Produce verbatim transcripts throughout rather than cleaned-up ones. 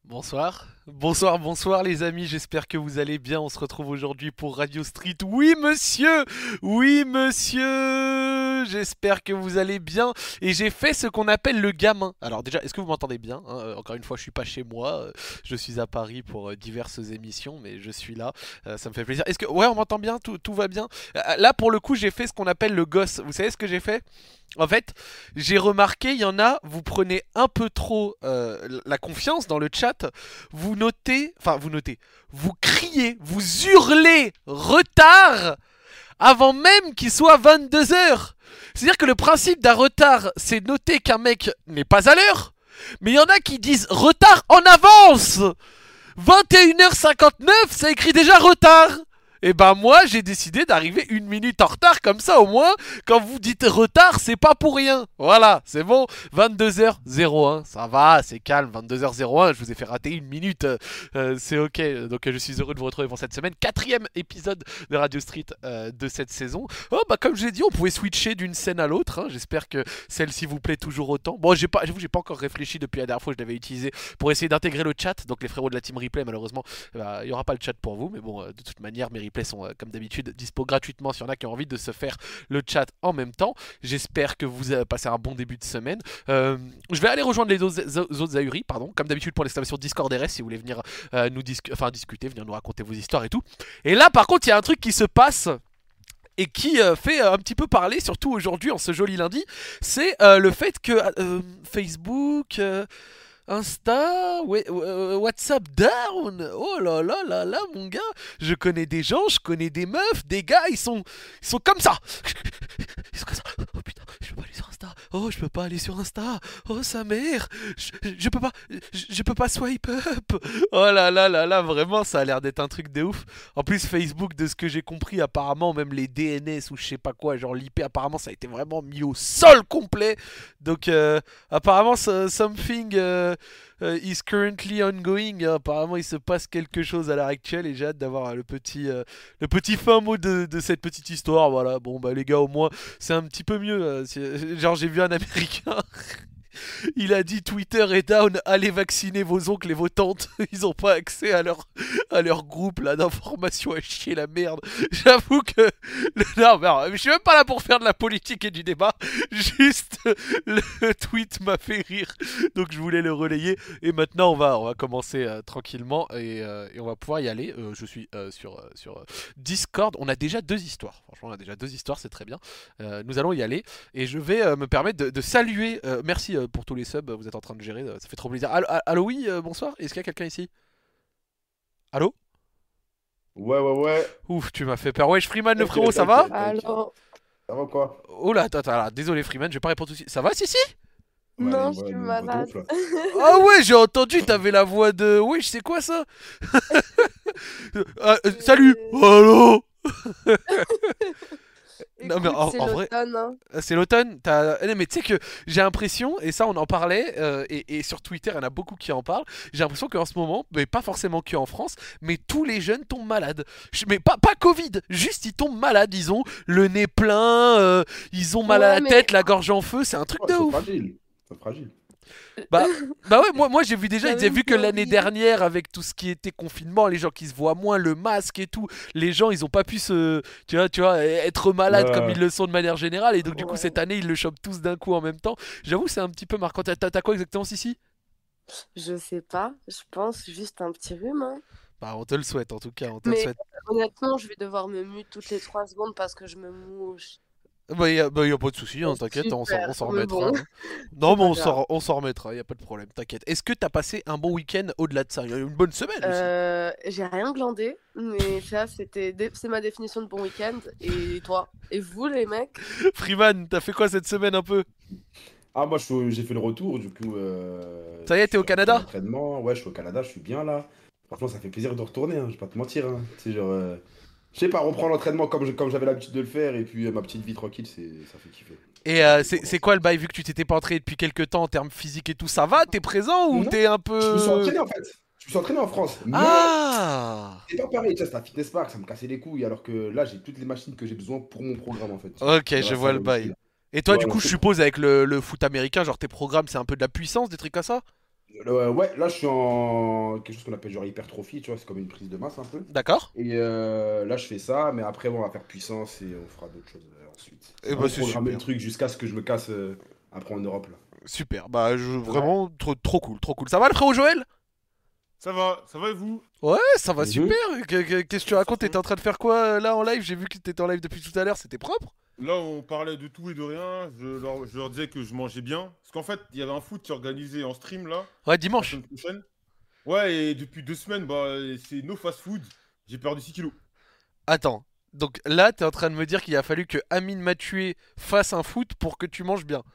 Bonsoir. Bonsoir, bonsoir les amis, j'espère que vous allez bien. On se retrouve aujourd'hui pour Radio Street. Oui monsieur, oui monsieur, j'espère que vous allez bien. Et j'ai fait ce qu'on appelle le gamin. Alors déjà, est-ce que vous m'entendez bien, hein? Euh, Encore une fois, je suis pas chez moi, euh, je suis à Paris pour euh, diverses émissions, mais je suis là, euh, ça me fait plaisir. Est-ce que, ouais, on m'entend bien, tout, tout va bien. Euh, Là, pour le coup, j'ai fait ce qu'on appelle le gosse. Vous savez ce que j'ai fait? En fait, j'ai remarqué, il y en a, vous prenez un peu trop euh, la confiance dans le chat, vous notez, enfin vous notez, vous criez, vous hurlez retard avant même qu'il soit vingt-deux heures. C'est-à-dire que le principe d'un retard, c'est noter qu'un mec n'est pas à l'heure, mais il y en a qui disent retard en avance. vingt et une heures cinquante-neuf, ça écrit déjà retard. Et ben moi j'ai décidé d'arriver une minute en retard, comme ça au moins quand vous dites retard c'est pas pour rien. Voilà, c'est bon. vingt-deux heures zéro un, ça va, c'est calme. vingt-deux heures zéro un, je vous ai fait rater une minute, euh, euh, c'est ok. Donc euh, je suis heureux de vous retrouver pour cette semaine, quatrième épisode de Radio Street euh, de cette saison. Oh bah comme je l'ai dit, on pouvait switcher d'une scène à l'autre, hein. J'espère que celle-ci vous plaît toujours autant. Bon, j'ai pas, j'avoue j'ai pas encore réfléchi depuis la dernière fois que je l'avais utilisé pour essayer d'intégrer le chat. Donc les frérots de la team replay, malheureusement bah, il n'y aura pas le chat pour vous, mais bon, euh, de toute manière, mes replays sont, euh, comme d'habitude, dispo gratuitement s'il y en a qui ont envie de se faire le chat en même temps. J'espère que vous avez passé un bon début de semaine. Euh, je vais aller rejoindre les autres, autres ahuris, pardon, comme d'habitude pour l'exclamation Discord R S, si vous voulez venir euh, nous dis enfin, discuter, venir nous raconter vos histoires et tout. Et là, par contre, il y a un truc qui se passe et qui euh, fait euh, un petit peu parler, surtout aujourd'hui en ce joli lundi, c'est euh, le fait que euh, Facebook, euh, Insta, ouais, euh, WhatsApp down. Oh là là là là, mon gars. Je connais des gens, je connais des meufs, des gars, ils sont, ils sont comme ça. Ils sont comme ça. Oh putain, je peux pas aller sur Insta. Oh, je peux pas aller sur Insta. Oh sa mère. Je, je peux pas, je, je peux pas swipe up. Oh là là là là, vraiment, ça a l'air d'être un truc de ouf. En plus, Facebook, de ce que j'ai compris, apparemment, même les D N S ou je sais pas quoi, genre l'I P, apparemment, ça a été vraiment mis au sol complet. Donc, euh, apparemment, so- something euh, euh, is currently ongoing. Hein. Apparemment, il se passe quelque chose à l'heure actuelle et j'ai hâte d'avoir euh, le petit, euh, le petit fin mot de, de cette petite histoire. Voilà. Bon, bah les gars, au moins, c'est un petit peu mieux. euh, c'est- Genre, j'ai vu un Américain. Il a dit Twitter est down, allez vacciner vos oncles et vos tantes. Ils ont pas accès à leur, à leur groupe là d'informations à chier la merde. J'avoue que. Non, mais alors, je suis même pas là pour faire de la politique et du débat. Juste le tweet m'a fait rire. Donc je voulais le relayer. Et maintenant on va, on va commencer euh, tranquillement et, euh, et on va pouvoir y aller. Euh, je suis euh, sur, euh, sur euh, Discord. On a déjà deux histoires. Franchement, on a déjà deux histoires, c'est très bien. Euh, nous allons y aller. Et je vais euh, me permettre de, de saluer. Euh, merci euh, pour tous les subs, vous êtes en train de gérer, euh, ça fait trop plaisir. Allo, allo, oui, euh, bonsoir. Est-ce qu'il y a quelqu'un ici? Allô? Ouais, ouais, ouais. Ouf, tu m'as fait peur. Wesh, Freeman le frérot, T'inquiète, ça va? t'inquiète, t'inquiète. Alors, Ça va quoi? Oh là, attends, attends, là, désolé Freeman, je vais pas répondre tout de suite. Ça va, si, si? Ouais, elle a non, une je voix, suis une voix de malade. ouf là. Ah ouais, j'ai entendu, t'avais la voix de. Wesh, c'est quoi ça? Ah, euh, salut! Euh, Allô? Non mais Écoute, en, c'est en vrai, l'automne, hein. euh, c'est l'automne. T'as... eh, mais tu sais que j'ai l'impression, et ça on en parlait, euh, et, et sur Twitter il y en a beaucoup qui en parlent, j'ai l'impression qu'en ce moment, mais pas forcément que en France, mais tous les jeunes tombent malades. Je- Mais pas, pas Covid, juste ils tombent malades, ils ont le nez plein, euh, ils ont mal à Ouais, la mais tête, la gorge en feu, c'est un truc Ouais, de ils sont ouf. fragiles. Ils sont fragiles. Bah, bah ouais, moi, moi j'ai vu déjà, ils j'avais disaient une vu que l'année théorie. dernière, avec tout ce qui était confinement, les gens qui se voient moins, le masque et tout, les gens ils ont pas pu se, tu vois, tu vois, être malades comme Ouais. ils le sont de manière générale, et donc du coup cette Ouais. année ils le chopent tous d'un coup en même temps. J'avoue, c'est un petit peu marquant. T'as t'as quoi exactement, Sissi? Je sais pas, je pense juste un petit rhume, hein. Bah, on te le souhaite en tout cas, on te le Mais souhaite. honnêtement, je vais devoir me mute toutes les trois secondes parce que je me mouche. Bah, y a, bah, y a pas de souci, hein, Oh, t'inquiète, on s'en on super, s'en mais remettra. bon, Hein. Non, c'est mais pas on grave. s'en on s'en remettra, y a pas de problème, t'inquiète. Est-ce que t'as passé un bon week-end au-delà de ça? Y a eu une bonne semaine aussi. Euh, j'ai rien glandé, mais ça, c'était dé- c'est ma définition de bon week-end. Et toi? Et vous, les mecs? Freeman, t'as fait quoi cette semaine un peu? Ah, moi je suis- j'ai fait le retour, du coup, euh, Ça y est, je t'es au suis rentré Canada? d'entraînement. Ouais, je suis au Canada, je suis bien là. Franchement, ça fait plaisir de retourner, hein, je vais pas te mentir. Hein. Tu sais, genre, euh, je sais pas, reprendre l'entraînement comme je- comme j'avais l'habitude de le faire et puis euh, ma petite vie tranquille, c'est, ça fait kiffer. Et Ça euh, fait c'est trop c'est bien. quoi le bail vu que tu t'étais pas entraîné depuis quelques temps en termes physiques et tout? Ça va? T'es présent ou Non, t'es un je me suis peu. entraîné en fait. Je me suis entraîné en France, mais Ah! c'est pas pareil. Tu sais, c'est un fitness park, ça me cassait les couilles, alors que là, j'ai toutes les machines que j'ai besoin pour mon programme en fait. Ok, je Grâce à vois le la muscu bail. là. Et toi, Ouais, du non, coup, je c'est suppose avec le, le foot américain, genre tes programmes, c'est un peu de la puissance, des trucs comme ça? Euh, ouais, là je suis en quelque chose qu'on appelle genre hypertrophie, tu vois, c'est comme une prise de masse un peu. D'accord? Et euh, là je fais ça, mais après bon, on va faire puissance et on fera d'autres choses euh, ensuite. Eh C'est bah vraiment c'est programmer le super. truc jusqu'à ce que je me casse euh, après en Europe là. Super. Bah je, Ouais. vraiment trop, trop cool, trop cool. Ça va le frérot Joël? Ça va, ça va et vous? Ouais, ça va super. Mhm. Que- que- Qu'est-ce que tu Ça racontes? T'étais fond. en train de faire quoi euh, là en live? J'ai vu que t'étais en live depuis tout à l'heure, c'était propre? Là, on parlait de tout et de rien. Je leur, je leur disais que je mangeais bien. Parce qu'en fait, il y avait un foot qui est organisé en stream là, Ouais, la dimanche. semaine prochaine. Ouais, et depuis deux semaines, bah, c'est no fast food. J'ai perdu six kilos. Attends. Donc là, t'es en train de me dire qu'il a fallu que Amine m'a tué fasse un foot pour que tu manges bien.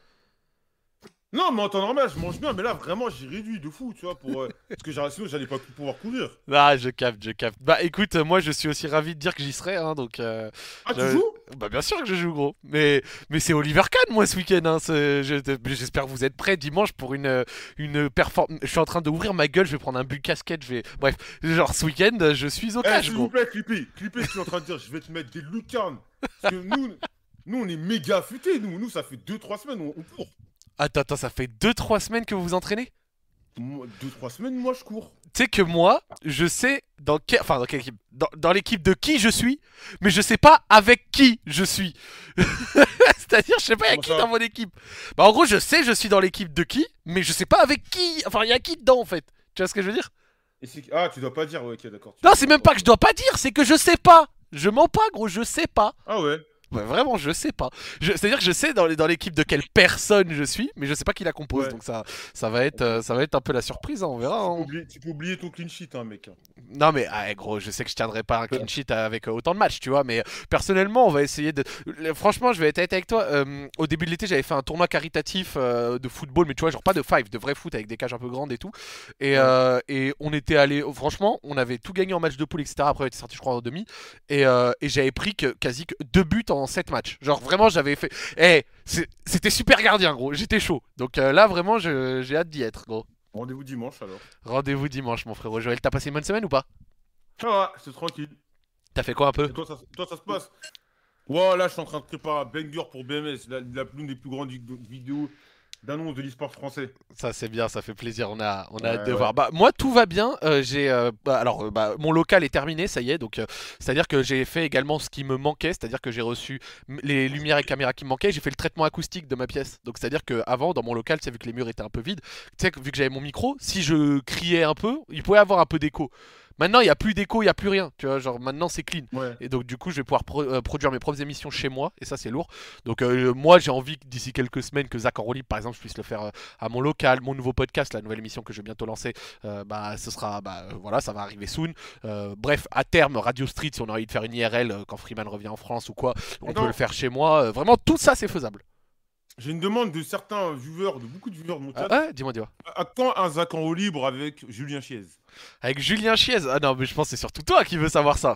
Non, mais en temps normal, je mange bien. Mais là, vraiment, j'ai réduit de fou, tu vois. Pour, euh, parce que j'ai- sinon, j'allais pas pouvoir courir. Ah, je capte, je capte. Bah écoute, euh, moi je suis aussi ravi de dire que j'y serai, hein, donc... euh, Ah, tu je- joues? Bah bien sûr que je joue gros. Mais, mais c'est Oliver Kahn moi ce week-end, hein. c'est- je- J'espère que vous êtes prêts dimanche pour une, une performance... Je suis en train d'ouvrir ma gueule, je vais prendre un but casquette, je vais... Bref, genre ce week-end, je suis au Eh, cash s'il gros. vous plaît, clippez. Clippez ce que je suis en train de dire. Je vais te mettre des lucarnes. Parce que nous, nous on est méga affûtés. Nous, nous ça fait deux trois semaines, on, on court. Attends, attends, ça fait deux trois semaines que vous vous entraînez? Moi, deux trois semaines, moi, je cours. Tu sais que moi, je sais dans quelle... Enfin, dans quelle équipe dans, dans l'équipe de qui je suis, mais je sais pas avec qui je suis. C'est-à-dire, je sais pas, il y a Comment qui ça? dans mon équipe. Bah, en gros, je sais, je suis dans l'équipe de qui, mais je sais pas avec qui. Enfin, il y a qui dedans, en fait. Tu vois ce que je veux dire? Et c'est- Ah, tu dois pas dire, ouais, ok, d'accord. tu Non, dois c'est même pas que je dois pas dire, c'est que je sais pas. Je mens pas, gros, je sais pas. Ah ouais. Ouais, vraiment, je sais pas. Je- C'est-à-dire que je sais dans, les- dans l'équipe de quelle personne je suis, mais je sais pas qui la compose. Ouais. Donc ça, ça va être, euh, ça va être un peu la surprise, hein, on verra. Tu peux, hein. oublier, tu peux oublier ton clean sheet, hein, mec. Non mais ah, gros, je sais que je tiendrai pas un clean sheet avec euh, autant de matchs, tu vois. Mais euh, personnellement, on va essayer de. Le- Franchement, je vais être honnête avec toi. euh, au début de l'été, j'avais fait un tournoi caritatif euh, de football, mais tu vois, genre pas de five, de vrai foot avec des cages un peu grandes et tout. Et, Ouais. euh, et on était allé. Franchement, on avait tout gagné en match de poule, et cetera. Après, on était sorti, je crois, en demi. Et, euh, et j'avais pris que, quasi que deux buts en sept matchs. Genre vraiment, j'avais fait. Eh, c'est- c'était super gardien, gros. J'étais chaud. Donc euh, là, vraiment, je- j'ai hâte d'y être, gros. Rendez-vous dimanche alors. Rendez-vous dimanche, mon frérot. Joël, t'as passé une bonne semaine ou pas? Ça va, c'est tranquille. T'as fait quoi un peu? Et toi, ça, toi, ça se passe? Ouais, là, je suis en train de préparer un banger pour B M S, la, la- l'une des plus grandes vid- vidéos d'annonce de l'e-sport français. Ça c'est bien, ça fait plaisir. On a, on a Ouais, hâte de ouais. voir. Bah moi tout va bien. Euh, j'ai, euh, bah, alors euh, bah, mon local est terminé, ça y est. Donc euh, c'est-à-dire que j'ai fait également ce qui me manquait, c'est-à-dire que j'ai reçu m- les lumières et caméras qui me manquaient. J'ai fait le traitement acoustique de ma pièce. Donc c'est-à-dire que avant dans mon local, tu sais, vu que les murs étaient un peu vides, tu sais que vu que j'avais mon micro, si je criais un peu, il pouvait avoir un peu d'écho. Maintenant il y a plus d'écho, il y a plus rien. Tu vois, genre maintenant c'est clean. Ouais. Et donc du coup je vais pouvoir pro- euh, produire mes propres émissions chez moi et ça c'est lourd. Donc euh, moi j'ai envie que d'ici quelques semaines que Zach en roue libre par exemple je puisse le faire euh, à mon local, mon nouveau podcast, la nouvelle émission que je vais bientôt lancer, euh, bah ce sera bah euh, voilà ça va arriver soon. Euh, bref à terme Radio Street si on a envie de faire une I R L euh, quand Freeman revient en France ou quoi, on Attends. peut le faire chez moi. Euh, vraiment tout ça c'est faisable. J'ai une demande de certains viewers, de beaucoup de viewers de mon chat. Ah, ouais, dis-moi dis-moi. À quand un Zach en roue libre avec Julien Chiez? Avec Julien Chiez. Ah non mais je pense que c'est surtout toi qui veux savoir ça.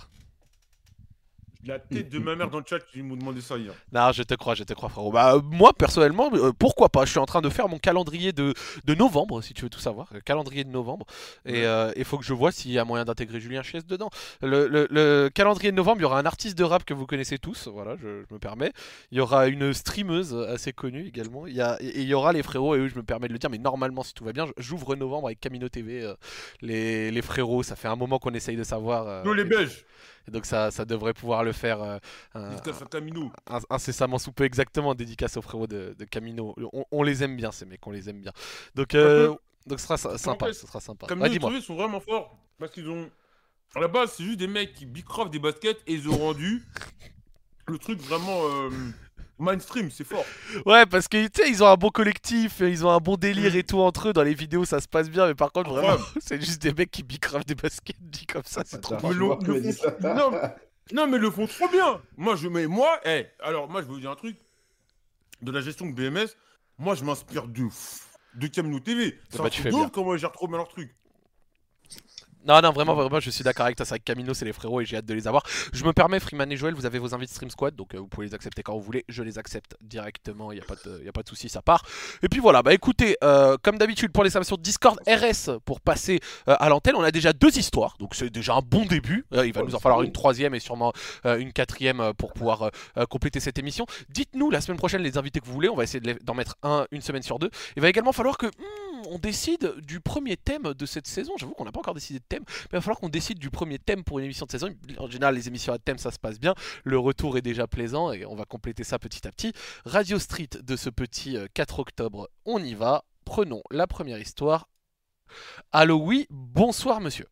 La tête de ma mère dans le chat qui m'ont demandé ça hier. Non, je te crois, je te crois, frérot. Bah, euh, moi, personnellement, euh, pourquoi pas? Je suis en train de faire mon calendrier de, de novembre, si tu veux tout savoir. Le calendrier de novembre. Et il Ouais. faut que je vois s'il y a moyen d'intégrer Julien Chies dedans. Le, le- le calendrier de novembre, il y aura un artiste de rap que vous connaissez tous. Voilà, je, je me permets. Il y aura une streameuse assez connue également. Il y a, et il y aura les frérots, et eux, je me permets de le dire, mais normalement, si tout va bien, j'ouvre novembre avec Camino T V. euh, les, les frérots, ça fait un moment qu'on essaye de savoir. euh, Nous les et- Belges, et donc, ça, ça devrait pouvoir le faire. euh, un- dédicace à Camino. un- incessamment sous peu, exactement, dédicace aux frérots de, de Camino. On, on les aime bien, ces mecs, on les aime bien. Donc, euh, Un donc ce sera sy- sympa, fait, ce sera sympa. Camino Ouais, et dis-moi. Trouvé sont vraiment forts parce qu'ils ont. À la base, c'est juste des mecs qui bicraft des baskets et ils ont rendu le truc vraiment euh, mainstream, c'est fort. Ouais, parce que tu sais, ils ont un bon collectif, ils ont un bon délire Mm. et tout entre eux. Dans les vidéos, ça se passe bien, mais par contre, vraiment, Incroyable. c'est juste des mecs qui bicravent des baskets dit comme ça, c'est trop Attends, Mais je le- vois le que dit fond- ça. non, non, mais le font trop bien. Moi, je mets moi, eh, alors moi, je vais vous dire un truc de la gestion de B M S. Moi, je m'inspire de f- de Camino T V. C'est bah, un tu truc fais de bien. ouf comment ils gèrent trop bien leur truc. Non, non, vraiment, vraiment, je suis d'accord avec toi. C'est vrai que Camino, c'est les frérots et j'ai hâte de les avoir. Je me permets, Freeman et Joël, vous avez vos invites Stream Squad, donc euh, vous pouvez les accepter quand vous voulez. Je les accepte directement, il n'y a pas de, y a pas de souci, ça part. Et puis voilà, bah écoutez, euh, comme d'habitude pour les serveurs Discord R S pour passer euh, à l'antenne, on a déjà deux histoires, donc c'est déjà un bon début. Euh, il va Ouais, nous en c'est falloir bon. une troisième et sûrement euh, une quatrième euh, pour pouvoir euh, euh, compléter cette émission. Dites-nous la semaine prochaine les invités que vous voulez, on va essayer de les- d'en mettre un une semaine sur deux. Il va également falloir que hmm, on décide du premier thème de cette saison. J'avoue qu'on n'a pas encore décidé de thème, mais il va falloir qu'on décide du premier thème pour une émission de saison. En général, les émissions à thème, ça se passe bien. Le retour est déjà plaisant et on va compléter ça petit à petit. Radio Street de ce petit euh, quatre octobre, on y va. Prenons la première histoire. Allô, oui, bonsoir monsieur.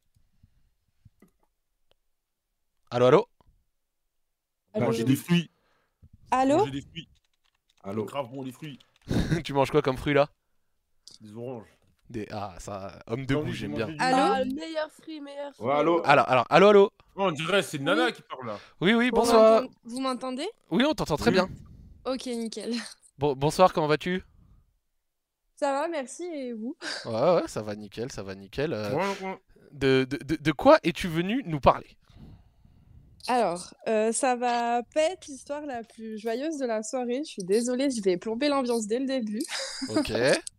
Allô, allô. Allô, Manger oui. des fruits. Allô? Manger des fruits. Allô. Grave bon, les fruits. Tu manges quoi comme fruit là? Des oranges. Des... Ah, ça, homme de J'ai bouche, envie de j'aime manger bien. du- Allô? Ah, le meilleur fruit, meilleur fruit. Ouais, allô. Alors, alors, allô, allô. Oh, on dirait c'est Nana qui parle là. Oui, oui, Vous bonsoir. m'entend- Vous m'entendez? Oui, on t'entend très Oui. bien. Ok, nickel. Bon, bonsoir, comment vas-tu? Ça va, merci, et vous? Ouais, ouais, ça va nickel, ça va nickel. Euh, Ouais, ouais. de, de, de, de quoi es-tu venu nous parler? Alors, euh, ça va pas être l'histoire la plus joyeuse de la soirée, je suis désolée, je vais plomber l'ambiance dès le début. Ok,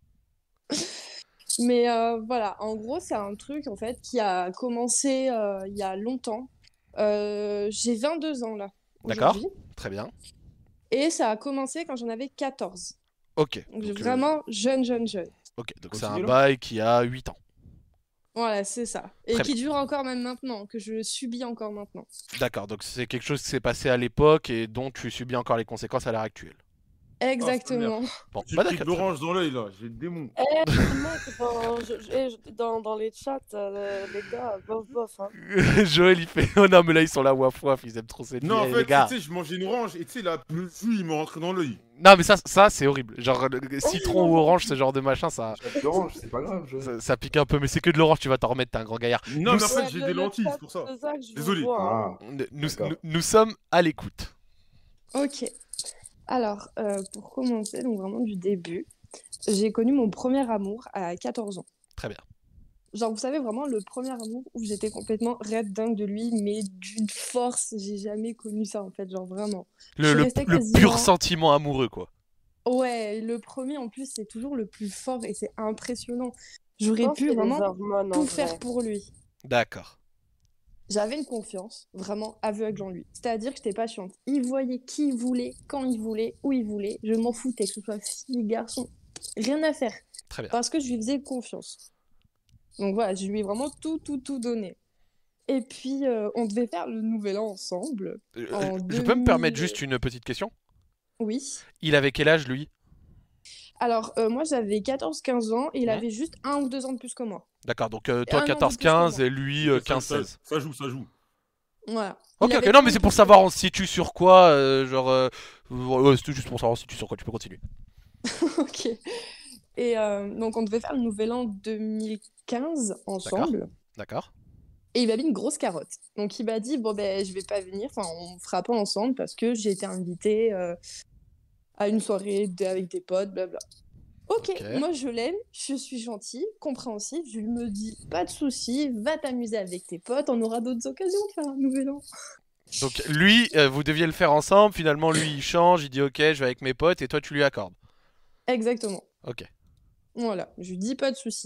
Mais euh, voilà, en gros, c'est un truc en fait qui a commencé euh, il y a longtemps. Euh, j'ai vingt-deux ans là, D'accord. aujourd'hui. très bien. Et ça a commencé quand j'en avais quatorze. Ok, Donc, donc, euh, vraiment jeune, jeune, jeune. ok, donc c'est un Continue, là. bail qui a huit ans. Voilà, c'est ça. Et Très qui dure encore même maintenant, que je subis encore maintenant. D'accord, donc c'est quelque chose qui s'est passé à l'époque et dont tu subis encore les conséquences à l'heure actuelle. Exactement. Bon, J'ai bah pris de d'accord. l'orange dans l'œil là, j'ai le démon. Eh, mec, dans, je- je- eh, je- dans, dans les chats, euh, les gars, bof bof. Hein. Joël il fait oh non mais là ils sont là waf waf, ils aiment trop cette Non, en vie, fait, les gars. tu sais, je mangeais une orange et tu sais, là, le jus il m'est rentré dans l'œil. Non mais ça, ça c'est horrible. Genre le citron ou orange, ce genre de machin, ça, L'orange, c'est pas grave. Je... ça, ça pique un peu. Mais c'est que de l'orange, tu vas t'en remettre, t'es un grand gaillard. Non, Nous mais en fait, Ouais, j'ai le- des le lentilles, chat, c'est pour ça. C'est ça que je vous Désolé. vois, hein. Ah, Nous, D'accord. nous, nous sommes à l'écoute. Ok. Alors, euh, pour commencer, donc vraiment du début, j'ai connu mon premier amour à quatorze ans. Très bien. Genre, vous savez, vraiment, le premier amour où j'étais complètement red dingue de lui, mais d'une force, j'ai jamais connu ça, en fait, genre vraiment. Je Le, suis le, restée le quasiment- pur sentiment amoureux quoi. Ouais, le premier, en plus, c'est toujours le plus fort et c'est impressionnant. Je J'aurais pense pu que les vraiment hormones, en tout vrai. faire pour lui. D'accord. J'avais une confiance vraiment aveugle en lui. C'est-à-dire que j'étais patiente. Il voyait qui il voulait, quand il voulait, où il voulait. Je m'en foutais, que ce soit fille, garçon. Rien à faire. Très bien. Parce que je lui faisais confiance. Donc voilà, je lui ai vraiment tout, tout, tout donné. Et puis, euh, on devait faire le nouvel an ensemble. Euh, En je peux me permettre deux mille juste une petite question? Oui. Il avait quel âge lui? Alors, euh, moi, j'avais quatorze quinze ans et il Mhm. avait juste un ou deux ans de plus que moi. D'accord, donc euh, toi un an de quatorze plus que quinze moi. et lui euh, Ça- quinze ça- seize. Ça joue, ça joue. Voilà. Ok, Il ok, avait non mais c'est trente pour plus savoir que on se situe sur quoi, euh, genre... euh, ouais, c'était juste pour savoir on se situe sur quoi, tu peux continuer. moi. Ok. Et euh, donc, on devait faire le nouvel an deux mille quinze ensemble. D'accord. Et il m'a mis une grosse carotte. Donc il m'a dit, bon ben je vais pas venir, enfin on fera pas ensemble parce que j'ai été invitée euh, à une soirée d- avec des potes, blabla. Ok, Ok. moi je l'aime, je suis gentille, compréhensive, je lui me dis, pas de souci, va t'amuser avec tes potes, on aura d'autres occasions de faire un nouvel an. Donc lui, euh, vous deviez le faire ensemble, finalement lui il change, il dit ok je vais avec mes potes et toi tu lui accordes. Exactement. Ok. Voilà, je lui dis pas de souci.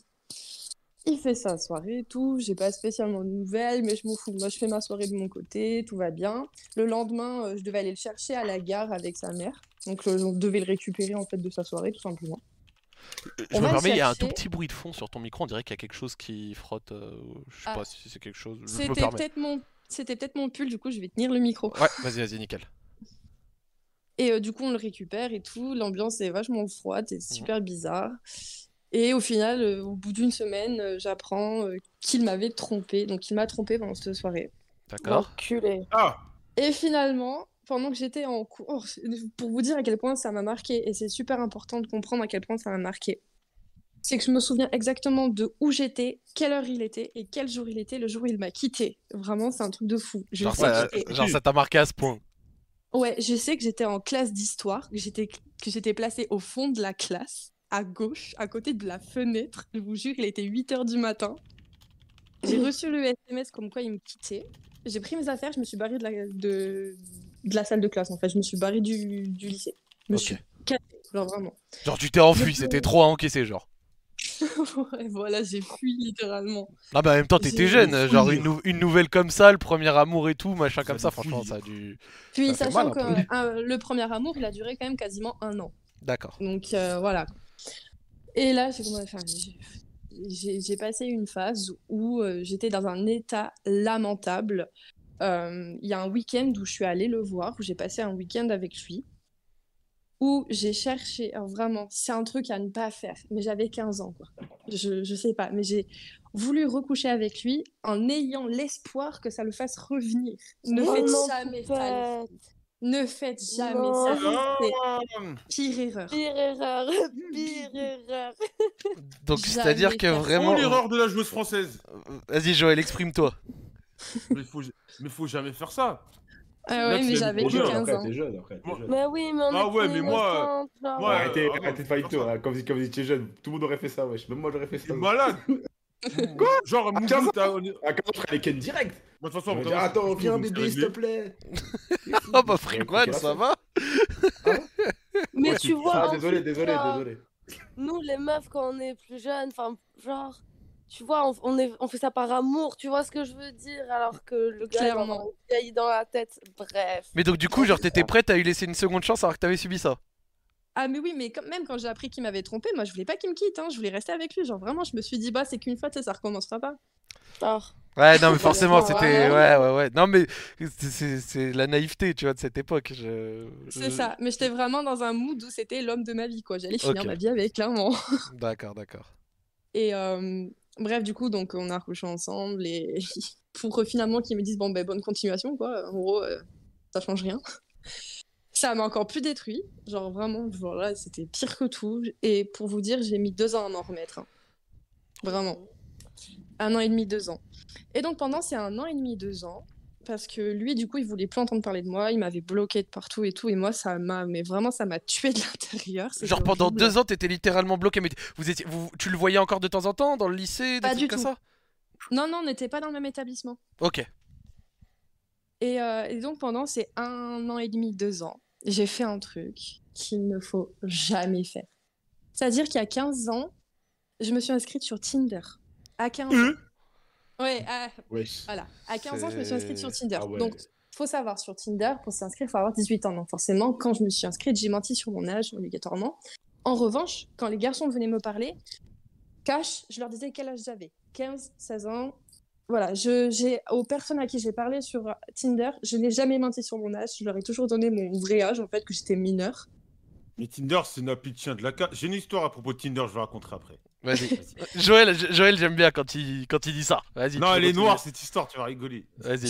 Il fait sa soirée et tout, j'ai pas spécialement de nouvelles, mais je m'en fous. Moi, je fais ma soirée de mon côté, tout va bien. Le lendemain, euh, je devais aller le chercher à la gare avec sa mère. Donc, euh, on devait le récupérer en fait de sa soirée, tout simplement. Euh, Je On me va le permets, il y a un tout chercher. petit bruit de fond sur ton micro, on dirait qu'il y a quelque chose qui frotte, euh, je sais Ah. pas si c'est quelque chose, je me C'était permets. peut-être mon... C'était peut-être mon pull, du coup, je vais tenir le micro. Ouais, vas-y, vas-y, nickel. Et euh, du coup, on le récupère et tout. L'ambiance est vachement froide, c'est super bizarre. Et au final, euh, au bout d'une semaine, euh, j'apprends euh, qu'il m'avait trompé. Donc, il m'a trompé pendant cette soirée. D'accord. L'enculé. Ah, Et finalement, pendant que j'étais en cours, pour vous dire à quel point ça m'a marqué, et c'est super important de comprendre à quel point ça m'a marqué, c'est que je me souviens exactement de où j'étais, quelle heure il était et quel jour il était, le jour où il m'a quitté. Vraiment, c'est un truc de fou. Je Genre sais ça, que j'étais- genre ça t'a marqué à ce point. Ouais, je sais que j'étais en classe d'histoire, que j'étais que j'étais placée au fond de la classe, à gauche, à côté de la fenêtre. Je vous jure, il était huit heures du matin. J'ai reçu le S M S comme quoi il me quittait. J'ai pris mes affaires, je me suis barrée de la, de, de la salle de classe, en fait. Je me suis barrée du, du lycée. Je me Ok. suis cassée, genre vraiment. Genre tu t'es enfui, Je- c'était trop à encaisser genre. Ouais, voilà, j'ai fui littéralement. Ah bah en même temps t'étais J'ai- jeune, j'ai genre fouillé. une, nou- une nouvelle comme ça, le premier amour et tout, machin comme ça, fait franchement fouiller. ça a dû... Puis, Ça fait sachant mal que un peu. euh, le premier amour, il a duré quand même quasiment un an. D'accord. Donc euh, voilà. Et là, j'ai commencé- enfin, j'ai j'ai- j'ai passé une phase où euh, j'étais dans un état lamentable. Euh, Il y a un week-end où je suis allée le voir, où j'ai passé un week-end avec lui, où j'ai cherché, alors vraiment, c'est un truc à ne pas faire, mais j'avais quinze ans, quoi. Je, je sais pas, mais j'ai voulu recoucher avec lui en ayant l'espoir que ça le fasse revenir. Ne Oh faites non, jamais ça, les filles. poupette. Ne faites jamais Non. ça. C'est Ah, pire erreur. Pire erreur, pire erreur. Donc, Jamais c'est-à-dire que faire ça. oh, vraiment. l'erreur de la joueuse française. Vas-y, Joël, exprime-toi. Mais faut, mais faut jamais faire ça. Ah Là, ouais, tu mais l'as j'avais dit que trop bien, quinze Après, ans. t'es jeune, après, t'es Moi- jeune. Mais oui, mais on Ah est ouais, plus mais moi, innocentes, genre. moi, Ouais, euh, arrêtez, ah non, arrêtez de faut fight faire toi, ça. hein. Comme, si- comme vous étiez jeune, tout le monde aurait fait ça, wesh. Même moi, j'aurais fait ça. T'es wesh. malade. Quoi? Genre, À quinze Mougou, ans t'as. on est- À quinze ans, je ferais les ken direct. Moi, de toute façon, Je à vais quinze dire, ans, attends, je suis viens, donc bébé, c'est s'il te réglé. plaît. Oh bah, Freeman, ça va? Mais Ouais, tu vois, Ah, en désolé, fait, désolé, genre, désolé. nous, les meufs, quand on est plus jeunes, enfin, genre, tu vois, on, on est, on fait ça par amour, tu vois ce que je veux dire, alors que le gars, il va avoir Clairement. une vieille dans la tête. Bref. Mais donc, du coup, genre, t'étais prête à lui laisser une seconde chance alors que t'avais subi ça? Ah mais oui, mais quand même quand j'ai appris qu'il m'avait trompé, moi je voulais pas qu'il me quitte, hein. Je voulais rester avec lui. Genre vraiment, je me suis dit bah c'est qu'une fois, tu sais, ça recommencera pas. Oh. Ouais, non, mais forcément, Voilà. c'était. Ouais, ouais, ouais. Non, mais c'est- c'est c'est la naïveté, tu vois, de cette époque. Je... C'est je- ça. Mais j'étais vraiment dans un mood où c'était l'homme de ma vie, quoi. J'allais finir Ok. ma vie avec, clairement. D'accord, d'accord. Et euh, bref, du coup, donc on a recouché ensemble et pour euh, finalement qu'ils me disent bon ben bonne continuation, quoi. En gros, euh, ça change rien. Ça m'a encore plus détruit. Genre vraiment, voilà, c'était pire que tout. Et pour vous dire, j'ai mis deux ans à m'en remettre, hein. Vraiment. Un an et demi, deux ans. Et donc pendant ces un an et demi, deux ans, parce que lui, du coup, il voulait plus entendre parler de moi, il m'avait bloqué de partout et tout, et moi, ça m'a, mais vraiment, ça m'a tué de l'intérieur. c'était Genre, pendant horrible. deux ans, t'étais littéralement bloqué. Mais vous étiez, vous, tu le voyais encore de temps en temps dans le lycée, des Pas trucs du comme tout. ça? Non, non, on n'était pas dans le même établissement. Ok. Et, euh, et donc pendant ces un an et demi, deux ans, j'ai fait un truc qu'il ne faut jamais faire. C'est-à-dire qu'il y a quinze ans, je me suis inscrite sur Tinder. À quinze ans. Ouais, à- Wesh. voilà. À quinze ans, je me suis inscrite sur C'est- Tinder. Ah ouais. Donc, faut savoir, sur Tinder, pour s'inscrire, il faut avoir dix-huit ans. Donc, forcément, quand je me suis inscrite, j'ai menti sur mon âge, obligatoirement. En revanche, quand les garçons venaient me parler, cash, je leur disais quel âge j'avais. quinze, seize ans. Voilà, je, j'ai, aux personnes à qui j'ai parlé sur Tinder, je n'ai jamais menti sur mon âge. Je leur ai toujours donné mon vrai âge, en fait, que j'étais mineure. Mais Tinder, c'est une appli de chien de la carte. J'ai une histoire à propos de Tinder, je vais raconter après. Vas-y. Joël, Jo- Joël j'aime bien quand il, quand il dit ça. Vas-y. Non, tu elle peux est continuer. noire cette histoire, tu vas rigoler. Vas-y.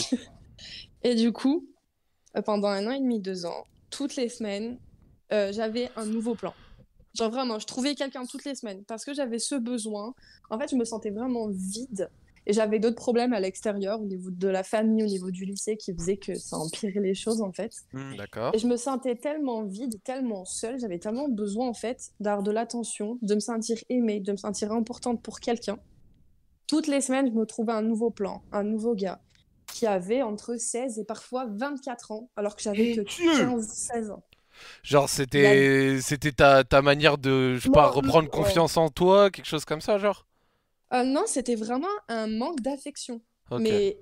Et du coup, euh, pendant un an et demi, deux ans, toutes les semaines, euh, j'avais un nouveau plan. Genre vraiment, je trouvais quelqu'un toutes les semaines parce que j'avais ce besoin. En fait, je me sentais vraiment vide et j'avais d'autres problèmes à l'extérieur, au niveau de la famille, au niveau du lycée, qui faisaient que ça empirait les choses en fait. D'accord. Et je me sentais tellement vide, tellement seule, j'avais tellement besoin en fait d'avoir de l'attention, de me sentir aimée, de me sentir importante pour quelqu'un. Toutes les semaines, je me trouvais un nouveau plan, un nouveau gars qui avait entre seize et parfois vingt-quatre ans, alors que j'avais que Dieu quinze seize ans. Genre, c'était c'était ta, ta manière de, je sais pas, Non, reprendre ouais. confiance en toi, quelque chose comme ça, genre? Euh, non, c'était vraiment un manque d'affection, Ok. mais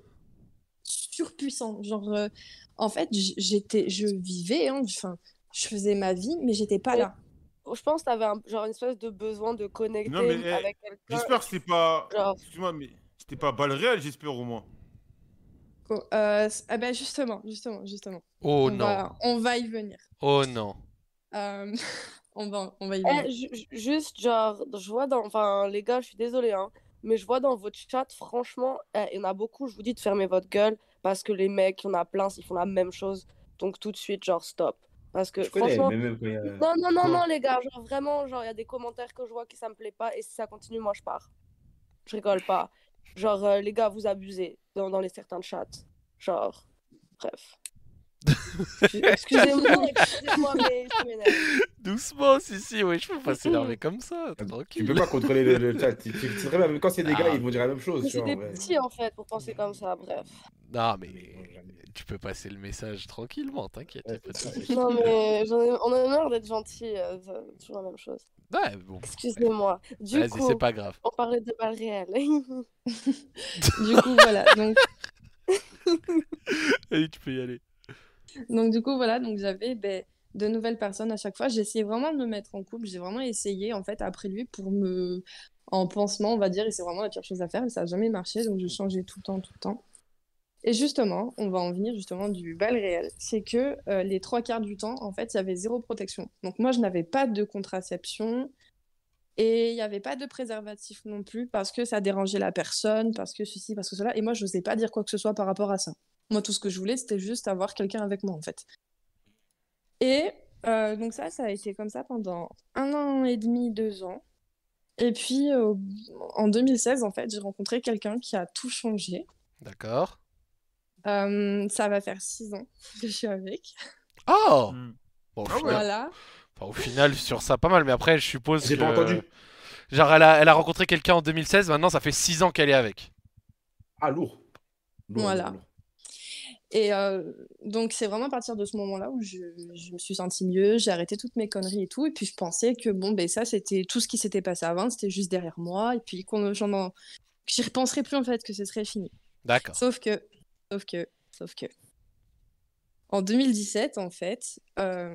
surpuissant. Genre, euh, en fait, j- j'étais, je vivais, hein, enfin, je faisais ma vie, mais j'étais pas Mais- là. Je pense que t'avais un, genre une espèce de besoin de connecter Non, mais, eh, avec quelqu'un. J'espère que c'était pas. Genre- Excuse-moi, mais c'était pas balle réelle, j'espère au moins. Quoi. Euh, c- ah ben justement, justement, justement. Oh on non. va, on va y venir. Oh non. Euh, on va, on va y Eh, venir. ju- ju- juste, genre, je vois dans. Enfin, les gars, je suis désolée, hein, mais je vois dans votre chat, franchement, eh, il y en a beaucoup, je vous dis de fermer votre gueule parce que les mecs, il y en a plein, ils font la même chose. Donc, tout de suite, genre, stop. Parce que, Je connais, franchement. mais même quand il y a... Non, non, non, Quoi non, les gars, genre, vraiment, genre, il y a des commentaires que je vois qui ça me plaît pas, et si ça continue, moi, je pars. Je rigole pas. Genre, euh, les gars, vous abusez dans, dans les certains chats. Genre, bref. Excusez-moi, excusez-moi, mais je m'énerve. Doucement, si, si, ouais, je peux pas s'énerver comme ça, Tu tranquille. peux pas contrôler le, le chat. Tu, tu, tu sais très bien, même quand c'est des Ah. gars, ils vont dire la même chose. Mais Tu c'est vois, des en vrai. petits, en fait, pour penser comme ça, bref. Non, mais tu peux passer le message tranquillement, t'inquiète. y a Ouais, pas de c'est ça. souci. Non, mais j'en ai- on a marre d'être gentil, euh, c'est toujours la même chose. Ouais, bon. Excusez-moi. Du Vas-y, coup, c'est pas grave. on parlait de balles réelles. Du coup, voilà. Donc, Allez, tu peux y aller. donc du coup, voilà. Donc, j'avais ben, de nouvelles personnes à chaque fois. J'ai essayé vraiment de me mettre en couple. J'ai vraiment essayé, en fait, après lui, pour me... en pansement, on va dire, et c'est vraiment la pire chose à faire, mais ça n'a jamais marché, donc je changeais tout le temps, tout le temps. Et justement, on va en venir justement du bal réel. C'est que euh, les trois quarts du temps, en fait, il y avait zéro protection. Donc moi, je n'avais pas de contraception et il n'y avait pas de préservatif non plus parce que ça dérangeait la personne, parce que ceci, parce que cela. Et moi, je n'osais pas dire quoi que ce soit par rapport à ça. Moi, tout ce que je voulais, c'était juste avoir quelqu'un avec moi, en fait. Et euh, donc ça, ça a été comme ça pendant un an et demi, deux ans. Et puis, euh, en deux mille seize, en fait, j'ai rencontré quelqu'un qui a tout changé. D'accord. Euh, ça va faire six ans que je suis avec. Oh Hmm. Bon, au Ah ouais. final, Voilà. enfin, au final, sur ça, pas mal, mais après, je suppose J'ai que... pas entendu. Genre, elle a, elle a rencontré quelqu'un en deux mille seize, maintenant, ça fait six ans qu'elle est avec. Ah, lourd. Lourd, Voilà. lourd, lourd. Et euh, donc, c'est vraiment à partir de ce moment-là où je, je me suis sentie mieux, j'ai arrêté toutes mes conneries et tout. Et puis, je pensais que, bon, ben ça, c'était tout ce qui s'était passé avant, c'était juste derrière moi. Et puis, qu'on, j'en en... que j'y repenserais plus, en fait, que ce serait fini. D'accord. Sauf que, sauf que, sauf que. En deux mille dix-sept, en fait, euh,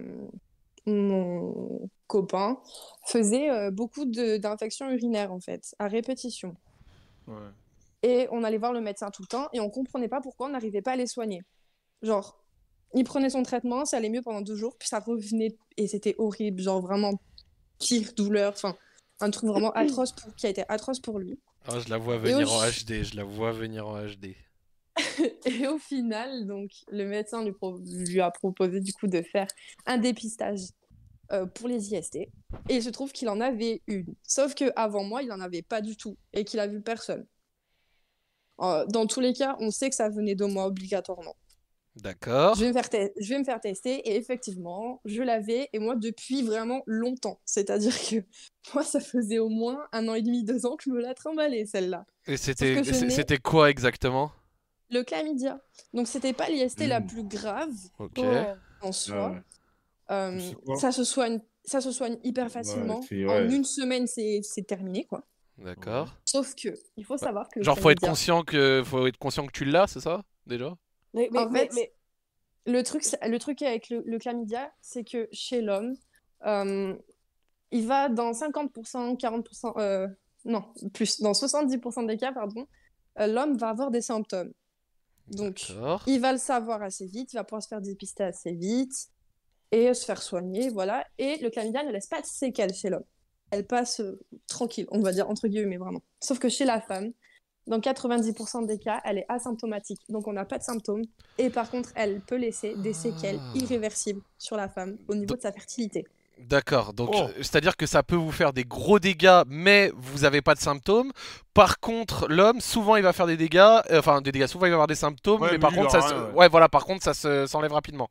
mon copain faisait euh, beaucoup de, d'infections urinaires, en fait, à répétition. Ouais. Et on allait voir le médecin tout le temps et on comprenait pas pourquoi on n'arrivait pas à les soigner. Genre, il prenait son traitement, ça allait mieux pendant deux jours, puis ça revenait et c'était horrible, genre vraiment pire douleur, enfin, un truc vraiment atroce pour... qui a été atroce pour lui. Oh, je la vois Et venir au- en H D, je la vois venir en H D. Et au final, donc, le médecin lui, pro- lui a proposé du coup de faire un dépistage euh, pour les I S T. Et il se trouve qu'il en avait une. Sauf qu'avant moi, il en avait pas du tout et qu'il a vu personne. Euh, dans tous les cas, on sait que ça venait de moi obligatoirement. D'accord. Je vais, me faire te- je vais me faire tester et effectivement, je l'avais et moi depuis vraiment longtemps. C'est-à-dire que moi, ça faisait au moins un an et demi, deux ans que je me la trimballais, celle-là. Et c'était que je c'est- n'ai- c'était quoi exactement? Le chlamydia. Donc, c'était pas l'I S T la Mm. plus grave Ok. Ouais. en soi. Ouais. Euh, C'est quoi ça se soigne, ça se soigne hyper Ouais, facilement. c'est- En ouais. une semaine, c'est c'est terminé, quoi. D'accord. Sauf que, il faut savoir que le Genre, faut être chlamydia- conscient que, faut être conscient que tu l'as, c'est ça, déjà? Mais, mais, En mais, fait, mais- Le truc, c'est- le truc avec le, le chlamydia, c'est que chez l'homme, euh, il va dans cinquante pour cent, quarante pour cent, euh, non, plus, dans soixante-dix pour cent des cas, pardon, euh, l'homme va avoir des symptômes. Donc, D'accord. il va le savoir assez vite, il va pouvoir se faire dépister assez vite et se faire soigner, voilà. Et le chlamydia ne laisse pas de séquelles chez l'homme. Elle passe euh, tranquille, on va dire, entre guillemets, vraiment. Sauf que chez la femme, dans quatre-vingt-dix pour cent des cas, elle est asymptomatique. Donc, on n'a pas de symptômes. Et par contre, elle peut laisser des séquelles Ah. irréversibles sur la femme au niveau de sa fertilité. D'accord. Donc, Oh. euh, c'est-à-dire que ça peut vous faire des gros dégâts, mais vous avez pas de symptômes. Par contre, l'homme, souvent, il va faire des dégâts, euh, enfin des dégâts. Souvent, il va avoir des symptômes, Ouais, mais mais par lui, il contre, ça, aura se... rien, ouais. ouais, voilà. Par contre, ça se- s'enlève rapidement.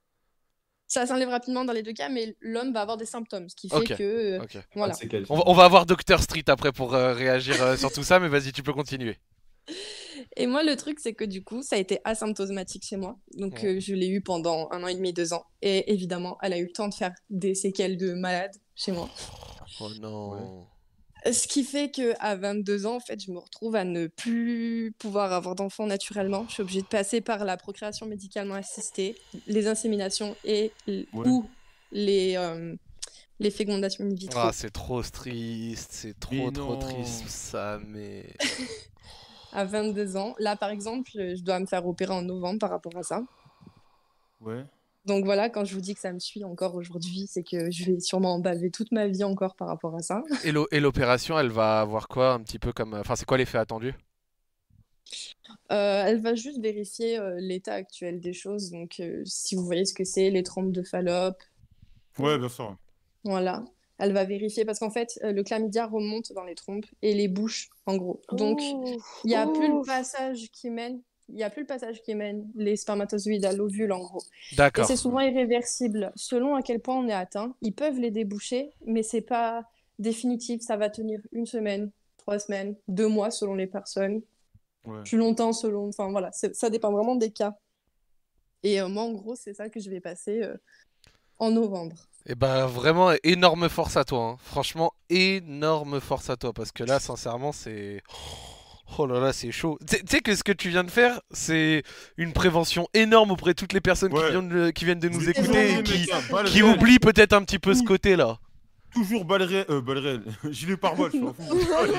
Ça s'enlève rapidement dans les deux cas, mais l'homme va avoir des symptômes, ce qui fait Ok. que... euh, Ok. Voilà. Ah, c'est quel- On va, on va avoir docteur Street après pour euh, réagir euh, sur tout ça, mais vas-y, tu peux continuer. Et moi, le truc, c'est que du coup, ça a été asymptomatique chez moi. Donc, Ouais. euh, je l'ai eu pendant un an et demi, deux ans. Et évidemment, elle a eu le temps de faire des séquelles de malade chez moi. Oh non. Ce qui fait qu'à vingt-deux ans, en fait, je me retrouve à ne plus pouvoir avoir d'enfants naturellement. Je suis obligée de passer par la procréation médicalement assistée, les inséminations et l- Ouais. ou les, euh, les fécondations in vitro. Ah, c'est trop triste, c'est trop Mais trop non. triste ça, mais. À vingt-deux ans, là, par exemple, je dois me faire opérer en novembre par rapport à ça. Ouais. Donc voilà, quand je vous dis que ça me suit encore aujourd'hui, c'est que je vais sûrement en baver toute ma vie encore par rapport à ça. Et l'o- et l'opération, elle va avoir quoi un petit peu comme. Enfin, c'est quoi l'effet attendu? Euh, elle va juste vérifier euh, l'état actuel des choses. Donc, euh, si vous voyez ce que c'est, les trompes de Fallope, Ouais, bien sûr. voilà. Elle va vérifier parce qu'en fait, euh, le chlamydia remonte dans les trompes et les bouches, en gros. Donc, Ouh, il n'y a plus le ouh. passage qui mène, il y a plus le passage qui mène les spermatozoïdes à l'ovule, en gros. Et D'accord. c'est souvent irréversible. Selon à quel point on est atteint, ils peuvent les déboucher, mais c'est pas définitif. Ça va tenir une semaine, trois semaines, deux mois selon les personnes, Ouais. plus longtemps selon. Enfin voilà, c'est- ça dépend vraiment des cas. Et euh, moi, en gros, c'est ça que je vais passer euh, en novembre. Et bah vraiment énorme force à toi, hein. Franchement énorme force à toi parce que là sincèrement c'est Oh là là, c'est chaud. Tu sais tu sais que ce que tu viens de faire, c'est une prévention énorme auprès de toutes les personnes qui Ouais. viennent de, qui viennent de nous Vous écouter vraiment et qui, mec, hein, balle qui réelle. oublient peut-être un petit peu ce Ouh. côté-là. Toujours balle réelle. Euh, balle réelle. Gilet pare-balles, je m'en fous.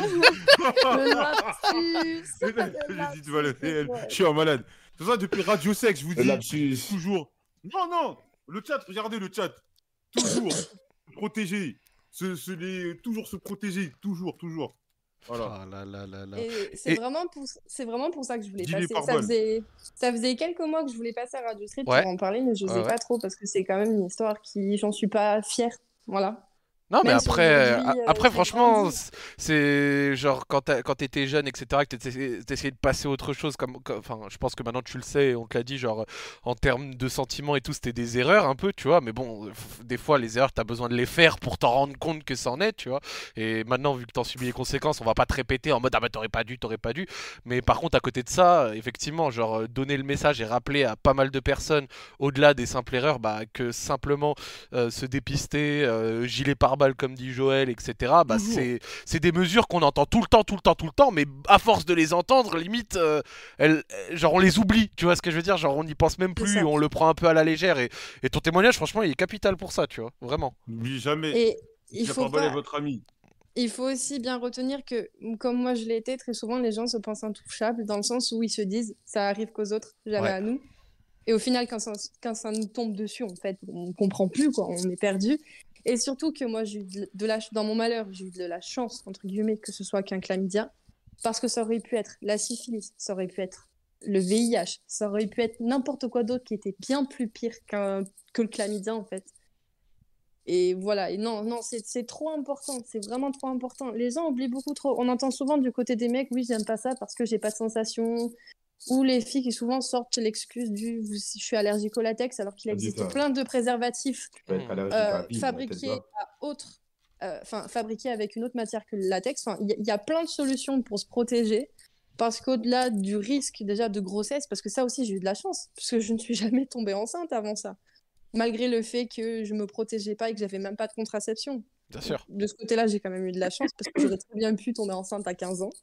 Le lapsus. J'ai dit balle réelle. Je suis un malade. C'est ça, depuis Radio Sex, je vous Le dis. lapsus. Toujours. Non, non. Le chat, regardez le chat. Toujours. Se protéger. Se, se les... Toujours se protéger. Toujours, toujours. Voilà. Ah là là là là. Et c'est Et- vraiment pour c'est vraiment pour ça que je voulais Gilet passer. Ça pare-balles. faisait ça faisait quelques mois que je voulais passer à Radio Street Ouais. pour en parler, mais je Ouais, n'osais ouais. pas trop parce que c'est quand même une histoire qui j'en suis pas fière. Voilà. Non, mais Même si après, aujourd'hui, a- euh, après j'ai franchement, grandi. c- c'est genre quand t'as- quand t'étais jeune, et cetera, que t'essayais t'essayais de passer à autre chose, comme, comme- enfin, je pense que maintenant tu le sais, on te l'a dit, genre en termes de sentiments et tout, c'était des erreurs un peu, tu vois, mais bon, f- des fois les erreurs, t'as besoin de les faire pour t'en rendre compte que c'en est, tu vois, et maintenant, vu que t'en subis les conséquences, on va pas te répéter en mode, ah bah t'aurais pas dû, t'aurais pas dû, mais par contre, à côté de ça, effectivement, genre euh, donner le message et rappeler à pas mal de personnes, au-delà des simples erreurs, bah, que simplement euh, se dépister, euh, gilet pare-balles comme dit Joël, et cetera. Bah Toujours. c'est c'est des mesures qu'on entend tout le temps, tout le temps, tout le temps, mais à force de les entendre, limite, euh, elles- euh, genre on les oublie. Tu vois ce que je veux dire? Genre on n'y pense même C'est plus, ça. on le prend un peu à la légère. Et, et ton témoignage, franchement, il est capital pour ça, tu vois, vraiment. N'oubliez jamais. Et il Gilet faut pare-balles est pas votre ami. il faut aussi bien retenir que, comme moi je l'ai été, très souvent les gens se pensent intouchables dans le sens où ils se disent ça arrive qu'aux autres, jamais Ouais. à nous. Et au final, quand ça, quand ça nous tombe dessus, en fait, on comprend plus, quoi, on est perdu. Et surtout que moi, j'ai eu de, de la, dans mon malheur, j'ai eu de la chance, entre guillemets, que ce soit qu'un chlamydia, parce que ça aurait pu être la syphilis, ça aurait pu être le V I H, ça aurait pu être n'importe quoi d'autre qui était bien plus pire qu'un, que le chlamydia, en fait. Et voilà, et non, non, c'est c'est trop important, c'est vraiment trop important. Les gens oublient beaucoup trop. On entend souvent du côté des mecs, oui, j'aime pas ça parce que j'ai pas de sensation. Ou les filles qui souvent sortent l'excuse du je suis allergique au latex, alors qu'il Pas du existe tout. plein de préservatifs Tu peux être Mhm. allergique à euh, la bille, fabriqués peut-être pas. à autre, euh, enfin fabriqués avec une autre matière que le latex. Enfin, il y, a- il y a plein de solutions pour se protéger. Parce qu'au-delà du risque déjà de grossesse, parce que ça aussi j'ai eu de la chance, parce que je ne suis jamais tombée enceinte avant ça, malgré le fait que je me protégeais pas et que j'avais même pas de contraception. Bien sûr. De ce côté-là, j'ai quand même eu de la chance parce que j'aurais très bien pu tomber enceinte à quinze ans.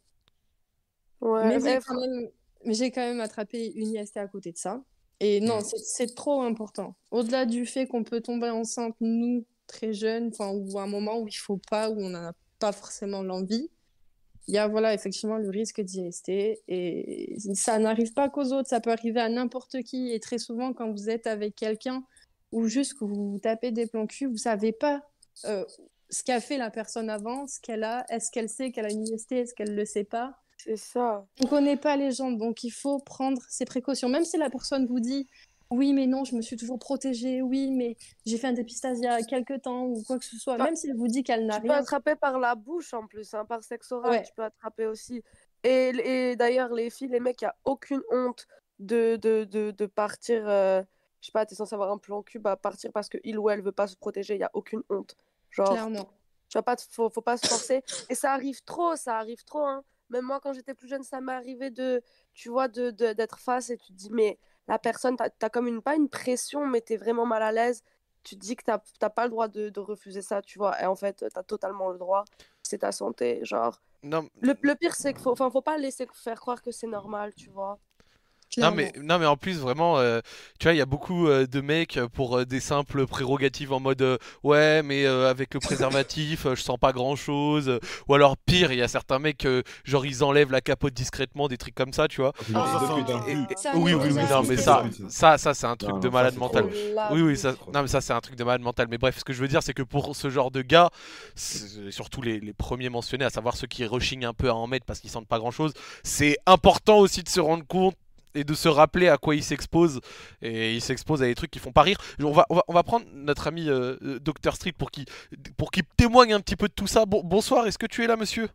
Ouais, Mais j'ai mais quand même, mais j'ai quand même attrapé une I S T à côté de ça. Et non, Mm. c'est c'est trop important. Au-delà du fait qu'on peut tomber enceinte, nous, très jeunes, enfin, ou à un moment où il faut pas, où on n'a pas forcément l'envie, il y a, voilà, effectivement, le risque d'I S T. Et ça n'arrive pas qu'aux autres, ça peut arriver à n'importe qui. Et très souvent, quand vous êtes avec quelqu'un ou juste que vous vous tapez des plans cul, vous savez pas euh, ce qu'a fait la personne avant, ce qu'elle a, est-ce qu'elle sait qu'elle a une I S T, est-ce qu'elle le sait pas. c'est ça. On connaît pas les gens, donc il faut prendre ses précautions. Même si la personne vous dit oui, mais non, je me suis toujours protégée, oui, mais j'ai fait un dépistage il y a quelques temps ou quoi que ce soit, Bah, même si elle vous dit qu'elle n'a Tu peux rien. attraper par la bouche en plus, hein, par sexe oral, Ouais. tu peux attraper aussi. Et, et d'ailleurs, les filles, les mecs, il n'y a aucune honte de, de, de, de partir. Euh, je sais pas, t'es censé avoir un plan cul, bah partir parce qu'il ou elle veut pas se protéger, il n'y a aucune honte. Genre, Clairement. tu vois pas, te- faut, faut pas se forcer. Et ça arrive trop, ça arrive trop. Hein. Même moi, quand j'étais plus jeune, ça m'est arrivé de, tu vois, de, de- d'être face et tu te dis, mais la personne, t'as, t'as comme une, pas une pression, mais t'es vraiment mal à l'aise. Tu te dis que t'as, t'as pas le droit de, de refuser ça, tu vois. Et en fait, t'as totalement le droit. C'est ta santé, genre. Non, Le, le pire, c'est qu'il faut, enfin, faut pas laisser faire croire que c'est normal, tu vois. Non Clairement. mais, non mais en plus vraiment euh, tu vois il y a beaucoup euh, de mecs euh, pour euh, des simples prérogatives en mode euh, ouais mais euh, avec le préservatif euh, je sens pas grand chose ou alors pire il y a certains mecs euh, genre ils enlèvent la capote discrètement des trucs comme ça tu vois. Non, ça, c'est c'est de un pute, hein. truc. Et- et- Ça oui m'est oui oui déjà non mais arrivé. ça Ça. ça ça c'est un truc Non, de non, ça, malade c'est mental. trop. La Oui oui bouche. ça non mais ça c'est un truc de malade mental mais bref ce que je veux dire c'est que pour ce genre de gars c'est- surtout les, les premiers mentionnés à savoir ceux qui rechignent un peu à en mettre parce qu'ils sentent pas grand chose c'est important aussi de se rendre compte et de se rappeler à quoi il s'expose et il s'expose à des trucs qui font pas rire. On va, on va, on va prendre notre ami euh, euh, docteur Street pour qu'il pour qu'il témoigne un petit peu de tout ça. Bon, bonsoir, est-ce que tu es là monsieur?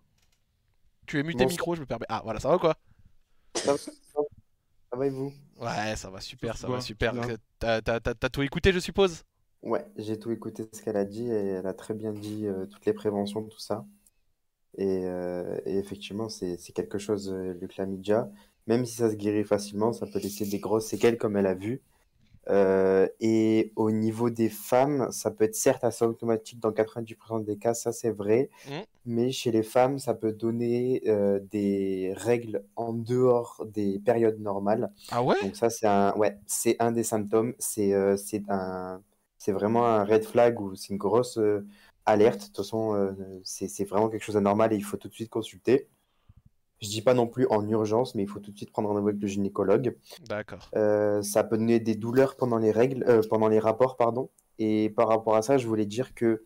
Tu es muté Bonsoir. micro, je me permets. Ah voilà, ça va ou quoi? Ça va, ça va et vous? Ouais, ça va super, ça Quoi va super. Bien. T'as t'as- t'as- t'as tout écouté je suppose? Ouais, j'ai tout écouté ce qu'elle a dit et elle a très bien dit euh, toutes les préventions, tout ça. Et, euh, et effectivement, c'est c'est quelque chose, euh, le chlamydia. Même si ça se guérit facilement, ça peut laisser des grosses séquelles comme elle a vu. Euh, et au niveau des femmes, ça peut être certes assez automatique dans quatre-vingt-dix pour cent des cas, ça c'est vrai, Mmh. mais chez les femmes, ça peut donner euh, des règles en dehors des périodes normales. Ah ouais? Donc ça, c'est un, ouais, c'est un des symptômes, c'est euh, c'est un, c'est vraiment un red flag ou c'est une grosse euh, alerte. De toute façon, euh, c'est c'est vraiment quelque chose d'anormal et il faut tout de suite consulter. Je dis pas non plus en urgence, mais il faut tout de suite prendre rendez-vous avec le gynécologue. D'accord. Euh, ça peut donner des douleurs pendant les règles, euh, pendant les rapports, pardon. Et par rapport à ça, je voulais dire que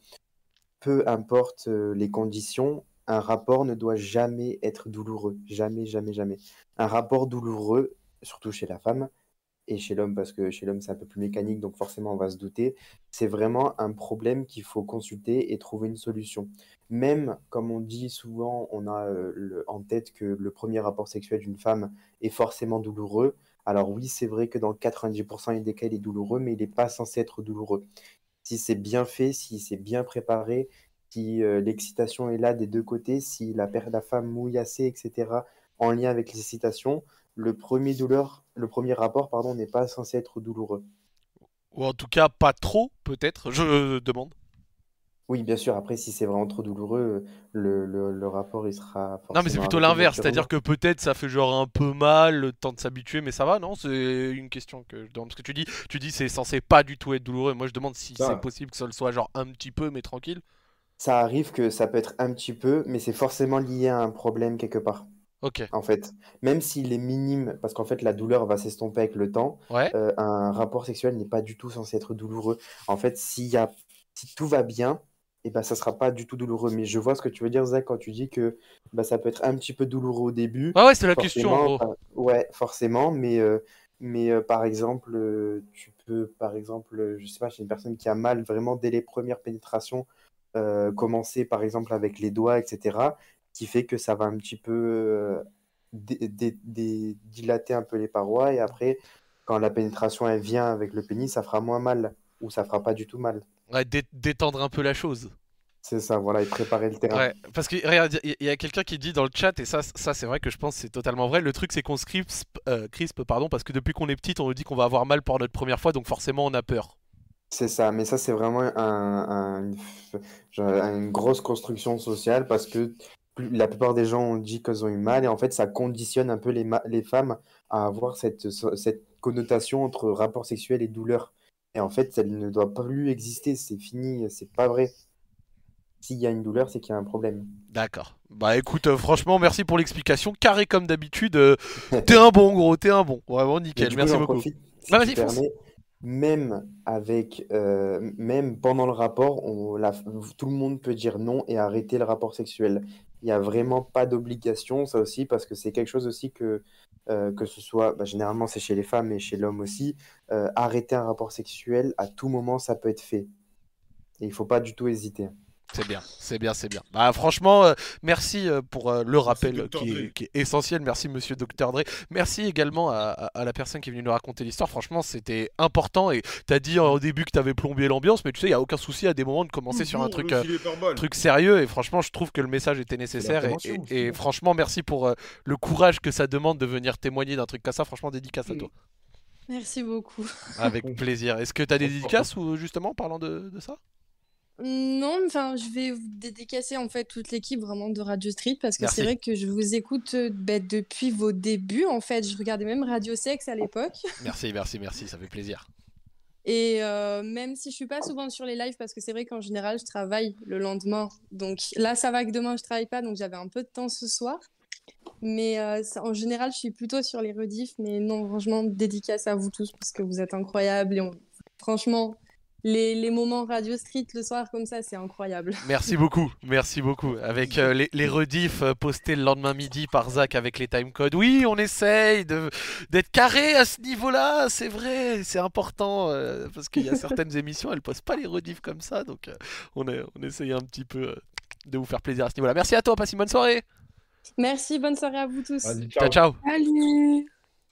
peu importe euh, les conditions, un rapport ne doit jamais être douloureux. Jamais, jamais, jamais. Un rapport douloureux, surtout chez la femme et chez l'homme, parce que chez l'homme, c'est un peu plus mécanique, donc forcément, on va se douter. C'est vraiment un problème qu'il faut consulter et trouver une solution. Même, comme on dit souvent, on a euh, le- en tête que le premier rapport sexuel d'une femme est forcément douloureux. Alors oui, c'est vrai que dans quatre-vingt-dix pour cent des cas, il est douloureux, mais il n'est pas censé être douloureux. Si c'est bien fait, si c'est bien préparé, si euh, l'excitation est là des deux côtés, si la, per- la femme mouille assez, et cetera, en lien avec l'excitation, le premier douleur, le premier rapport, pardon, n'est pas censé être douloureux. Ou en tout cas, pas trop, peut-être, je euh, demande. Oui, bien sûr, après, si c'est vraiment trop douloureux, le, le- le rapport, il sera Non, mais c'est forcément plutôt arrêté l'inverse, c'est-à-dire naturellement. que peut-être ça fait genre un peu mal, le temps de s'habituer, mais ça va, non? C'est une question que je demande. Parce que tu dis, tu dis c'est censé pas du tout être douloureux. Moi, je demande si c'est Ça, possible que ça le soit genre un petit peu, mais tranquille. Ça arrive que ça peut être un petit peu, mais c'est forcément lié à un problème quelque part. Ok. En fait, même s'il est minime, parce qu'en fait la douleur va s'estomper avec le temps, Ouais. euh, un rapport sexuel n'est pas du tout censé être douloureux. En fait, s'il y a, si tout va bien, et ben ça sera pas du tout douloureux. Mais je vois ce que tu veux dire, Zach, quand tu dis que bah, ça peut être un petit peu douloureux au début. Ouais, ouais, c'est la question en Forcément, gros. euh, ouais, forcément, mais, euh, mais euh, par exemple, euh, tu peux, par exemple, euh, je sais pas, chez une personne qui a mal vraiment dès les premières pénétrations, euh, commencer par exemple avec les doigts, et cetera, qui fait que ça va un petit peu euh, dé- dé- dé- dilater un peu les parois, et après, quand la pénétration elle vient avec le pénis, ça fera moins mal, ou ça fera pas du tout mal. Ouais, dé- détendre un peu la chose. C'est ça, voilà, et préparer le terrain. Ouais, parce que regarde, il y, y a quelqu'un qui dit dans le chat, et ça, ça c'est vrai que je pense que c'est totalement vrai. Le truc, c'est qu'on se crispe, euh, crispe, pardon, parce que depuis qu'on est petite, on nous dit qu'on va avoir mal pour notre première fois, donc forcément on a peur. C'est ça, mais ça c'est vraiment un, un- une, f- genre, une grosse construction sociale parce que plus- la plupart des gens ont dit qu'elles ont eu mal et en fait ça conditionne un peu les, ma- les femmes à avoir cette, ce- cette connotation entre rapport sexuel et douleur. Et en fait, elle ne doit plus exister, c'est fini, c'est pas vrai. S'il y a une douleur, c'est qu'il y a un problème. D'accord. Bah écoute, euh, franchement, merci pour l'explication. Carré comme d'habitude. euh, t'es un bon, gros, t'es un bon. Vraiment Mais nickel, du coup, merci j'en beaucoup. profite, si Bah tu vas-y, fonce. permets, même avec, euh, même pendant le rapport, on, la- tout le monde peut dire non et arrêter le rapport sexuel. Il n'y a vraiment pas d'obligation, ça aussi, parce que c'est quelque chose aussi que, euh, que ce soit, bah, généralement c'est chez les femmes et chez l'homme aussi, euh, arrêter un rapport sexuel, à tout moment, ça peut être fait. Et il faut pas du tout hésiter. C'est bien, c'est bien, c'est bien. Bah franchement, euh, merci euh, pour euh, le Merci, rappel docteur qui Dre. est, qui est essentiel. Merci Monsieur docteur Dre. Merci également à, à- à la personne qui est venue nous raconter l'histoire. Franchement, c'était important. Et t'as dit euh, au début que t'avais plombé l'ambiance, mais tu sais, il y a aucun souci à des moments de commencer sur un truc, Le euh, filet par balle. truc sérieux. Et franchement, je trouve que le message était nécessaire. Et, prévention, et- c'est et bon. franchement, merci pour euh, le courage que ça demande de venir témoigner d'un truc comme ça. Franchement, dédicace à toi. Merci beaucoup. Avec plaisir. Est-ce que t'as des dédicaces ou justement parlant de, de ça? Non, enfin, je vais vous dédicacer en fait toute l'équipe vraiment de Radio Street parce que Merci. c'est vrai que je vous écoute euh, bah, depuis vos débuts. En fait, je regardais même Radio Sex à l'époque. Merci, merci, merci. Ça fait plaisir. Et euh, même si je suis pas souvent sur les lives parce que c'est vrai qu'en général, je travaille le lendemain. Donc là, ça va que demain, je travaille pas, donc j'avais un peu de temps ce soir. Mais euh, ça- en général, je suis plutôt sur les rediffs. Mais non, franchement, dédicace à vous tous parce que vous êtes incroyables. Et on- franchement, les, les moments Radio Street le soir comme ça, c'est incroyable. Merci beaucoup, merci beaucoup. Avec euh, les, les rediffs euh, postés le lendemain midi par Zach avec les timecodes. Oui, on essaye de, d'être carré à ce niveau-là, c'est vrai, c'est important. euh, parce qu'il y a certaines émissions, elles postent pas les rediffs comme ça. Donc euh, on, est, on essaye un petit peu euh, de vous faire plaisir à ce niveau-là. Merci à toi, passe une bonne soirée. Merci, bonne soirée à vous tous. Vas-y, Ciao, ciao. ciao. Salut!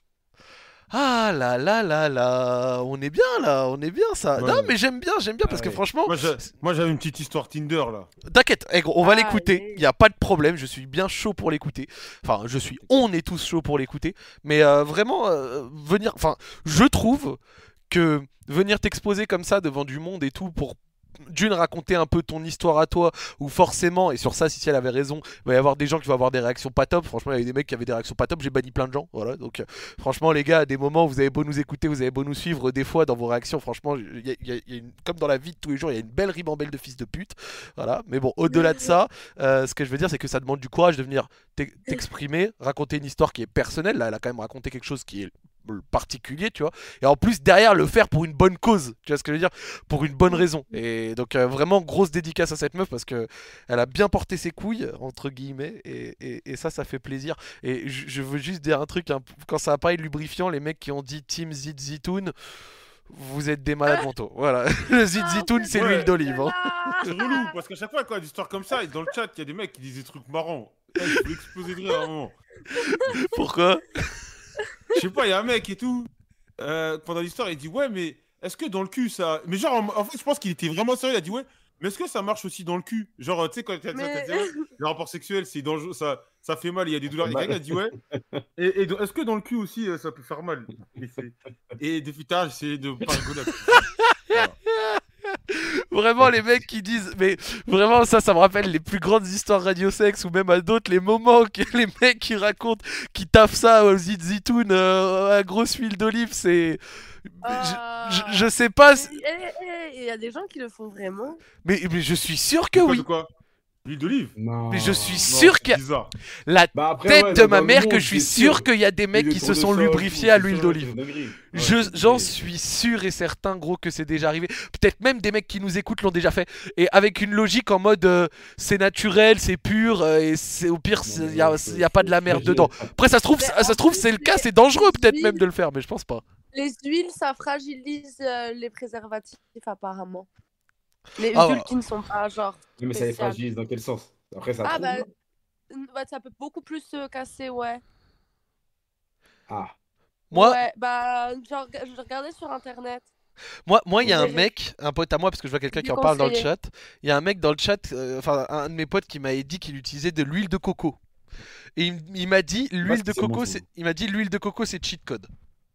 Ah là là là là, on est bien là, on est bien ça. Ouais. Non mais j'aime bien, j'aime bien parce que Ouais. franchement, Moi, j'ai- moi, j'avais une petite histoire Tinder là. t'inquiète, eh, gros, on va Ah, l'écouter, yeah. il n'y a pas de problème, je suis bien chaud pour l'écouter. Enfin, je suis, on est tous chauds pour l'écouter. Mais euh, vraiment, euh, venir, enfin, je trouve que venir t'exposer comme ça devant du monde et tout pour d'une raconter un peu ton histoire à toi, ou forcément, et sur ça si elle avait raison, il va y avoir des gens qui vont avoir des réactions pas top. Franchement il y avait des mecs qui avaient des réactions pas top, j'ai banni plein de gens, voilà. Donc euh, franchement les gars, à des moments vous avez beau nous écouter, vous avez beau nous suivre, des fois dans vos réactions franchement il y a, y a- y a une, comme dans la vie de tous les jours il y a une belle ribambelle de fils de pute, voilà. Mais bon, au-delà de ça, euh, ce que je veux dire c'est que ça demande du courage de venir t'ex- t'exprimer, raconter une histoire qui est personnelle. Là elle a quand même raconté quelque chose qui est particulier, tu vois, et en plus derrière le faire pour une bonne cause, tu vois ce que je veux dire, pour une bonne raison. Et donc euh, vraiment grosse dédicace à cette meuf parce que elle a bien porté ses couilles entre guillemets, et, et- et ça ça fait plaisir. Et je je veux juste dire un truc, hein, quand ça a parlé de lubrifiant, les mecs qui ont dit Team Zit Zitoun, vous êtes des malades mentaux, voilà. Le Zit Zitoun c'est Ouais. l'huile d'olive, hein. C'est relou, parce qu'à chaque fois, quand il y a des histoires comme ça, et dans le chat, il y a des mecs qui disent des trucs marrants. Ouais, je voulais exploser de rire à un moment. Pourquoi? Je sais pas, il y a un mec et tout. euh, pendant l'histoire, il dit ouais, mais est-ce que dans le cul ça. Mais genre, en, en fait, je pense qu'il était vraiment sérieux. Il a dit ouais, mais est-ce que ça marche aussi dans le cul? Genre, euh, tu sais, quand t'as Mais- t'as dit ouais, le rapport sexuel, c'est dangereux, ça, ça fait mal, il y a des douleurs. Et quelqu'un a dit ouais. Et, et dans- est-ce que dans le cul aussi, euh, ça peut faire mal? Et, c'est- et depuis tard, j'essaie de pas rigoler. Voilà. Vraiment les mecs qui disent, mais vraiment ça ça me rappelle les plus grandes histoires radio sexe, ou même à d'autres les moments que les mecs qui racontent, qui taffent ça au Zit Zitoun euh, à grosse huile d'olive, c'est Ah. je, je, je sais pas si- Eh, eh, il y a des gens qui le font vraiment. mais, mais je suis sûr que De quoi, oui, de quoi? L'huile d'olive? Non. mais je suis Non, sûr c'est qu'il y a bizarre. la Bah après, tête ouais, de dans ma le mère monde, que je suis c'est sûr qu'il y a des mecs Et qui les se tours de sont sol, lubrifiés tout, à c'est l'huile sûr, d'olive. c'est une dinguerie. Ouais, Je- c'est- J'en c'est- suis sûr et certain, gros, que c'est déjà arrivé. Peut-être même des mecs qui nous écoutent l'ont déjà fait. Et avec une logique en mode euh, c'est naturel, c'est pur, euh, et c'est au pire, il n'y a, y a pas de la merde je- dedans. Après, ça se trouve, Mais ça, ça se en trouve plus, c'est le cas, les- c'est dangereux les peut-être huiles- même de le faire, mais je pense pas. Les huiles, ça fragilise euh, les préservatifs, apparemment. Les Ah, huiles ouais. qui ne sont pas, genre. Oui, mais ça les spéciales. fragilise dans quel sens? Après, ça Ah, trouve, bah, là. n- ouais, ça peut beaucoup plus se casser, ouais. Ah. Moi, Ouais, bah, genre, je regardais sur internet. moi, moi, il y a un J'ai- mec, un pote à moi, parce que je vois quelqu'un qui en J'ai parle dans le conseillé. chat. Il y a un mec dans le chat, euh, enfin, un de mes potes qui m'avait dit qu'il utilisait de l'huile de coco. Et il, m- il m'a dit, l'huile de spécialement coco, ça. c'est, il m'a dit, l'huile de coco, c'est cheat code.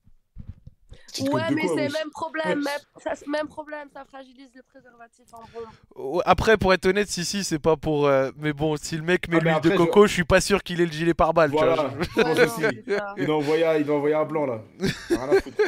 Cheat code Ouais, de mais quoi, c'est le wesh? même problème, Ouais. même, ça, même problème, ça fragilise le préservatif en bombe. Ouais, après, pour être honnête, si, si, c'est pas pour. euh, Mais bon, si le mec met Ah, mais l'huile de après, coco, je... suis pas sûr qu'il ait le gilet pare-balles. tu vois, Voilà, je- je pense Ouais, aussi. non, c'est ça. Il doit envoyer, il doit envoyer un blanc là. Rien à foutre.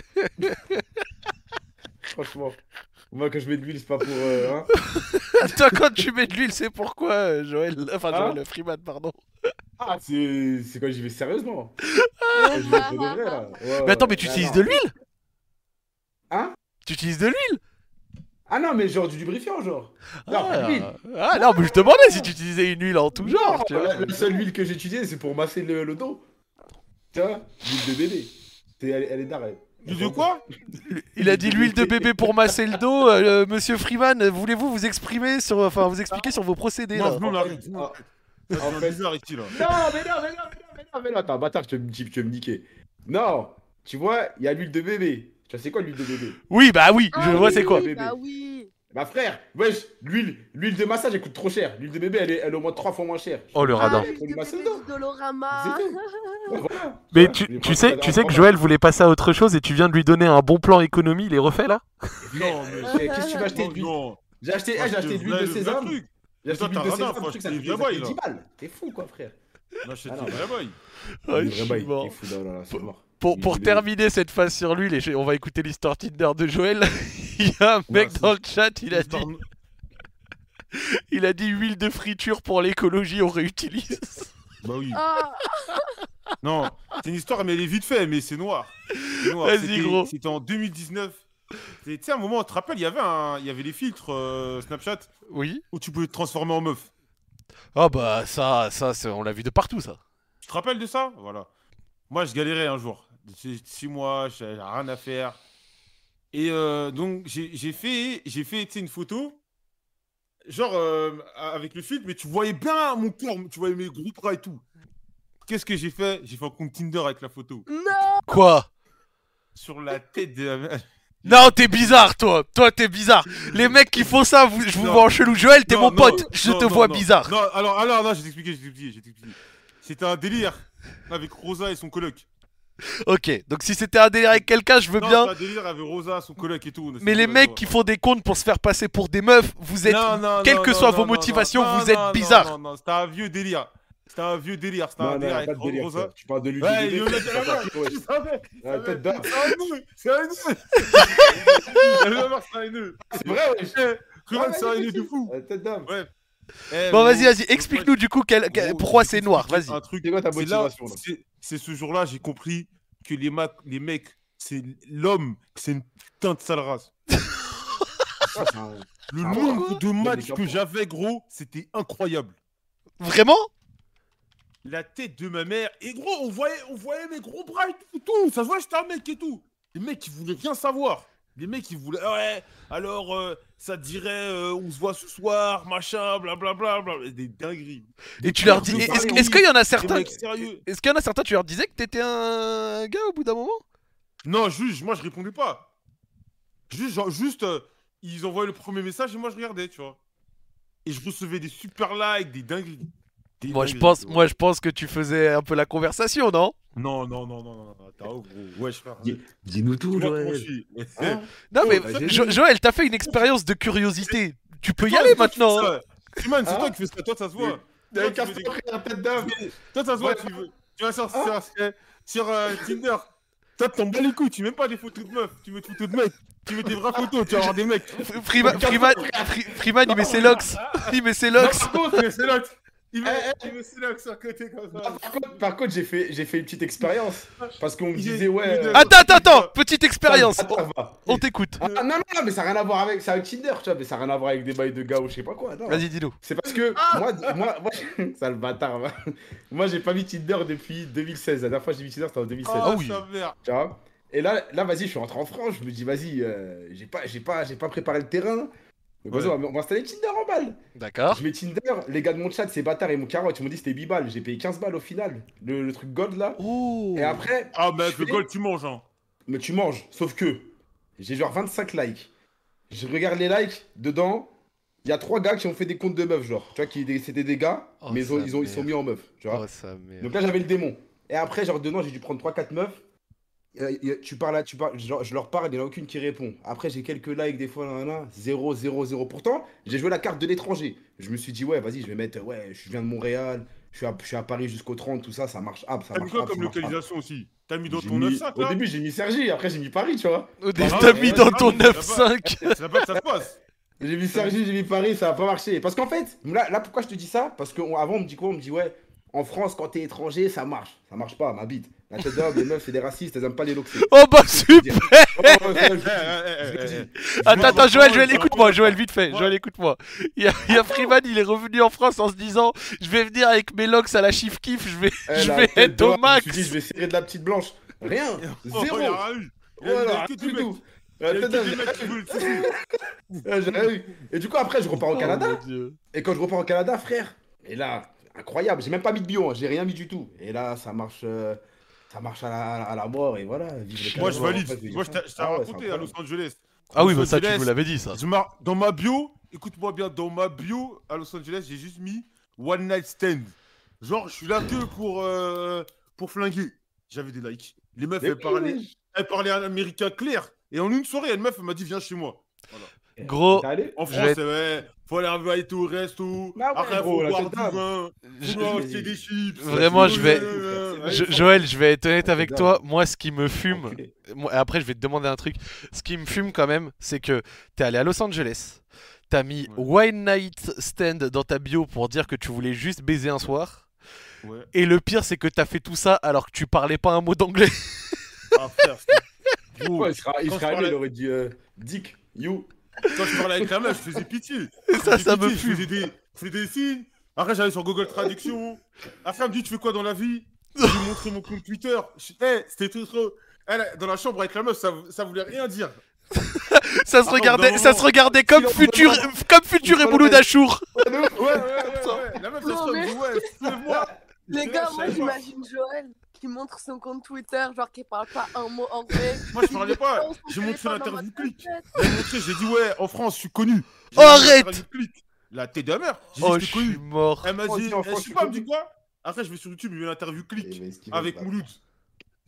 Franchement. Moi, quand je mets de l'huile, c'est pas pour. euh, hein. Attends, quand tu mets de l'huile, c'est pourquoi, euh, Joël. Enfin, Hein Joël Freeman, pardon. Ah, c'est c'est quand j'y vais sérieusement. Quand j'y vais pour de vrai là. Ouais, Mais attends, mais ouais. tu Ah, utilises non. de l'huile? Hein? Tu utilises de l'huile? Ah non, mais genre du lubrifiant, genre. Non, pas de l'huile. Ah, ah, non, mais je te demandais si tu utilisais une huile en tout genre. Non, Tu vois. la, la seule huile que j'ai utilisée, c'est pour masser le, le dos. Tu vois? L'huile de bébé. C'est- Elle, elle est d'arrêt. Tu dis quoi? Il a dit l'huile de bébé pour masser le dos. euh, Monsieur Freeman, voulez-vous vous exprimer sur, enfin, vous expliquer sur vos procédés là? Non, nous on En fait, arrête. ah, Ça en devient fait- bizarre ici là. Non, mais non, mais non, mais non, mais non, mais non, attends, bâtard, tu veux me, tu veux me niquer. Non, tu vois, il y a l'huile de bébé. Tu sais c'est quoi l'huile de bébé? Oui, bah oui, je Ah vois oui, c'est quoi. oui, Bah oui. Bah frère, wesh, l'huile, l'huile de massage elle coûte trop cher. L'huile de bébé elle est, elle est au moins trois fois moins chère. Oh le Ah, radin. l'huile Faut lui de masser le bébé dos. du Dolorama. C'est tout. Ouais, voilà. Mais Ouais, tu, il est tu pas- sais, pas- tu sais que pas- Joël voulait passer à autre chose et tu viens de lui donner un bon plan économie, il est refait là? Non, mais. Qu'est-ce que tu vas acheter Non, de l'huile? non. J'ai acheté, Moi, eh, j'ai je acheté de te l'huile de vrai- le vrai sésame. truc. J'ai acheté Toi, de l'huile t'as de radin, sésame, faut le truc ça acheter coûte des ça vrais coûte bails, dix balles. T'es fou quoi frère. On achète Ah non, des vrais bails. Ah, Une je vraie suis bail. mort. T'es fou, non, non, non, c'est mort. Pour, L'huile pour de- terminer cette phase sur l'huile, et je- on va écouter l'histoire Tinder de Joël. Il y a un mec c'est- dans le chat, il a dit, Histoire- il a dit huile de friture pour l'écologie, on réutilise. Bah oui. Ah, Non, c'est une histoire, mais elle est vite faite, mais c'est noir. C'est noir. Vas-y, C'était- gros. C'était en deux mille dix-neuf. C'est- Tu sais, à un moment, on te rappelle, il y avait, un... il y avait les filtres euh, Snapchat Oui. où tu pouvais te transformer en meuf. Ah bah ça, ça, c'est- on l'a vu de partout ça. Tu te rappelles de ça? Voilà. Moi, je galérais un jour. J'ai six mois, j'avais rien à faire. Et euh, donc, j'ai j'ai fait, j'ai fait tu sais, une photo, genre euh, avec le filtre, mais tu voyais bien mon corps, tu voyais mes gros bras et tout. Qu'est-ce que j'ai fait? J'ai fait un compte Tinder avec la photo. non. Quoi? Sur la tête de la... Non, t'es bizarre, toi. Toi, t'es bizarre. Les mecs qui font ça, vous- je vous Non. vois en chelou. Joël, t'es Non, mon non, pote. Je non, te non, vois non. bizarre. Non, alors, alors, non, je vais t'expliquer, je vais t'expliquer, je vais t'expliquer. C'était un délire avec Rosa et son coloc. Ok, donc si c'était un délire avec quelqu'un, je veux Non, bien. c'est un délire avec Rosa, son coloc et tout. Mais les mecs qui font des comptes pour se faire passer pour des meufs, vous êtes, Non, non, quelles non, que non, soient non, vos non, motivations, non, vous non, êtes non, bizarres. Non, non, c'était un vieux délire. C'était un vieux délire. C'était un Non, non, délire pas avec de délire, Rosa. frère. Tu parles de lui. Ouais, du il bébé, me c'est mettait la pas main. parti, ouais. Tu savais. tu Ouais, savais. tête d'arbre. C'est un nœud. C'est un nœud. Elle va voir, c'est un nœud. C'est vrai, ouais. Eh, Ruben, c'est un nœud de fou. Euh, Tête d'âme. Ouais. Eh, Bon, gros, vas-y, vas-y, gros, explique-nous du coup quel- quel- gros, pourquoi je vais c'est noir, t'expliquer vas-y. un truc. C'est quoi ta C'est là, motivation là c'est- c'est ce jour-là, j'ai compris que les, ma- les mecs, c'est l'homme, c'est une putain de sale race. Ah, c'est un- Le Ah, nombre de mais matchs qu'en que pense j'avais, gros, c'était incroyable. Vraiment? La tête de ma mère, et gros, on voyait, on voyait mes gros bras et tout, tout. Ça se voit, j'étais un mec et tout. Les mecs, ils voulaient rien savoir. Les mecs, ils voulaient, ouais, alors, euh, ça te dirait, euh, on se voit ce soir, machin, blablabla, bla, bla, des dingueries. Et tu leur dis, de est-ce parler, est-ce oui. qu'il y en a Des certains, mecs sérieux. est-ce qu'il y en a certains, tu leur disais que t'étais un gars au bout d'un moment? Non, juge, moi, je répondais pas. Juste, genre, juste, euh, ils envoyaient le premier message et moi, je regardais, tu vois. Et je recevais des super likes, des dingueries. Des Moi je dingueries, pense, tu vois. moi je pense que tu faisais un peu la conversation, non? Non, non, non, non, non, non, t'as ouf, gros. Wesh, frère. Dis- Dis-nous Tu tout, vois comment je Joël. suis. Hein Non mais bah, j'ai Jo- vu. Joël, t'as fait une expérience de curiosité. Tu peux y Toi, aller c'est toi qui fais maintenant. hein. ça. Simon, c'est Hein toi qui fais ça. Toi, ça se voit. T'as Toi, un tu veux castre des- après la tête d'âme. Toi, ça se voit. Ouais. Tu veux. Tu vas sur, Hein sur, sur, euh, Tinder. Toi, t'en bats les couilles. Tu mets pas des photos de meufs. Tu mets des photos de mecs. Tu mets des vraies photos. Tu vas avoir des mecs. F- Freeman, Freeman, Fri- Freeman, il met ses locks. Il met ses Non, locks. par contre, mais c'est là. Il met, Eh, il met ses locks sur le côté comme Ah, ça. Par contre, par contre, j'ai fait, j'ai fait une petite expérience. Parce qu'on me Il est- disait, ouais. il est- euh, Attends, attends, attends. Petite expérience. ça, ça va. On t'écoute. Ah, non, non, non, mais ça n'a rien à voir avec. C'est avec Tinder, tu vois, mais ça n'a rien à voir avec des bails de gars ou je sais pas quoi. Non. Vas-y, dis-nous. C'est parce que moi, moi, moi, sale bâtard, va. Moi, j'ai pas mis Tinder depuis deux mille seize. La dernière fois que j'ai mis Tinder, c'était en deux mille seize. Ah oui. sa mère. Tu vois. Et là, là vas-y, je suis rentré en France. Je me dis, vas-y, euh, j'ai pas, j'ai pas, j'ai pas préparé le terrain. Donc, vas-y, Ouais. on va- on va installer Tinder en balle. D'accord. Je mets Tinder, les gars de mon chat, ces bâtards, ils m'ont carotte. Ils m'ont dit c'était huit balles. J'ai payé quinze balles au final. Le, le truc gold là. Oh. Et après, Ah, mec, je le fais- gold, tu manges, hein. mais tu manges. Sauf que j'ai genre vingt-cinq likes. Je regarde les likes. Dedans, il y a trois gars qui ont fait des comptes de meufs, genre. Tu vois, qui c'était des gars, Oh, mais ils, ont, sa ils, ont, ils sont mère. mis en meuf. Tu vois. Oh, sa mère. Donc là, j'avais le démon. Et après, genre, dedans, j'ai dû prendre trois quatre meufs. Euh, y a- tu parles là, tu parles, genre, je leur parle, il n'y en a aucune qui répond. Après, j'ai quelques likes des fois, là, là, zéro, zéro, zéro. Pourtant, j'ai joué la carte de l'étranger. Je me suis dit, ouais, vas-y, je vais mettre, ouais, je viens de Montréal, je suis à, je suis à Paris jusqu'au trente, tout ça, ça marche. Ah, ça T'as mis marche. quoi ah, comme ça marche, ah. localisation aussi? T'as mis dans J'ai ton mis- neuf cinq Au là? début, j'ai mis Sergi, après, j'ai mis Paris, tu vois. Au début, Ah, t'as ouais, mis ouais, dans ouais, ton ouais, neuf là-bas. cinq. C'est là-bas que ça se passe. J'ai mis Sergi, j'ai mis Paris, ça a pas marché. Parce qu'en fait, là, là pourquoi je te dis ça? Parce qu'avant, on me dit quoi? On me dit, ouais, en France, quand t'es étranger, ça marche. Ça marche pas, ma bite. La tête d'homme, les meufs, c'est des racistes, elles aiment pas les loxés. Oh bah super. Oh, ouais, ouais, je Eh, le dis. eh, Je le eh, dis. eh, eh. Attends, Moi, attends, Joël, Joël, moi, écoute-moi, moi, Joël, vite fait, moi- Joël, écoute-moi. Il y a, il y a Freeman, il est revenu en France en se disant, je vais venir avec mes locks à la chiff kiff, je vais, Eh, je la vais tête être au d'homme, max. Je me suis dit, je vais serrer de la petite blanche. Rien. Oh, Zéro. il y a rien eu. Il y a- il y a Voilà, que du des mecs. tout. Il y a La que tête d'homme, des mecs qui veulent le sucer. Ouais, j'ai rien eu. Et du coup, après, je repars au Oh, Canada. mon Dieu. Et quand je repars au Canada, frère, et là, incroyable, j'ai même pas mis de bio, hein, j'ai rien mis du tout. Et là, ça marche, euh, ça marche à la, à la mort, et voilà. vive le Moi, Canada. je valide. En fait, Moi, je t'ai je t'ai Ah ouais, c'est raconté à incroyable. Los Angeles. Ah oui, Los bah ça, tu Angeles, nous l'avais dit, ça. je mar- Dans ma bio, écoute-moi bien, dans ma bio à Los Angeles, j'ai juste mis One Night Stand. Genre, je suis là que pour, euh, pour flinguer. J'avais des likes. Les meufs, Mais elles oui, parlaient, wesh. elles parlaient un américain clair. Et en une soirée, une meuf, elle m'a dit, viens chez moi. Gros, T'es allé En Je France, vais- c'est ouais, faut aller inviter au resto. Ah ouais, Après, gros, faut la boire tête du d'âme. vin. je- Faut boire acheter des chips. Vraiment, je vais- Ouais, Jo- ouais, Joël, je vais être honnête avec Dingue. toi. Moi, ce qui me fume, Enculé. moi, après, je vais te demander un truc. Ce qui me fume quand même, c'est que t'es allé à Los Angeles. T'as mis Wine Night Stand dans ta bio pour dire que tu voulais juste baiser un soir. Ouais. Et le pire, c'est que t'as fait tout ça alors que tu parlais pas un mot d'anglais. Ah, frère, c'était- Gros, Ouais, il sera, il quand sera je allé, il parlais- aurait dit euh, Dick, you. Quand je parlais avec la meuf, je faisais pitié. Et ça, Je ça faisais me pitié, fume. Je faisais des, je faisais des signes. Après, j'allais sur Google Traduction. Après, elle me dit, tu fais quoi dans la vie? Je lui ai montré mon compte Twitter. Je- Eh, c'était tout trop. Elle, dans la chambre avec la meuf, ça, ça voulait rien dire. Ça se Ah, regardait, non, ça non. se regardait comme Si, on futur, me comme futur et on me Mouloud Achour. Ouais, ouais, ouais, ouais, ouais. La meuf, elle Non, se mais- dit, ouais, suivez-moi. Les Je gars, sais moi pas. j'imagine Joël qui montre son compte Twitter, genre qui parle pas un mot anglais. Moi, je parlais pas. Son J'ai montré téléphone en l'interview mode clic. tête. J'ai montré, j'ai dit, ouais, en France, je suis connu. J'ai Oh, montré arrête. l'interview clic. La tête de la mère. J'ai Oh, dit, je j'étais connu. suis mort. Elle m'a Oh, dit, dis, en eh, France, je sais tu pas, elle me connais. dit quoi? Après, je vais sur YouTube, il y a une interview clic Eh ben, ce qu'il avec veut, Mouloud.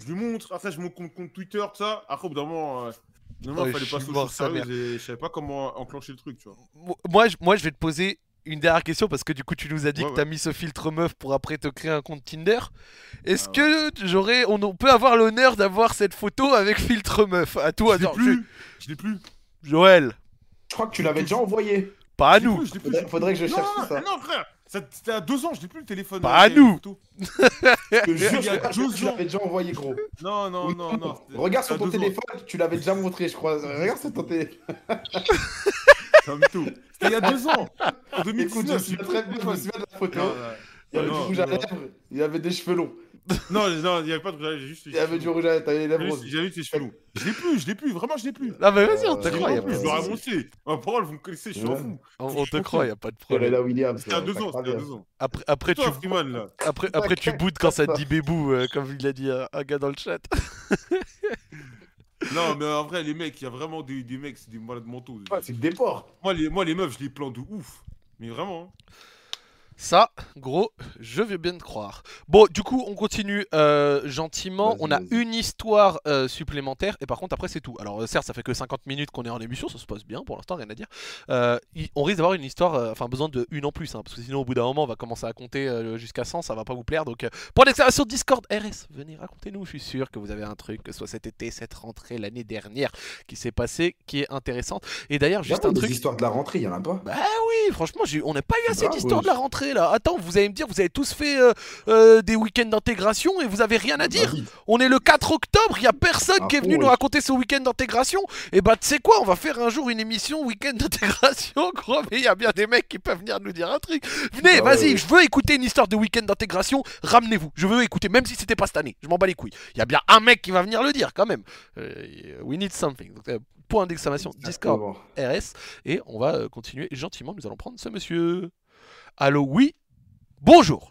Je lui montre, après je montre compte, compte Twitter, tout ça. Après, au bout d'un moment, euh, non, non, Ouais, il fallait je pas suis se mort, choses sa mère. sérieuses et je savais pas comment enclencher le truc, tu vois. Mo- Moi, je- moi, je vais te poser une dernière question parce que du coup, tu nous as dit Ouais, que ouais. t'as mis ce filtre meuf pour après te créer un compte Tinder. Est-ce Ah ouais. que j'aurais, on, on peut avoir l'honneur d'avoir cette photo avec filtre meuf? À toi, Je l'ai attends, plus, je l'ai plus. je- Joël, Je crois que tu Je- l'avais je- déjà envoyé. pas à Je l'ai nous, plus, je l'ai plus, Faudrait- je l'ai faudrait plus. que je Non, cherche non, ça. Non, frère, ça- c'était à deux ans, je l'ai plus le téléphone. Pas euh, à avec les nous. photos. Je te jure, Il y a je crois que deux tu ans. l'avais déjà envoyé, gros. Non, non, Oui. non, non. c'était- Regarde c'était sur à ton deux ans. téléphone, tu l'avais déjà montré, je crois. Regarde sur ton téléphone. C'est un mytho. C'était il y a deux ans. En Écoute, je deux mille dix-neuf, me j'ai souviens plus très le bien, je me téléphone. souviens de la photo. Non, Il y avait non, du rouge à non. lèvres, il y avait des cheveux longs. Non, non, il n'y avait pas de rouge à lèvres, j'ai juste les Il y avait cheveux du longs. rouge à lèvres, t'avais les lèvres J'avais roses. juste- J'avais juste les cheveux longs. Je l'ai plus, je l'ai plus, vraiment, je l'ai plus. Ah bah vas-y, on te Euh, Je croit, y a ouais, pas je de leur ai ouais. souci. annoncé. Ma parole, vous me connaissez, je suis un Ouais. fou. On, on te croit, y a pas de problème. Serena Williams. C'était à ouais, deux ça ans, craint c'était à bien. deux ans. Après, après, Toi, tu, Freeman, là. après, après tu Ok, boudes quand ça te ça. dit bébou, euh, comme il a dit un, un gars dans le chat. Non, mais en vrai, les mecs, il y a vraiment des, des mecs, c'est des malades mentaux. Ouais, c'est des porcs. Moi, les, moi, les meufs, je les plante de ouf. Mais vraiment. hein. Ça, gros, je vais bien te croire. Bon, du coup, on continue euh, gentiment. Vas-y, On a vas-y. une histoire euh, supplémentaire. Et par contre, après, c'est tout. Alors, euh, certes, ça fait que cinquante minutes qu'on est en émission. Ça se passe bien pour l'instant, rien à dire. Euh, il- on risque d'avoir une histoire, euh, enfin, besoin de une en plus. Hein, parce que sinon, au bout d'un moment, on va commencer à compter euh, jusqu'à cent. Ça va pas vous plaire. Donc, euh, point d'exclamation Discord R S. Venez, racontez-nous. Je suis sûr que vous avez un truc, que ce soit cet été, cette rentrée, l'année dernière, qui s'est passé, qui est intéressante. Et d'ailleurs, Il y a juste pas un des truc. histoires de la rentrée, il y en a pas. Bah oui, franchement, j'ai- on n'a pas eu assez Grave, d'histoires de ouais. la rentrée là. Attends, vous allez me dire, vous avez tous fait euh, euh, des week-ends d'intégration et vous avez rien à dire. Bah oui. On est le quatre octobre, il y a personne À qui est fond, venu nous ouais. raconter ce week-end d'intégration. Et bah tu sais quoi, on va faire un jour une émission week-end d'intégration, gros, mais il y a bien des mecs qui peuvent venir nous dire un truc. Venez, Bah ouais, vas-y, ouais. je veux écouter une histoire de week-end d'intégration, ramenez-vous. Je veux écouter, même si c'était pas cette année, je m'en bats les couilles. Il y a bien un mec qui va venir le dire quand même. Euh, we need something. Donc, euh, point d'exclamation Discord Exactement. R S. Et on va euh, continuer gentiment, nous allons prendre ce monsieur. Allô, oui. Bonjour.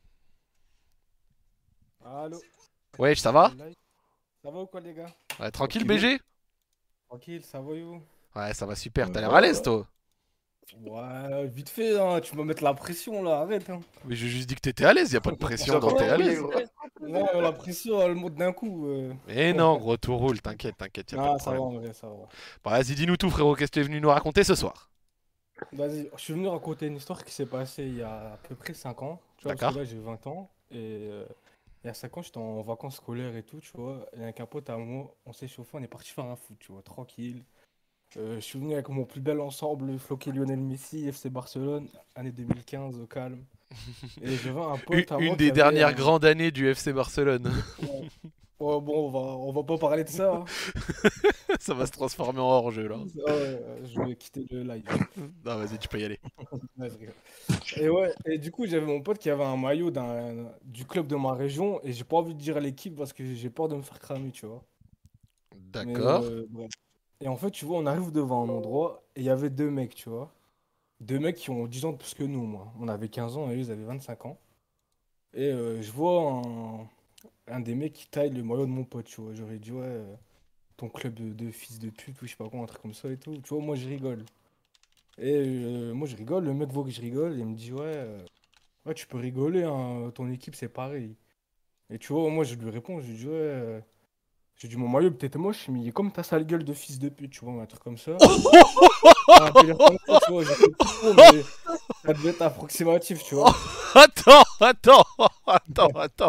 Allô. Ouais, ça va? Ça va ou quoi les gars? Ouais, tranquille, Tranquille. B G? Tranquille, ça va et vous? Ouais, ça va super. T'as Euh, l'air ouais, à l'aise, ouais. toi? Ouais, vite fait, hein, tu vas mettre la pression là, arrête. Hein. Mais j'ai juste dit que t'étais à l'aise, y a pas de pression J'entends quand t'es à pas l'aise. crier, gros. Non, la pression, elle monte d'un coup. euh. Mais non, gros, tout roule, t'inquiète, t'inquiète, y a pas Ah, de ça va problème. en vrai, ça va. Bon, vas-y, dis-nous tout, frérot, qu'est-ce que t'es venu nous raconter ce soir? Vas-y, je suis venu raconter une histoire qui s'est passée il y a à peu près cinq ans. Tu vois, parce D'accord. que là j'ai vingt ans. Et euh, il y a cinq ans, j'étais en vacances scolaires et tout, tu vois. Et avec un pote à moi, on s'est chauffé, on est parti faire un foot, tu vois, tranquille. Euh, je suis venu avec mon plus bel ensemble, floqué Lionel Messi, F C Barcelone, année deux mille quinze au calme. Et je vois un Une, pote à une moi des qui avait dernières un- grandes années du F C Barcelone. Ouais. Ouais, bon, on va, on va pas parler de ça. hein. Ça va se transformer en hors-jeu, là. Ouais, euh, je vais quitter le live. Non, vas-y, tu peux y aller. Ouais, je rigole. Et ouais, et du coup, j'avais mon pote qui avait un maillot d'un, du club de ma région et j'ai pas envie de dire l'équipe parce que j'ai peur de me faire cramer, tu vois. Mais, D'accord. euh, bref. Et en fait, tu vois, on arrive devant un endroit et il y avait deux mecs, tu vois. Deux mecs qui ont dix ans de plus que nous, moi. On avait quinze ans et eux, ils avaient vingt-cinq ans. Et euh, je vois un, un des mecs qui taille le maillot de mon pote, tu vois. J'aurais dit, ouais, euh, ton club de, de fils de pute ou je sais pas quoi, un truc comme ça et tout. Tu vois, moi, je rigole. Et euh, moi, je rigole. Le mec voit que je rigole et il me dit, ouais, euh, ouais, tu peux rigoler, hein, ton équipe, c'est pareil. Et tu vois, moi, je lui réponds, je lui dis, ouais. euh, J'ai dit, mon maillot est peut-être moche, mais il est comme ta sale gueule de fils de pute, tu vois, un truc comme ça. Un délire comme ça, tu vois, j'ai fait plus trop, mais ça devait être approximatif, tu vois. Attends, attends, attends, attends.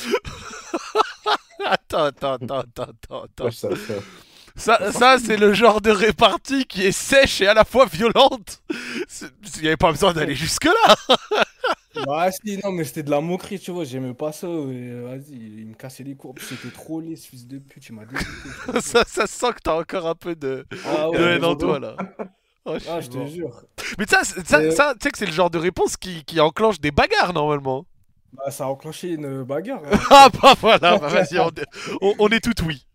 Attends, attends, attends, attends, attends, attends. Ouais, ça, ça. Ça, ça c'est le genre de répartie qui est sèche et à la fois violente. C'est- Il n'y avait pas besoin d'aller jusque-là. Bah si, non, mais c'était de la moquerie, tu vois, j'aimais pas ça, et euh, vas-y, il me cassait les courbes, c'était trop laid, ce fils de pute, il m'a dégoûté. je te jure. ça, ça sent que t'as encore un peu de, Ah de ouais, haine en Rodo. toi, là. Oh, je ah, suis je te mort. jure. Mais ça, c'est- ça, Et- ça, tu sais que c'est le genre de réponse qui, qui enclenche des bagarres, normalement. Bah ça a enclenché une bagarre. hein. Ah bah voilà, bah vas-y, on, on- on est tout oui.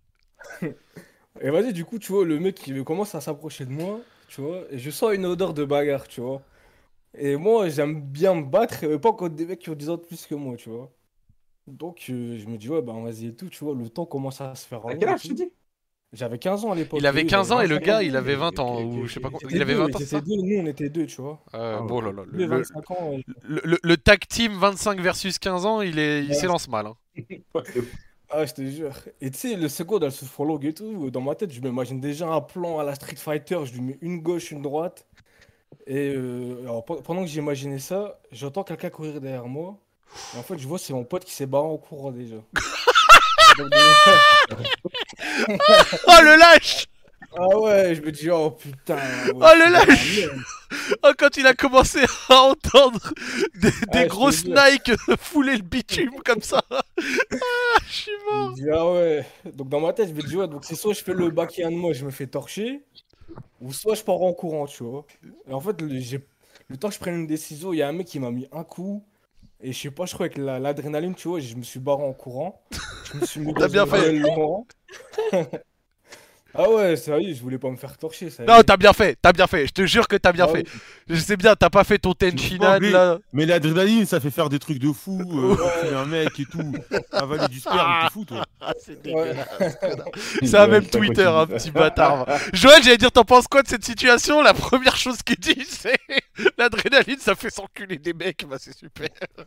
Et vas-y, du coup, tu vois, le mec, il commence à s'approcher de moi, tu vois, et je sens une odeur de bagarre, tu vois. Et moi, j'aime bien me battre, et pas contre des mecs qui ont dix ans de plus que moi, tu vois. Donc, euh, je me dis, ouais, bah vas-y et tout, tu vois, le temps commence à se faire À long quel et âge tu tout. dis? J'avais quinze ans à l'époque. Il avait eux, ils quinze ans et le vingt-cinq gars, ans. il avait vingt ans, Ok, ok, ou ok, je sais pas ok. quoi. C'était Il avait deux, vingt ils ans, c'est étaient ça deux, nous, on était deux, tu vois. Euh, Ah, bon, ouais. là, là, Lui, le, le, vingt-cinq ans. et- le- le- le tag team vingt-cinq versus quinze ans, il est- il Ouais. s'élance mal. hein. Et Ah, je te jure. Et tu sais, le second, elle se prolongue et tout. Dans ma tête, je m'imagine déjà un plan à la Street Fighter. Je lui mets une gauche, une droite. Et euh, alors, pe- pendant que j'imaginais ça, j'entends quelqu'un courir derrière moi. Et en fait, je vois, c'est mon pote qui s'est barré en courant déjà. Donc, déjà- Oh le lâche! Ah ouais, je me dis, oh putain. Oh Ouais, je le suis dans la lâche! merde. Oh, quand il a commencé à entendre des, des Ah, je gros te jure. Nike fouler le bitume comme ça. Ah, je suis Je me mort. dis, ah ouais. Donc dans ma tête, je me dis, ouais, donc c'est soit je fais le backhand moi, je me fais torcher, ou soit je pars en courant, tu vois. Et en fait, le, j'ai- le temps que je prenne une décision, il y a un mec qui m'a mis un coup, et je sais pas, je crois avec la- l'adrénaline, tu vois, je me suis barré en courant. Je me suis mis T'as dans bien une fait. ruelle lent. Ah ouais, sérieux, je voulais pas me faire torcher, ça y Non, est. t'as bien fait, t'as bien fait. Je te jure que t'as bien Ah fait. oui. Je sais bien, t'as pas fait ton Tenshinhan mais, là. mais l'adrénaline, ça fait faire des trucs de fou, euh, Ouais. tuer un mec et tout, avaler du sperme, t'es fou toi. Ah, c'est Ouais. dégueulasse, connard. Il Ça a dit, même ouais, ça Twitter, continue, un ça. petit bâtard. va. Joël, j'allais dire, t'en penses quoi de cette situation? La première chose qu'il dit, c'est l'adrénaline, ça fait s'enculer des mecs. Bah, c'est super.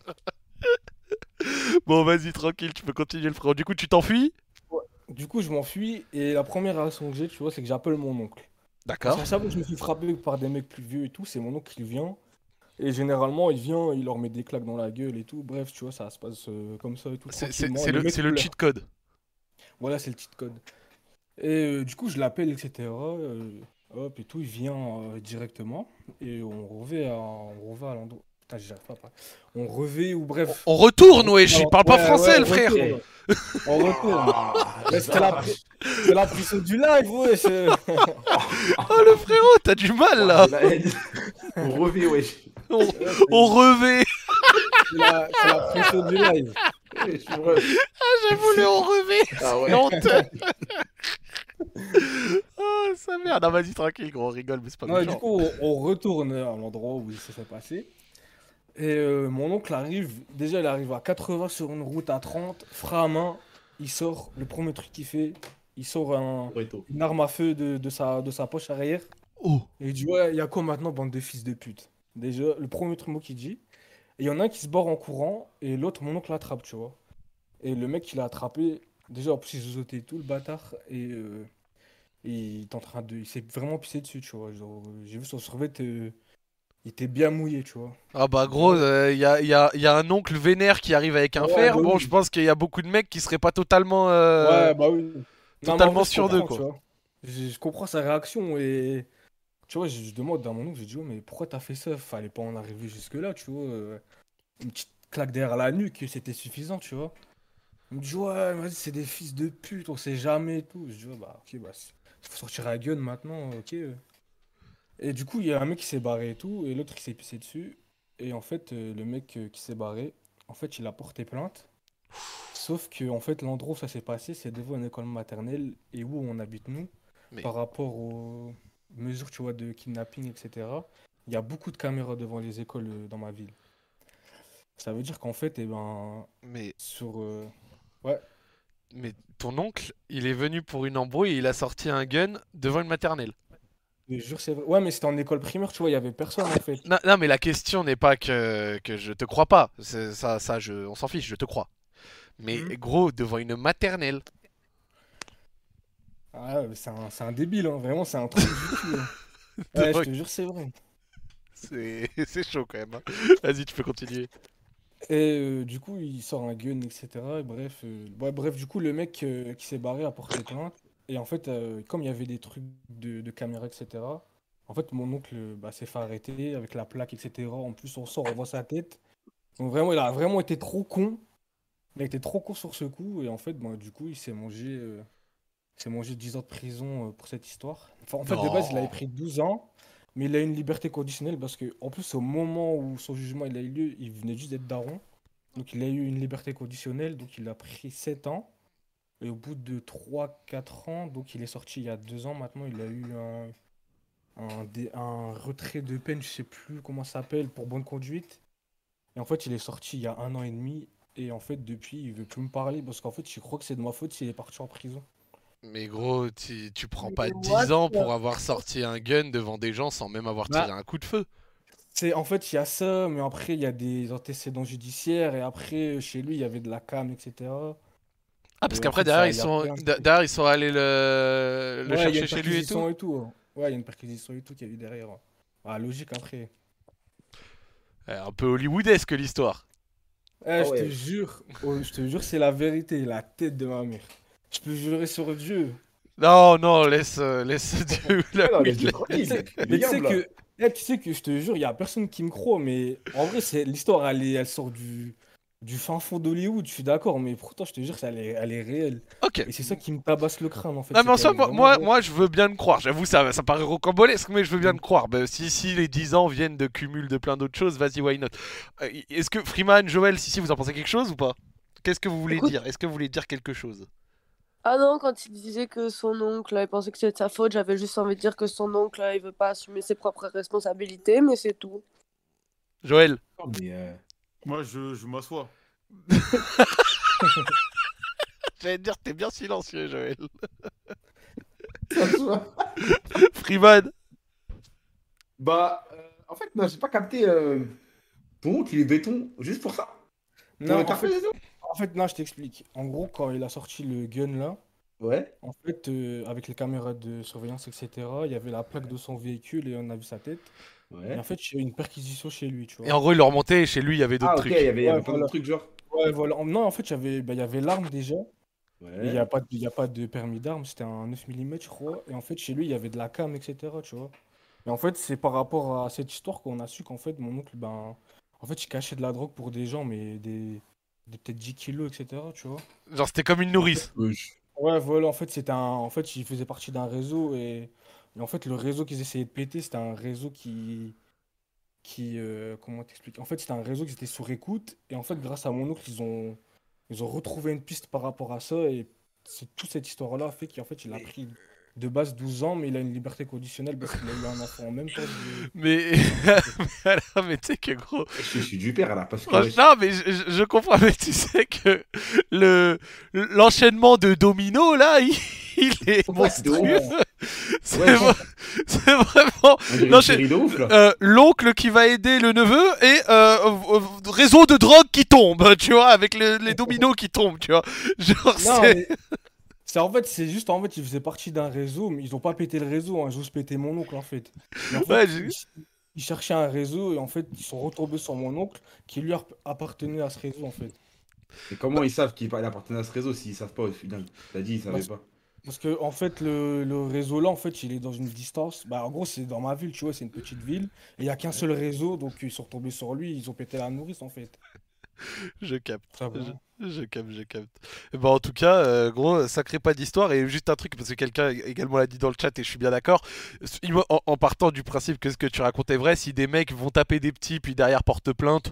Bon, vas-y, tranquille, tu peux continuer le frérot. Du coup, tu t'enfuis? Du coup, je m'enfuis, et la première réaction que j'ai, tu vois, c'est que j'appelle mon oncle. Parce D'accord. qu'à chaque fois que je me suis frappé par des mecs plus vieux et tout, c'est mon oncle qui vient. Et généralement, il vient, il leur met des claques dans la gueule et tout. Bref, tu vois, ça se passe euh, comme ça et tout, C'est c'est- tranquillement. c'est Le le, mec c'est le pleure. cheat code. Voilà, c'est le cheat code. Et euh, du coup, je l'appelle, et cetera euh, hop, et tout, il vient euh, directement. Et on revient à, on revient à l'endroit. Putain, j'y arrive pas. pas. On revient, ou bref. On retourne, On ouais, revient à j'y l'en- parle pas ouais, français, ouais, le on frère. retourne. On retourne. Ah, Mais c'était la, vache. pri- c'est la prison du live, ouais. c'est- Oh, le frérot, t'as du mal là. Ouais, c'est la haine. On revient, wesh. On, ouais, on revêt. C'est la, c'est la prison du live. Ouais, je suis vrai. J'avoue, le on revêt. Ah ouais. C'est honteux. Oh, sa merde. Non, vas-y, tranquille, gros, on rigole, mais c'est pas Ouais, du méchant. coup, on, on retourne à l'endroit où ça s'est passé. Et euh, mon oncle arrive, déjà il arrive à quatre-vingts sur une route à trente, frein à main, il sort, le premier truc qu'il fait, il sort un- Reto. une arme à feu de, de sa, de sa poche arrière. Oh. Et il dit, ouais, il y a quoi maintenant, bande de fils de pute? Déjà, le premier truc mot qu'il dit. Et il y en a un qui se barre en courant, et l'autre, mon oncle l'attrape, tu vois. Et le mec qui l'a attrapé, déjà en plus il zozotait et tout, le bâtard, et, euh, et il est en train de. Il s'est vraiment pissé dessus, tu vois. Genre, euh, j'ai vu son survêt, euh, il était bien mouillé, tu vois. Ah bah gros, il y, a, y a- y a un oncle vénère qui arrive avec un Ouais, fer. bah Bon, oui. je pense qu'il y a beaucoup de mecs qui seraient pas totalement... euh, Ouais, bah oui. Non, mais en totalement vrai, je sûr d'eux, comprends, quoi. tu vois. Je, je comprends sa réaction et tu vois, je, je demande à mon oncle, je dis, oh, mais pourquoi t'as fait ça? Fallait pas en arriver jusque-là, tu vois. euh, Une petite claque derrière la nuque, c'était suffisant, tu vois. Il me dit, ouais, vas-y, c'est des fils de pute, on sait jamais et tout. Je dis, ouais, bah, ok, bah, il faut sortir la gun maintenant, ok. Et du coup, il y a un mec qui s'est barré et tout, et l'autre qui s'est pissé dessus. Et en fait, euh, le mec euh, qui s'est barré, en fait, il a porté plainte. Sauf que, en fait, l'endroit où ça s'est passé, c'est devant une école maternelle et où on habite nous, Mais- par rapport aux mesures, tu vois, de kidnapping, et cetera. Il y a beaucoup de caméras devant les écoles euh, dans ma ville. Ça veut dire qu'en fait, eh ben, Mais, sur... euh, Ouais, mais ton oncle, il est venu pour une embrouille et il a sorti un gun devant une maternelle. je te jure, c'est vrai. Ouais, mais c'était en école primaire, tu vois, il y avait personne, en fait. Non, non, mais la question n'est pas que, que je te crois pas. C'est- Ça, ça je, on s'en fiche, je te crois. Mais Mhm. gros, devant une maternelle. Ah, ouais, mais c'est un, c'est un débile, hein. Vraiment, c'est un truc du cul, hein. Ouais, je devant- te jure, c'est vrai. C'est c'est chaud quand même. hein. Vas-y, tu peux continuer. Et euh, du coup, il sort un gun, et cetera. Et bref, euh, ouais, bref, du coup, le mec euh, qui s'est barré a porté plainte. Et en fait, euh, comme il y avait des trucs de, de caméra, et cetera, en fait, mon oncle euh, bah, s'est fait arrêter avec la plaque, et cetera. En plus, on sort, on voit sa tête. Donc vraiment, il a vraiment été trop con. Il a été trop con sur ce coup. Et en fait, bah, du coup, il s'est mangé, euh, il s'est mangé dix ans de prison euh, pour cette histoire. Enfin, en fait, de base, il avait Non. pris douze ans. Mais il a eu une liberté conditionnelle parce que, en plus, au moment où son jugement il a eu lieu, il venait juste d'être daron. Donc, il a eu une liberté conditionnelle. Donc, il a pris sept ans. Et au bout de trois quatre ans, donc il est sorti il y a deux ans maintenant, il a eu un, un, dé- un retrait de peine, je sais plus comment ça s'appelle, pour bonne conduite. Et en fait, il est sorti il y a un an et demi. Et en fait, depuis, il veut plus me parler parce qu'en fait, je crois que c'est de ma faute s'il est parti en prison. Mais gros, tu, tu prends pas Mais dix what ans the- pour avoir sorti un gun devant des gens sans même avoir tiré Bah. un coup de feu. C'est, en fait, il y a ça, mais après, il y a des antécédents judiciaires. Et après, chez lui, il y avait de la cam, et cetera. Ah, parce Et en qu'après, fait, derrière, ça, ils y a sont... plein de da- trucs. derrière, ils sont allés le, le Ouais, il y a chercher une chez lui et perquisition tout. et tout. hein. Ouais, il y a une perquisition et tout qu'il y a eu derrière. hein. Ah, logique après. Ouais, un peu hollywoodesque l'histoire. Eh, Ah je te ouais. jure, oh, je te jure, c'est la vérité, la tête de ma mère. Je peux jurer sur Dieu. Non, non, laisse, euh, laisse Dieu la Ah non, oui, laisse Dieu la- tranquille. sais- Il est Mais tu sais humble, là. que, eh, tu sais que je te jure, il y a personne qui me croit, mais en vrai, c'est l'histoire, elle, est- elle sort du, du fin fond d'Hollywood, je suis d'accord, mais pourtant, je te jure, elle est, elle est réelle. Ok. Et c'est ça qui me tabasse le crâne, en fait. Non, c'est mais en soi, qu'elle est moi, vraiment moi, réelle. moi, je veux bien le croire. J'avoue, ça, ça paraît rocambolesque, mais je veux bien Mm. le croire. Bah, si, si les dix ans viennent de cumul de plein d'autres choses, vas-y, why not. Euh, Est-ce que Freeman, Joël, si, si, vous en pensez quelque chose ou pas? Qu'est-ce que vous voulez Écoute- dire? Est-ce que vous voulez dire quelque chose? Ah non, quand il disait que son oncle, il pensait que c'était de sa faute, j'avais juste envie de dire que son oncle, il veut pas assumer ses propres responsabilités, mais c'est tout. Joël? Non, mais, euh, Moi, je, je m'assois. J'allais te dire, t'es bien silencieux, Joël. ça se voit. Freeman? Bah, euh, en fait, non, j'ai pas capté. Euh... Ton oncle, il est béton, juste pour ça. Pour Non, en interpeller fait, les autres. en fait, non, je t'explique. En gros, quand il a sorti le gun là, Ouais. en fait, euh, avec les caméras de surveillance, et cetera, il y avait la plaque de son véhicule et on a vu sa tête. Et Ouais. en fait, il y a eu une perquisition chez lui, tu vois. Et en gros, il le remontait et chez lui, il y avait d'autres Ah, ok, trucs. il y avait, il y avait Ouais, plein voilà. d'autres trucs, genre. Ouais, voilà. En- Non, en fait, il y avait, bah, il y avait l'arme déjà. Et il n'y Ouais. a pas de, il y a pas de permis d'arme, c'était un neuf millimètres, je crois. Et en fait, chez lui, il y avait de la cam, et cetera, tu vois. Et en fait, c'est par rapport à cette histoire qu'on a su qu'en fait, mon oncle, ben, en fait, il cachait de la drogue pour des gens, mais des, des peut-être dix kilos, et cetera, tu vois. Genre, c'était comme une nourrice. Wesh. Ouais, voilà, en fait, c'était un... en fait, il faisait partie d'un réseau et... et en fait, le réseau qu'ils essayaient de péter, c'était un réseau qui, qui, euh, comment t'expliquer? En fait, c'était un réseau qui était sur écoute et en fait, grâce à mon oncle, ils ont, ils ont retrouvé une piste par rapport à ça et c'est toute cette histoire-là fait qu'en fait, il a pris de base douze ans, mais il a une liberté conditionnelle parce qu'il a eu un enfant en même temps. que- Mais, mais alors, mais tu sais que gros, Je suis du père, là, parce que. franchement, non, mais je, je- je comprends, mais tu sais que le l'enchaînement de dominos là, il, il est Ouais, monstrueux. C'est Ouais. vra- c'est vraiment On dirait une l'enchaî- série de ouf, là. euh, l'oncle qui va aider le neveu et euh, euh, euh, réseau de drogue qui tombe, tu vois, avec le- les dominos qui tombent, tu vois. Genre, Non, c'est. mais c'est en fait, c'est juste en fait, ils faisaient partie d'un réseau, mais ils ont pas pété le réseau, hein, ils ont juste pété mon oncle en fait. Et en fait, Ouais, j'ai- ils, ils cherchaient un réseau et en fait, ils sont retombés sur mon oncle qui lui app- appartenait à ce réseau en fait. Et comment ils savent qu'il appartenait à ce réseau s'ils savent pas au final? T'as dit, ils savaient Parce- pas. Parce que en fait, le, le réseau là, en fait, il est dans une distance. Bah, en gros, c'est dans ma ville, tu vois, c'est une petite ville. Et il y a qu'un seul réseau, donc ils sont tombés sur lui, ils ont pété la nourrice en fait. Je capte. Ça va. Je, je capte, je capte. Et bah en tout cas, euh, gros, sacré pas d'histoire. Et juste un truc, parce que quelqu'un également l'a dit dans le chat et je suis bien d'accord. Il me- En, en partant du principe que ce que tu racontais est vrai, si des mecs vont taper des petits puis derrière portent plainte,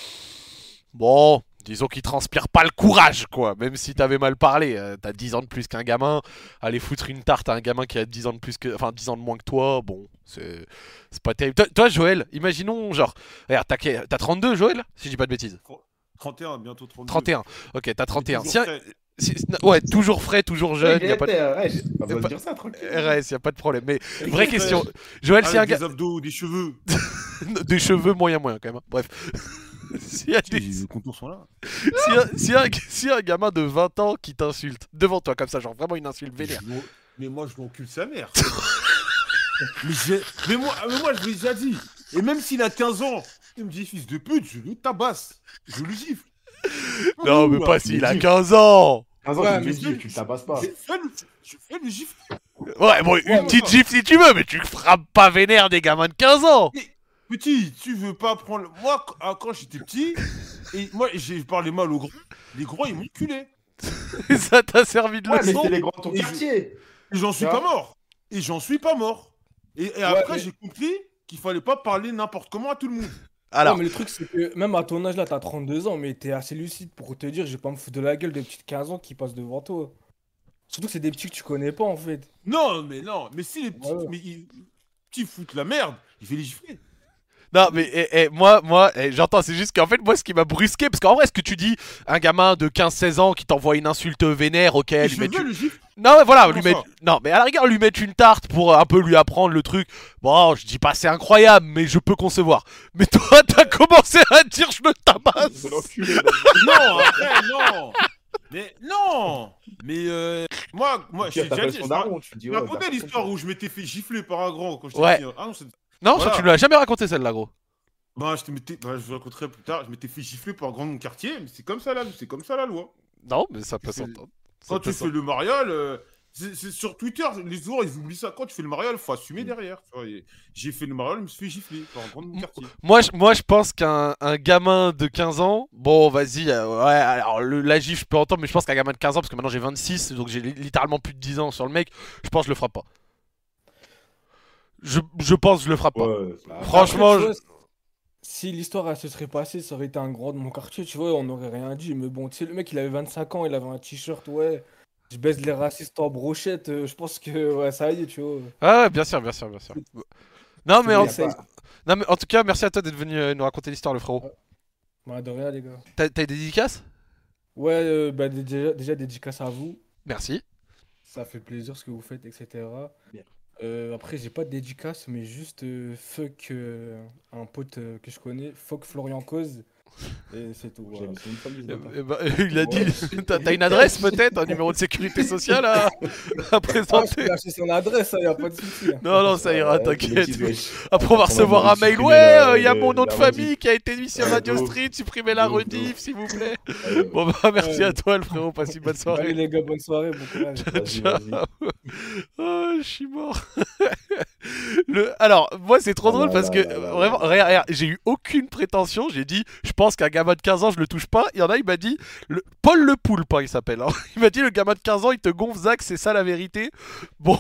bon, disons qu'ils transpirent pas le courage, quoi. Même si t'avais mal parlé, euh, t'as dix ans de plus qu'un gamin, aller foutre une tarte à un gamin qui a dix ans de plus que, enfin dix ans de moins que toi, bon, c'est c'est pas terrible. Toi, toi, Joël, imaginons genre, regarde, t'as quel- t'as trente-deux, Joël, si je dis pas de bêtises. trente et un, bientôt trente-deux. trente et un. Ok, t'as trente et un. Toujours Si un- frais. si- ouais, toujours frais, toujours jeune, Ouais, y a pas de... ouais, ouais, pas besoin de pas- dire ça, tranquille. R S, y a pas de problème. Mais Toujours vraie frais. question, Joël, si un Avec gars... des abdos, des cheveux. Des cheveux moyen moyen quand même, hein. Bref. S'il y a des- Les contours sont là. si un, si un- si un gamin de vingt ans qui t'insulte devant toi comme ça, genre vraiment une insulte Mais, vénère. je m'en- mais moi, je m'encule sa mère. mais, j'ai- mais, moi, mais moi, je l'ai déjà dit. Et même s'il a quinze ans, il me dit fils de pute, je le tabasse. Je le gifle. Non, mais Ouh, pas mais s'il a dis- quinze ans. quinze ans, Ouais, tu me mais le dis, tu le tabasses pas. Je fais le, je fais le gifle. Ouais, bon, une Ouais, petite ouais. gifle si tu veux, mais tu frappes pas vénère des gamins de quinze ans. Petit, tu veux pas prendre. Moi, qu- ah, quand j'étais petit, et moi, j'ai parlé mal aux grands. Les grands, ils m'ont culé. Et ça t'a servi de Ouais, mais leçon. c'est les grands de ton Et je- quartier. Et j'en suis Tu pas vois mort. Et j'en suis pas mort. Et, et après, mais- j'ai compris qu'il fallait pas parler n'importe comment à tout le monde. Alors, Ouais, mais le truc, c'est que même à ton âge là, t'as trente-deux ans, mais t'es assez lucide pour te dire, je vais pas me foutre de la gueule des petites quinze ans qui passent devant toi. Surtout que c'est des petits que tu connais pas en fait. Non, mais non. Mais si les petits, Ouais, ouais. mais ils- petits foutent la merde, il fait les gifler. non, mais eh, eh, moi, moi, eh, j'entends, c'est juste qu'en fait, moi, ce qui m'a brusqué, parce qu'en vrai, ce que tu dis, un gamin de quinze seize ans qui t'envoie une insulte vénère, ok, Et lui je mettre veux une- le gifle. Non, mais voilà, Comment lui ça mettre... Non, mais à la rigueur, lui mettre une tarte pour un peu lui apprendre le truc. Bon, je dis pas c'est incroyable, mais je peux concevoir. Mais toi, t'as commencé à dire je le tabasse. C'est l'enculé, là. Non, après, non. Mais non. Mais euh, moi, moi, Au j'ai pire, déjà t'appelles dit, son je daron, tu dis je ouais. racontais t'appelles l'histoire ton où je m'étais fait gifler par un grand quand j'étais Ouais. petit. Ah non, c'est... Non, Voilà. ça, tu nous l'as jamais raconté celle-là, gros. Bah, je te mettais, bah, je vous raconterai plus tard. Je m'étais fait gifler par un grand de mon quartier, mais c'est comme ça là, c'est comme ça la loi. Non, mais ça peut C'est- s'entendre. Ça Quand peut tu fais le mariole, euh, c'est c'est sur Twitter, les joueurs ils oublient ça. Quand tu fais le mariole, faut assumer derrière. Tu vois, et j'ai fait le mariole, je me suis fait gifler par un grand de mon quartier. Moi, je, moi, je pense qu'un un gamin de quinze ans, bon, vas-y, euh, ouais, alors le, la gif, je peux entendre, mais je pense qu'un gamin de quinze ans, parce que maintenant j'ai vingt-six, donc j'ai li- littéralement plus de dix ans sur le mec, je pense que je le ferai pas. Je, je pense que je le ferai pas. Ouais, bah, Franchement, Après, tu je- vois, si l'histoire elle se serait passée, ça aurait été un grand de mon quartier, tu vois, on n'aurait rien dit. Mais bon, tu sais, le mec il avait vingt-cinq ans, il avait un t-shirt, ouais. Je baise les racistes en brochette, euh, je pense que ouais, ça y est, tu vois. Ah ouais, bien sûr, bien sûr, bien sûr. Non, mais Mais en, y a ça- pas- non, mais en tout cas, merci à toi d'être venu euh, nous raconter l'histoire, le frérot. Bah, de rien, les gars. T'as t'as des dédicaces? Ouais, euh, bah, dé- déjà, déjà dédicace à vous. Merci. Ça fait plaisir ce que vous faites, et cetera. Bien. Euh, après, j'ai pas de dédicace, mais juste euh, fuck euh, un pote euh, que je connais, fuck Florian Cause. Et c'est tout. J'ai Voilà. mis sur une famille, Euh, d'accord. eh ben, il a dit, Ouais. t'as t'as une adresse peut-être, un numéro de sécurité sociale à, à Ah, je présenter? peux lâcher son adresse, hein, y a pas de souci. hein. Non, non, ça ira, Ouais, t'inquiète. c'est wesh. Après, on va On va recevoir un demander de mail. supprimer Ouais, la- il y a le- mon nom de la famille rediff. qui a été mis sur Ouais, Radio de ouf. Street. Supprimez la De ouf, de rediff, ouf. s'il vous plaît. Ouais, Bon, bah, merci Ouais. à toi, le frérot. Passe une bonne Allez soirée. les gars, bonne soirée, bon courage. Vas-y, Ciao. vas-y. Oh, je suis mort. Le... Alors, moi, c'est trop Ah drôle là parce là que, là là vraiment, là. regarde, regarde, j'ai eu aucune prétention. J'ai dit, je pense qu'un gamin de quinze ans, je le touche pas. Il y en a, il m'a dit, le... Paul Le Poulpe, hein, il s'appelle. hein. Il m'a dit, le gamin de quinze ans, il te gonfle, Zach, c'est ça la vérité. Bon,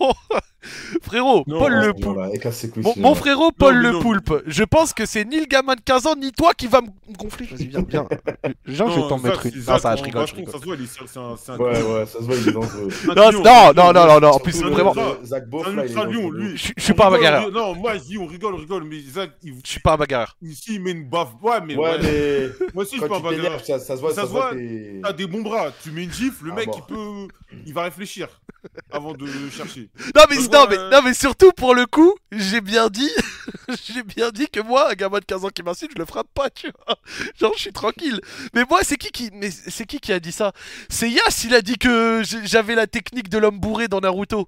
frérot, Non, Paul non, Le Non, Poulpe. là, écarte ses couilles, Mon, celui-là. mon frérot Paul mais Le non. Poulpe, je pense que c'est ni le gamin de quinze ans ni toi qui va me gonfler. Vas-y, viens, viens. Genre, je vais t'en Zach, mettre c'est une. Non, Zach, ça, je en rigole, je baston, rigole. Ça se voit, il est- c'est un, c'est un, Ouais, ouais, ça se voit, il est dangereux. un Non, lion, non, un non, lion, non, non, non, en Surtout plus, le- vraiment, le- Zach un Boff, là, il est ultra lion, dangereux. lui. je je suis On pas un rigole, bagarreur. on- Non, moi je dis on rigole, on rigole, mais Zach, il, Je suis pas un bagarreur. ici il met une baffe. Ouais, mais Ouais, ouais. mais Moi aussi je suis pas quand un tu bagarreur. t'énerves, ça, ça se voit, Ça ça se se voit. voit, t'es- T'as des bons bras, tu mets une gifle, le Ah mec bon. il peut. Il va réfléchir avant de chercher. Non mais, Je non, vois, mais, euh, non mais surtout pour le coup, j'ai bien dit, j'ai bien dit que moi, un gamin de quinze ans qui m'insulte, je le frappe pas, tu vois. Genre je suis tranquille. Mais moi c'est qui qui, mais c'est qui qui a dit ça? C'est Yas, il a dit que j'ai- j'avais la technique de l'homme bourré dans Naruto.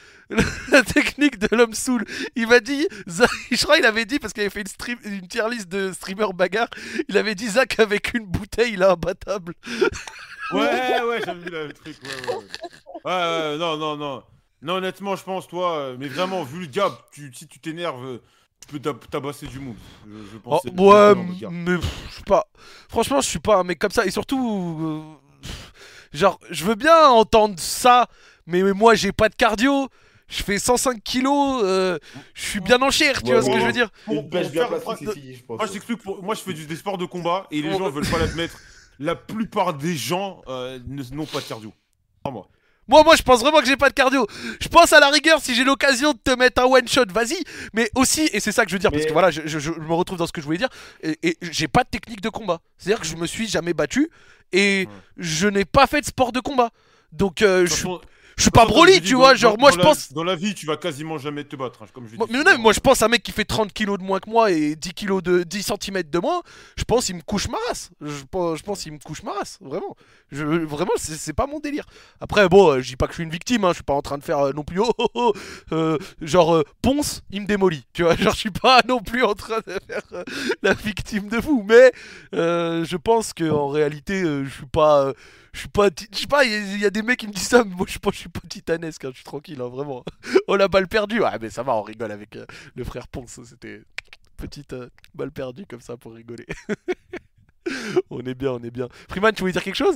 La technique de l'homme saoul. Il m'a dit, Zach- je crois qu'il avait dit parce qu'il avait fait une, stream, une tier list de streamers bagarre. Il avait dit Zach avec une bouteille, il est imbattable. Ouais, ouais, j'avais vu le truc. Ouais, ouais, ouais. Ouais, ouais, non, non, non. Non, honnêtement, je pense, toi, euh, mais vraiment, vu le diable, tu, si tu t'énerves, euh, tu peux tab- tabasser du monde. Je, je Oh, pense que c'est ouais, le plus grand mais pff, je suis pas. Franchement, je suis pas un mec comme ça. Et surtout, euh, pff, genre, je veux bien entendre ça, mais moi, j'ai pas de cardio. Je fais cent cinq kilos. euh, je suis bien en chair, tu Ouais, vois ce que ouais. je veux dire? Pour- Une pêche pour bien faire- placée, c'est fini, je pense. Moi, je t'explique, pour... moi, je fais du, des sports de combat et les gens veulent pas l'admettre. La plupart des gens euh, ne- n'ont pas de cardio. Crois-moi. Moi, moi, je pense vraiment que j'ai pas de cardio. Je pense à la rigueur, si j'ai l'occasion de te mettre un one shot, vas-y. Mais aussi, et c'est ça que je veux dire, parce Mais- que voilà, je, je- je me retrouve dans ce que je voulais dire, et, et j'ai pas de technique de combat. C'est-à-dire que je me suis jamais battu et Ouais. je n'ai pas fait de sport de combat. Donc, euh, De je toute suis façon- je suis de pas toute façon, comme Broly, je dis, tu dans- vois. dans- Genre, moi, dans je la- pense. Dans la vie, tu vas quasiment jamais te battre, hein, comme je Moi, dis mais non, mais moi je pense à un mec qui fait trente kilos de moins que moi et dix kilos de dix centimètres de moins, je pense il me couche ma race. Je pense, je pense il me couche ma race, vraiment. Je, vraiment, c'est c'est pas mon délire. Après, bon, euh, je dis pas que je suis une victime, hein, je suis pas en train de faire euh, non plus, oh, oh, oh, euh, genre, euh, Ponce, il me démolit, tu vois. Genre, je suis pas non plus en train de faire euh, la victime de vous, mais euh, je pense qu'en réalité, euh, je suis pas. euh, je suis pas. ti- Je sais pas, il y, a- il y a des mecs qui me disent ça, mais moi je pense que je suis pas titanesque, hein, je suis tranquille, hein, vraiment. Oh la balle perdue. Ouais, mais ça va, on rigole avec euh, le frère Ponce. C'était petite euh, balle perdue comme ça pour rigoler. On est bien, on est bien. Freeman, tu voulais dire quelque chose?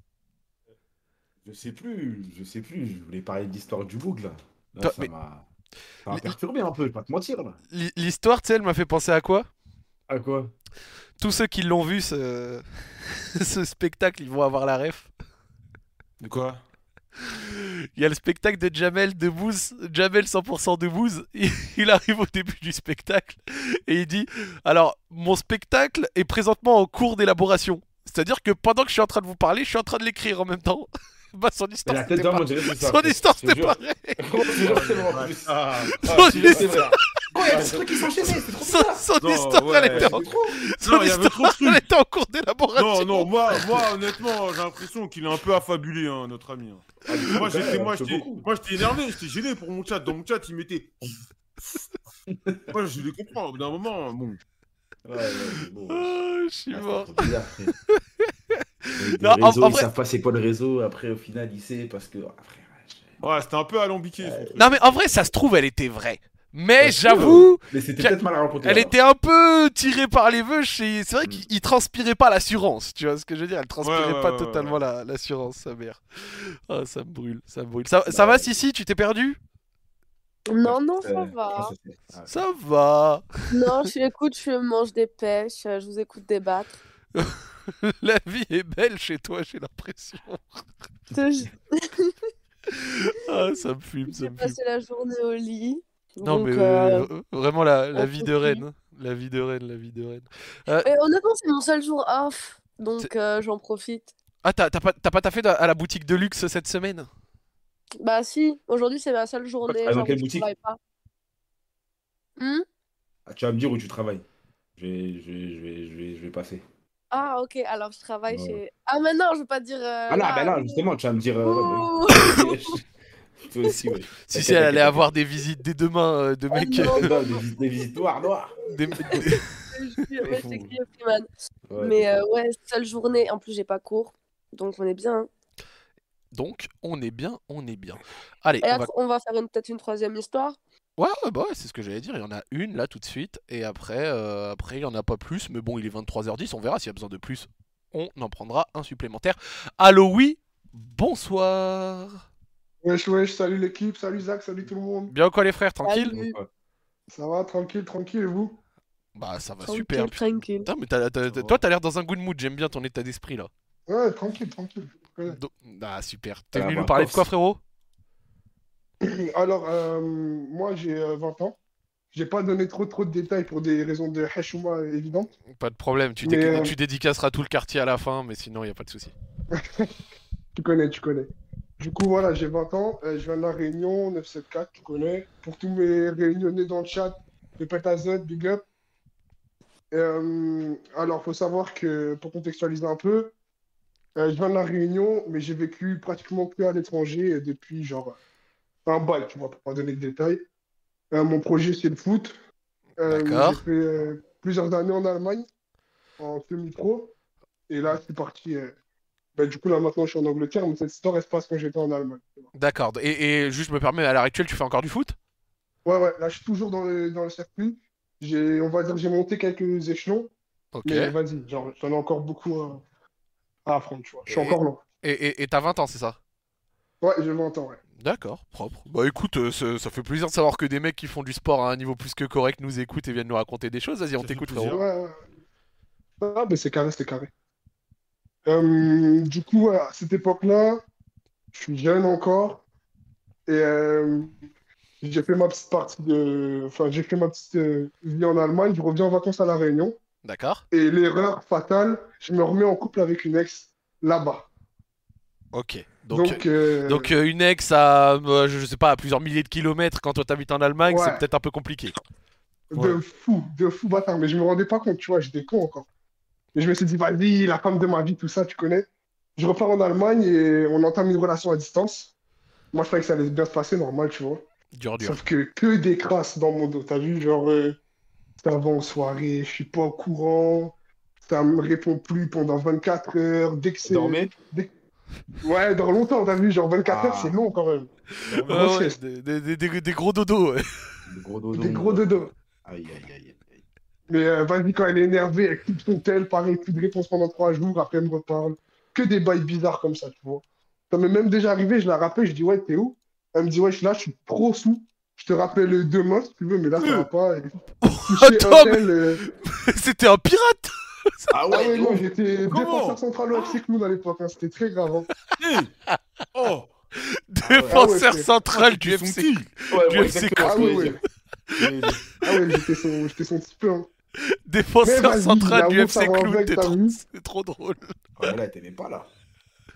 Je sais plus, je sais plus. Je voulais parler de l'histoire du bouc là. Là, Toi, ça mais- m'a ça m'a Li- perturbé un peu, je vais pas te mentir là. L'hi- L'histoire, tu sais, elle m'a fait penser à quoi? À quoi? Tous ceux qui l'ont vu, ce... ce spectacle, ils vont avoir la ref. De quoi? Il y a le spectacle de Jamel Debbouze, Jamel cent pour cent Debbouze. Il, il arrive au début du spectacle et il dit: alors, mon spectacle est présentement en cours d'élaboration. C'est-à-dire que pendant que je suis en train de vous parler, je suis en train de l'écrire en même temps. Bah, son Mais histoire, la tête c'était d'un pas... mot, je dirais que c'est ça. Son histoire, Je te c'était jure. pareil. Je te jure, c'est vrai en plus. Ah, Son Je te jure, c'est histoire, vrai. Oh, il y a des trucs qui s'enchaînaient, c'est trop son, bizarre. son Non, histoire, ouais. elle était en... C'est trop. Son Non, il y avait trop de histoire, elle trucs. était en cours d'élaboration. Non, non, moi, moi honnêtement, j'ai l'impression qu'il est un peu affabulé, hein, notre ami. hein. Ah, du coup, Moi, quand j'étais, même, moi, un peu j'étais, beaucoup. moi, j'étais énervé, j'étais gêné pour mon chat. Dans mon chat, il mettait. Moi, je les comprends. Au bout d'un moment, bon. Ouais, ouais, mais bon. Ah, je suis Ah, mort. c'est trop bizarre, frère. Le Non, en- réseau, en ils vrai- savent pas c'est quoi le réseau. Après, au final, ils savent parce que. Après, ouais, Ouais, c'était un peu alambiqué. son truc. Non, mais en vrai, ça se trouve, elle était vraie. Mais je- j'avoue, Mais c'était Qu'elle- peut-être mal raconté. elle alors. était un peu tirée par les vœux. chez- C'est vrai Mm. qu'il il transpirait pas l'assurance. Tu vois ce que je veux dire? Elle transpirait Ouais, ouais, pas ouais, totalement ouais. la- l'assurance, sa mère. Ah, ça me brûle, ça me brûle. Ça, ça Bah, va, Sissi? Tu t'es perdu? Non, non, ça Euh, va. ça, c'est- ah, Ça va. Non, je écoute, je mange des pêches, euh, je vous écoute débattre. La vie est belle chez toi, j'ai l'impression. Je te jure, Ah, ça me fume, ça J'ai me fume. passé la journée au lit. Non, donc, mais euh, euh, vraiment la, la on vie de profite. reine. La vie de reine, la vie de reine. mais honnêtement, c'est mon seul jour off. Donc, euh, j'en profite. Ah, t'as t'as pas, t'as pas taffé à la boutique de luxe cette semaine? Bah, si, aujourd'hui, c'est ma seule journée. travailles dans genre, quelle où je boutique travaille pas. Hmm Ah, tu vas me dire où tu travailles. Je vais, je vais, je vais, je vais, je vais passer. Ah, ok, alors je travaille Ouais. chez. Ah, mais non, je veux pas dire. euh, Ah là, là, ben là, oui. justement, tu vas me dire. euh, Ouh. ouais, bah, toi aussi, ouais. Si, si, T'inquiète, elle allait t'inquiète, avoir des visites dès demain euh, de Ah, mecs. non, t'inquiète. non, Des, visites- des visites noires, noires. des- des- je suis ouais, fou. c'est qui, Freeman. Ouais, Mais t'es euh, fou. ouais, seule journée. En plus, j'ai pas cours. Donc, on est bien. hein. Donc, on est bien, on est bien. Allez, Et on va. après, on va faire une- peut-être une troisième histoire. Ouais, ouais, bah ouais, c'est ce que j'allais dire. Il y en a une là tout de suite. Et après, euh, après il y en a pas plus. Mais bon, il est vingt-trois heures dix. On verra s'il y a besoin de plus. On en prendra un supplémentaire. Allo, oui. Bonsoir. Wesh, wesh, salut l'équipe, salut Zach, salut tout le monde. Bien ou quoi les frères, tranquille? Salut. Donc, ouais. Ça va, tranquille, tranquille, et vous? Bah ça va Tranquille, super. putain. tranquille. Putain, mais t'as- t'as- Ça t'as- va. toi t'as l'air dans un good mood. J'aime bien ton état d'esprit là. Ouais, tranquille, tranquille. je connais. Do- Ah super. T'es Ah, venu bah, nous parler de Corse. quoi frérot? Alors, euh, moi j'ai euh, vingt ans. J'ai pas donné trop trop de détails pour des raisons de Hashuma évidentes. Pas de problème. Tu, Mais, dé- euh, tu dédicaceras tout le quartier à la fin. Mais sinon il y a pas de souci. Tu connais, tu connais. Du coup, voilà, j'ai vingt ans, euh, je viens de la Réunion, neuf cent soixante-quatorze, tu connais. Pour tous mes réunionnais dans le chat, de Petazot, big up. Euh, alors, faut savoir que, pour contextualiser un peu, euh, je viens de la Réunion, mais j'ai vécu pratiquement que à l'étranger euh, depuis genre un bail, tu vois, pour pas donner de détails. Euh, mon projet, c'est le foot. Euh, D'accord. J'ai fait euh, plusieurs années en Allemagne, en semi-pro. Et là, c'est parti. euh, bah, du coup, là, maintenant, je suis en Angleterre, mais cette histoire, elle se passe quand j'étais en Allemagne. tu vois. D'accord. Et, et juste je me permets, à l'heure actuelle, tu fais encore du foot? Ouais, ouais, là, je suis toujours dans le, dans le circuit. J'ai, on va dire, j'ai monté quelques échelons, Ok. mais vas-y, genre, j'en ai encore beaucoup à, à apprendre, tu vois. Je suis Et- encore loin. Et et- et t'as vingt ans, c'est ça? Ouais, j'ai vingt ans, ouais. D'accord, propre. Bah écoute, euh, ça, ça fait plaisir de savoir que des mecs qui font du sport à un niveau plus que correct nous écoutent et viennent nous raconter des choses. Vas-y, on Ça t'écoute, fait plaisir. frérot. Ouais, ouais. Ah, ben c'est carré, c'est carré. Euh, du coup, ouais, à cette époque-là, je suis jeune encore et euh, j'ai fait ma petite partie de, enfin, j'ai fait ma petite euh, vie en Allemagne. Je reviens en vacances à La Réunion D'accord. et l'erreur fatale, je me remets en couple avec une ex là-bas. Ok. Donc, Donc, euh, donc euh, une ex à, euh, je sais pas, à plusieurs milliers de kilomètres quand toi t'habites en Allemagne, c'est Ouais. peut-être un peu compliqué. de ouais. fou, de fou bâtard. Mais je me rendais pas compte, tu vois, j'étais con encore. Et je me suis dit, vas-y, la femme de ma vie, tout ça, tu connais. Je repars en Allemagne et on entame une relation à distance. Moi, je croyais que ça allait bien se passer, normal, tu vois. Dur, dur. Sauf que que des crasses dans mon dos. T'as vu, genre, euh, ça va en soirée, je suis pas au courant, ça me répond plus pendant vingt-quatre heures. Dès que c'est. Dormez. dès- Ouais, dans longtemps, t'as vu, genre vingt-quatre heures, Ah. c'est long quand même. Dormez. Ouais, Grosse ouais, sieste. des, des- des- des gros dodos, ouais. Des gros dodos. Des gros dodos. Aïe, aïe, aïe, aïe. Mais euh, vas-y, quand elle est énervée, elle coupe son tel, pareil, plus de réponse pendant trois jours, après elle me reparle. Que des bails bizarres comme ça, tu vois. Ça m'est même déjà arrivé, je la rappelle, je dis, ouais, t'es où? Elle me dit, ouais, je suis là, je suis trop sous. Je te rappelle demain si tu veux, mais là, ça va pas. Et... Coucher Attends, hôtel, euh, C'était un pirate. Ah Ah ouais, ouais, non, non. j'étais Comment défenseur central au F C Clown à l'époque, hein, c'était très grave. hein. Hey Oh Défenseur Ah ouais, central Ah, du c'était F son C. kill. Ouais, Du ouais, F C exactement Ah ce que ouais, je voulais ouais. dire. Ah ouais, j'étais son, j'étais son petit peu. hein. Mais Défenseur vas-y, central la du route, F C ça va Clown, avec, t'es t'as trop- vu c'est trop drôle. Ah, mais là, t'aimais pas là.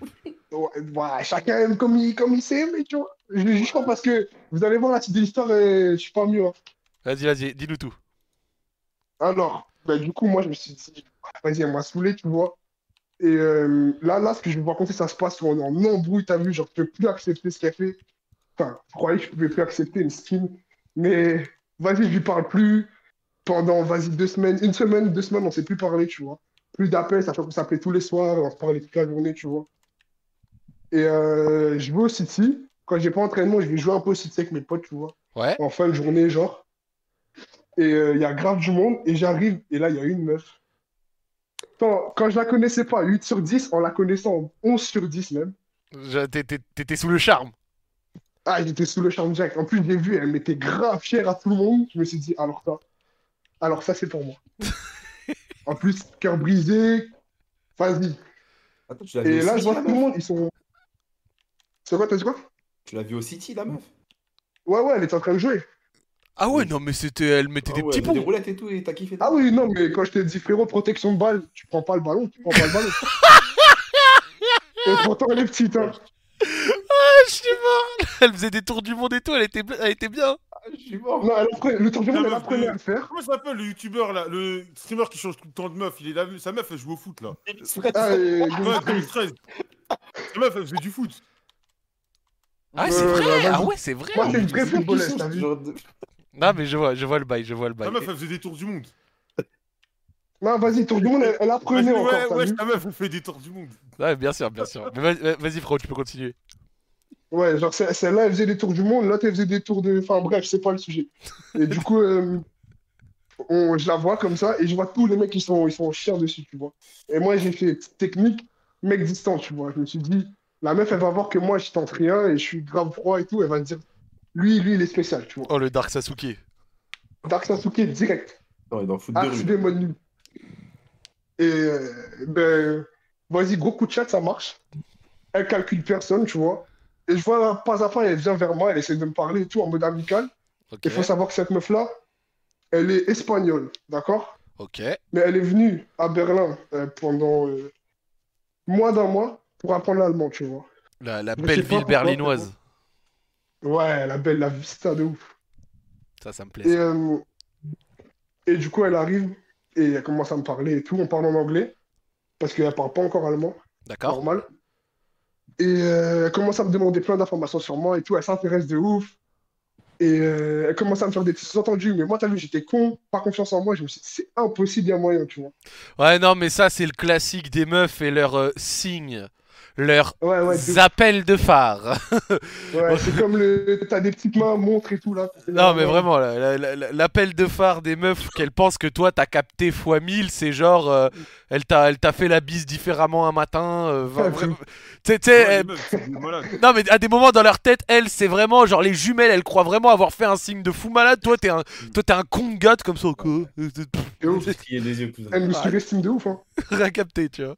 Ouais, voilà, chacun aime comme il, comme il sait, mais tu vois. Je le juge pas parce que vous allez voir la suite de l'histoire et je suis pas mieux. Hein. Vas-y, vas-y, dis-nous tout. Alors, bah, du coup, moi, je me suis dit, vas-y, elle m'a saoulé, tu vois. Et euh, là, là, ce que je vais vous raconter, ça se passe en, en embrouille, t'as vu, genre, je peux plus accepter ce qu'elle fait. Enfin, je croyais que je pouvais plus accepter une skin, mais vas-y, je lui parle plus. Pendant, vas-y, deux semaines, une semaine, deux semaines, on s'est plus parlé, tu vois. Plus d'appels, sachant qu'on s'appelait tous les soirs, on se parlait toute la journée, tu vois. Et euh, je vais au City. Quand j'ai pas entraînement, je vais jouer un peu au City avec mes potes, tu vois. Ouais. En fin de journée, genre. Et euh, il y a grave du monde. Et j'arrive, et là, il y a une meuf. Quand, quand je la connaissais pas, huit sur dix, en la connaissant, onze sur dix même. Je- t'étais- T'étais sous le charme. Ah, j'étais sous le charme direct. En plus, j'ai vu, elle m'était grave fière à tout le monde. Je me suis dit, alors ça, alors ça, c'est pour moi. En plus, cœur brisé, vas-y. Attends, tu l'as vu Et au là, je City, vois la tout le meuf? monde, ils sont. C'est quoi, t'as dit quoi? Tu l'as vu au City, la meuf? Ouais, ouais, elle était en train de jouer. Ah ouais, Oui. non, mais c'était. Elle mettait Ah des ouais, petits elle met des ponts. roulettes et tout, et t'as kiffé Ah toi? oui, non, mais quand je t'ai dit, frérot, protection de balle, tu prends pas le ballon, tu prends pas le ballon. Et pourtant, elle est petite, hein. Ah, je suis mort. Elle faisait des tours du monde et tout, elle était, elle était bien. Ah, je suis mort. Non, elle apprenait- le tour du La monde, elle meuf apprenait de- à le faire. Comment ça s'appelle le youtubeur là, le streamer qui change tout le temps de meuf? Il est là, sa meuf elle joue au foot là. Ah, et... Ouais, deux mille treize. Sa meuf elle faisait du foot. Ah, c'est Ouais, vrai. ouais, Ah vas-y. ouais, c'est vrai. Moi, c'est une Je vraie sais pas qui footballeuse, sont t'as ce vu? genre de- Non, mais je vois, je vois le bail, je vois le bail. Sa meuf elle faisait des tours du monde. Non, vas-y, tour du monde, elle, elle apprenait Ouais, encore, ouais, t'as ouais, vu? sa meuf elle fait des tours du monde. Ouais, bien sûr, bien sûr. Mais vas- vas-y, frérot, tu peux continuer. Ouais, genre, c'est- celle-là, elle faisait des tours du monde, l'autre, elle faisait des tours de... Enfin, bref, c'est pas le sujet. Et du coup, euh, on- je la vois comme ça, et je vois tous les mecs qui sont, ils sont chiants dessus, tu vois. Et moi, j'ai fait technique, mec distant, tu vois. Je me suis dit, la meuf, elle va voir que moi, je tente rien, et je suis grave froid et tout, elle va se dire, lui, lui, il est spécial, tu vois. Oh, le Dark Sasuke. Dark Sasuke, direct. Non, il est dans le foot de rue. Activé mode nul. Et, euh, ben, vas-y, gros coup de chat, ça marche. Elle calcule personne, tu vois. Et je vois pas à pas, elle vient vers moi, elle essaie de me parler et tout en mode amical. Ok. Il faut savoir que cette meuf-là, elle est espagnole, d'accord? Ok. Mais elle est venue à Berlin euh, pendant euh, moins d'un mois pour apprendre l'allemand, tu vois. La, la Je belle sais pas ville pourquoi, berlinoise. Ouais, la belle, la vista de ouf. Ça, ça me plaît. Et, ça. euh, et du coup, elle arrive et elle commence à me parler et tout. On parle en anglais parce qu'elle parle pas encore allemand, D'accord. normal. Et euh, elle commence à me demander plein d'informations sur moi et tout. Elle s'intéresse de ouf. Et euh, elle commence à me faire des petits sous-entendus. Mais moi, t'as vu, j'étais con, pas confiance en moi. Je me suis dit, c'est impossible, il y a moyen, tu vois. Ouais, non, mais ça, c'est le classique des meufs et leurs euh, signes. Leurs Ouais, ouais, de- appels de phare. ouais, c'est comme le. T'as des petites mains, montres et tout là. Non, mais vraiment, la- la- la- l'appel de phare des meufs qu'elles pensent que toi t'as capté fois mille, c'est genre, euh, elle t'a elle t'a fait la bise différemment un matin. euh, va- Ouais, vraiment- tout. Tu sais- tu sais, Ouais, les elle- meufs, c'est des malades. non, mais à des moments dans leur tête, elles, c'est vraiment genre les jumelles, elles croient vraiment avoir fait un signe de fou malade. Toi, t'es un, toi, t'es un con de gars comme ça, quoi. De ouf. Crier des yeux, cousin. Elle me surestime de ouf, hein. Rien capté, tu vois.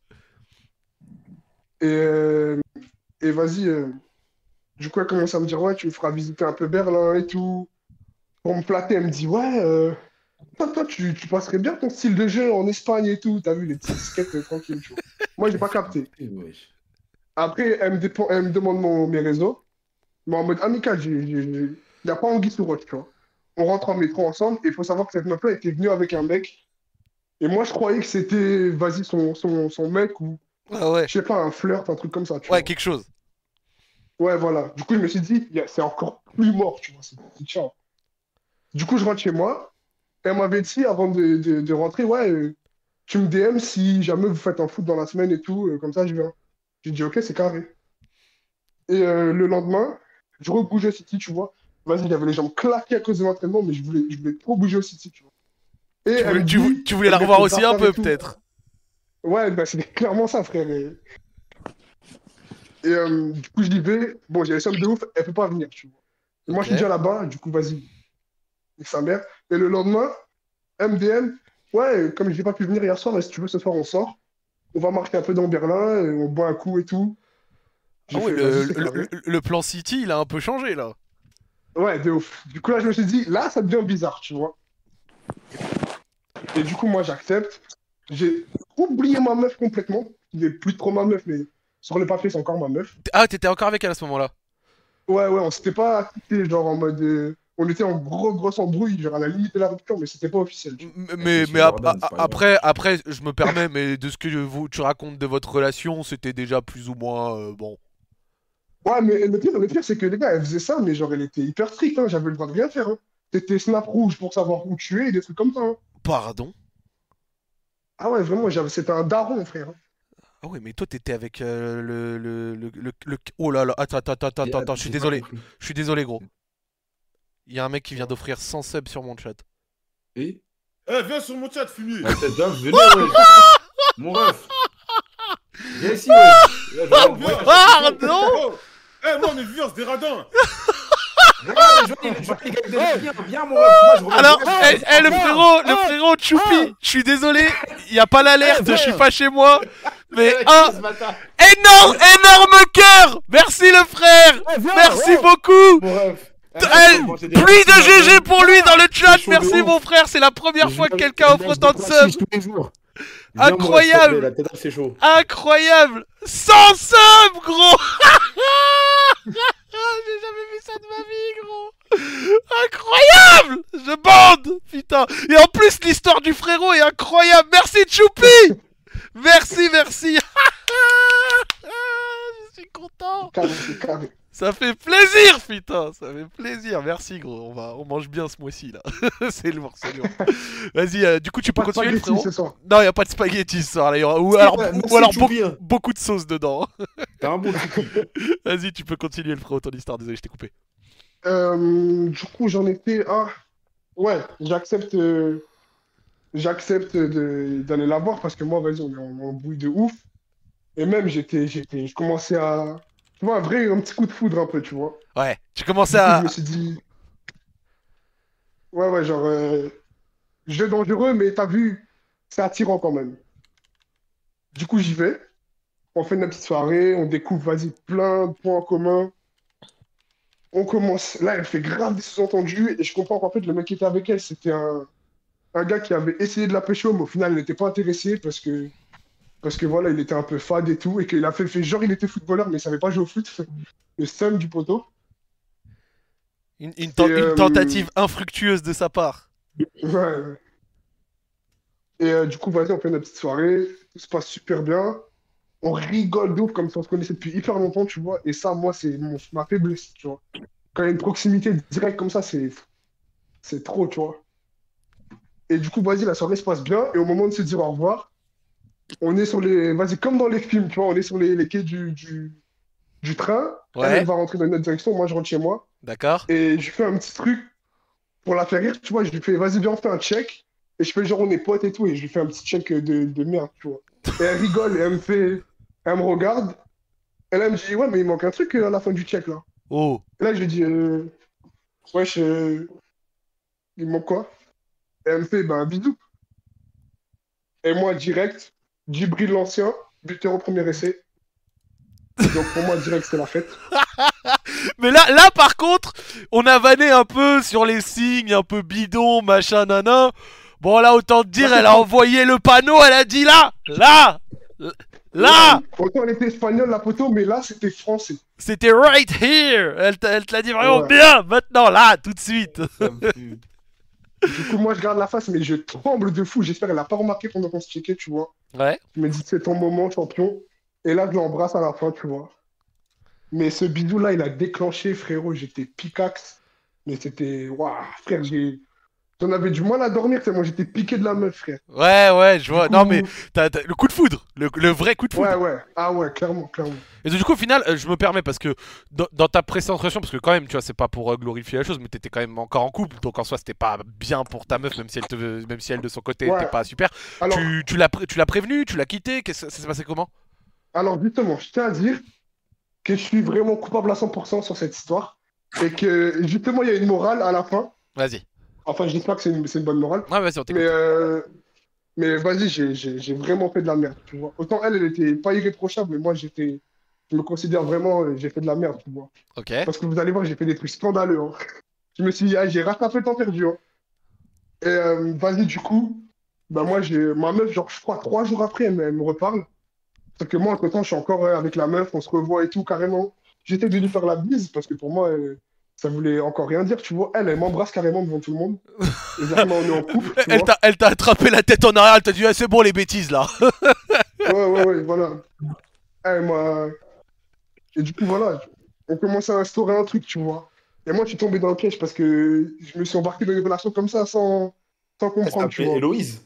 Et, euh, et vas-y, euh, du coup, elle commence à me dire, ouais, tu me feras visiter un peu Berlin et tout. Pour me flatter, elle me dit, ouais, euh, toi, toi, tu, tu passerais bien ton style de jeu en Espagne et tout. T'as vu les petites disquettes euh, tranquilles, tu vois. Moi, j'ai pas capté. Eh, wesh. Après, elle me, dépend- elle me demande mon, mes réseaux, mais en mode amical, j'ai- j'ai- j'ai- il n'y a pas anguille sous roche, tu vois. On rentre en métro ensemble, et il faut savoir que cette meuf-là était venue avec un mec. Et moi, je croyais que c'était, vas-y, son, son, son mec ou, Ah ouais. je sais pas, un flirt, un truc comme ça, tu Ouais, vois. quelque chose. Ouais, voilà. Du coup, je me suis dit, y a- c'est encore plus mort, tu vois. C'est c'est chiant. Du coup, je rentre chez moi. Elle m'avait dit, avant de, de, de rentrer, ouais, euh, tu me D M si jamais vous faites un foot dans la semaine et tout, euh, comme ça, je viens. J'ai dit, ok, c'est carré. Et euh, le lendemain, je rebouge au City, tu vois. Vas-y, j'avais les jambes claquées à cause de l'entraînement, mais je voulais, je voulais trop bouger au City, tu vois. Et Tu elle voulais, me tu dit, vou- tu voulais la elle me revoir fait aussi un grave peu, et tout. peut-être. Ouais, bah, c'est clairement ça, frère. Et, et, euh, du coup, je dis, vais. Bon, j'ai les sommes de ouf, elle peut pas venir, tu vois. Et moi, je suis Ok. déjà là-bas, du coup, vas-y. Et sa mère. Et le lendemain, M D M, ouais, comme j'ai pas pu venir hier soir, mais si tu veux, ce soir, on sort. On va marcher un peu dans Berlin, et on boit un coup et tout. Ah J'ai ouais, fait, le, vas-y, c'est le- carré. le- le plan City, il a un peu changé là. Ouais, de ouf. Du coup, là, je me suis dit, là, ça devient bizarre, tu vois. Et du coup, moi, j'accepte. J'ai oublié ma meuf complètement. Il n'est plus trop ma meuf, mais sur le papier, c'est encore ma meuf. Ah, t'étais encore avec elle à ce moment-là? Ouais, ouais, on s'était pas quitté, genre en mode. euh, On était en gros, grosse embrouille, genre à la limite de la rupture, mais c'était pas officiel. tu vois. M- Mais, c'est mais ap- Jordan, a- c'est pas après, après, je me permets, mais de ce que vous, tu racontes de votre relation, c'était déjà plus ou moins euh, bon. Ouais, mais le pire, le pire, c'est que les gars, elle faisait ça, mais genre, elle était hyper stricte, hein, j'avais le droit de rien faire. Hein. C'était snap rouge pour savoir où tu es et des trucs comme ça. Hein. Pardon? Ah ouais, vraiment, j'avais... c'était un daron, frère. Hein. Ah ouais, mais toi, t'étais avec euh, le, le, le, le, le- Oh là là, attends, attends, attends, attends, attends, je suis J'ai pas désolé. compris. Je suis désolé, gros. Il y a un mec qui vient d'offrir cent subs sur mon chat. Et Eh, viens sur mon chat, fumier. Ah, t'as déjà venez, ouais. Mon ref. Viens ici, ouais. Viens, viens, Oh, viens. viens. Pardon? Oh. Eh, moi, on est vieux, c'est des radins. Regarde, je vois les- je vois les gars de viens, viens, mon ref. Moi, je reviens. Alors, Ouais, eh, eh, le frérot, le frérot Choupi, je suis désolé, il y a pas l'alerte, je suis pas chez moi, mais un ce matin. énorme, énorme cœur. Merci le frère, merci beaucoup. Mon ref. Eh, Pluie de G G pour lui dans le chat, merci mon frère, c'est la première fois que quelqu'un offre autant de subs. tous les jours. Incroyable. La tête c'est chaud. Incroyable, cent subs, gros. J'ai jamais vu ça de ma vie, gros. Incroyable. Je bande, putain. Et en plus, l'histoire du frérot est incroyable. Merci Choupi. Merci, merci. Je suis content. Carré, c'est carré. Ça fait plaisir, putain. Ça fait plaisir. Merci, gros. On va, on mange bien ce mois-ci, là. C'est lourd, c'est lourd. Vas-y, euh, du coup, tu peux Pas de continuer, le spaghetti frérot. ce soir. Non, y a pas de spaghetti ce soir, là. Y aura... Ou alors, Ouais, ou merci, alors beau- Choupi, hein. beaucoup de sauce dedans. T'as un bon. Vas-y, tu peux continuer, le frérot, ton histoire. Désolé, je t'ai coupé. Euh, du coup, j'en étais à... Ouais, j'accepte euh, j'accepte de- d'aller la voir parce que moi, vas-y, on est en embrouille de ouf. Et même, j'étais, j'étais, je commençais à... Tu vois, un vrai, un petit coup de foudre un peu, tu vois. Ouais, tu Du commençais coup, je à... me suis dit... Ouais, ouais, genre... euh, Jeu dangereux, mais t'as vu, c'est attirant quand même. Du coup, j'y vais. On fait une petite soirée, on découvre, vas-y, plein de points en commun. On commence... Là, elle fait grave des sous-entendus et je comprends qu'en fait, le mec qui était avec elle, c'était un... un gars qui avait essayé de la pécho, mais au final, il n'était pas intéressé parce que... Parce que voilà, il était un peu fade et tout, et qu'il a fait, fait genre il était footballeur, mais il savait pas jouer au foot. Le seum du poteau. Une, une ten- Et, une euh, tentative infructueuse de sa part. Ouais, ouais. Et euh, du coup, vas-y, on fait notre petite soirée, tout se passe super bien. On rigole de ouf comme si on se connaissait depuis hyper longtemps, tu vois. Et ça, moi, c'est mon- ma faiblesse, tu vois. Quand il y a une proximité directe comme ça, c'est c'est trop, tu vois. Et du coup, vas-y, la soirée se passe bien. Et au moment de se dire au revoir, on est sur les... Vas-y, comme dans les films, tu vois, on est sur les, les quais du, du, du train. Elle, Ouais, elle va rentrer dans notre direction, moi, je rentre chez moi. d'accord. Et je fais un petit truc pour la faire rire, tu vois. Je lui fais, vas-y, viens, on fait un check. Et je fais genre, on est potes et tout. Et je lui fais un petit check de, de merde, tu vois. Et elle rigole et elle me fait... Elle me regarde. Et là, elle me dit, ouais, mais il manque un truc euh, à la fin du check, là. Oh, Et là, je lui dis, euh... wesh, euh, il manque quoi? Et elle me fait, bah, un bisou. Et moi, direct, Djibril l'ancien, buteur au premier essai. Donc pour moi, direct, c'était la fête. mais là, là par contre, on a vanné un peu sur les signes, un peu bidon, machin, nana. Bon, là, autant te dire, Bah, c'est elle a tout. envoyé le panneau, elle a dit là, là, là, Autant elle était espagnole, la poteau, mais là, c'était français. c'était right here. Elle, t'a- elle te l'a dit vraiment Ouais. bien, maintenant, là, tout de suite. Ça me pue. Du coup, moi, je garde la face, mais je tremble de fou. J'espère qu'elle n'a pas remarqué pendant qu'on se checkait, tu vois. Ouais. Je me dis, c'est ton moment, champion. Et là, je l'embrasse à la fin, tu vois. Mais ce bisou-là, il a déclenché, frérot. J'étais picaxe. Mais c'était... Waouh, frère, j'ai... J'en avais du mal à dormir, c'est moi, j'étais piqué de la meuf, frère. Ouais, ouais, je vois. Du Non, coup- mais t'as, t'as- le coup de foudre, le, le vrai coup de foudre. Ouais, ouais. Ah ouais, clairement, clairement. Et du coup, au final, euh, je me permets parce que dans, dans ta précédente relation, parce que quand même, tu vois, c'est pas pour euh, glorifier la chose, mais t'étais quand même encore en couple, donc en soi, c'était pas bien pour ta meuf, même si elle, te, même si elle de son côté, Ouais. était pas super. Alors, Tu, tu l'as, pré- tu l'as prévenu, tu l'as quitté, qu'est-ce, ça s'est passé comment? alors justement, je tiens à dire que je suis vraiment coupable à cent pour cent sur cette histoire. Et que, justement, il y a une morale à la fin. Vas-y. Enfin, j'espère que c'est une, c'est une bonne morale. Ouais, vas-y, on t'écoute. Mais, euh, mais vas-y, j'ai, j'ai, j'ai vraiment fait de la merde, tu vois. Autant elle, elle était pas irréprochable, mais moi, j'étais... Je me considère vraiment, euh, j'ai fait de la merde, tu vois. Ok. Parce que vous allez voir, j'ai fait des trucs scandaleux, hein. Je me suis dit, ah, j'ai rattrapé le temps perdu, hein. Et euh, vas-y, du coup, bah moi, j'ai ma meuf, genre, je crois, trois jours après, elle, me elle me reparle. Sauf que moi, entre-temps, je suis encore euh, avec la meuf, on se revoit et tout, carrément. J'étais de lui faire la bise parce que pour moi, euh, ça voulait encore rien dire, tu vois. Elle, elle m'embrasse carrément devant tout le monde. Et vraiment, on est en couple, tu Elle vois. t'a, elle t'a attrapé la tête en arrière, elle t'a dit ah, c'est bon les bêtises là. Ouais, ouais, ouais, voilà. Elle m'a. Et du coup, voilà, on commence à instaurer un truc, tu vois. Et moi, je suis tombé dans le piège parce que je me suis embarqué dans une relation comme ça sans, sans Elle comprendre, tu s'appelait vois. Héloïse.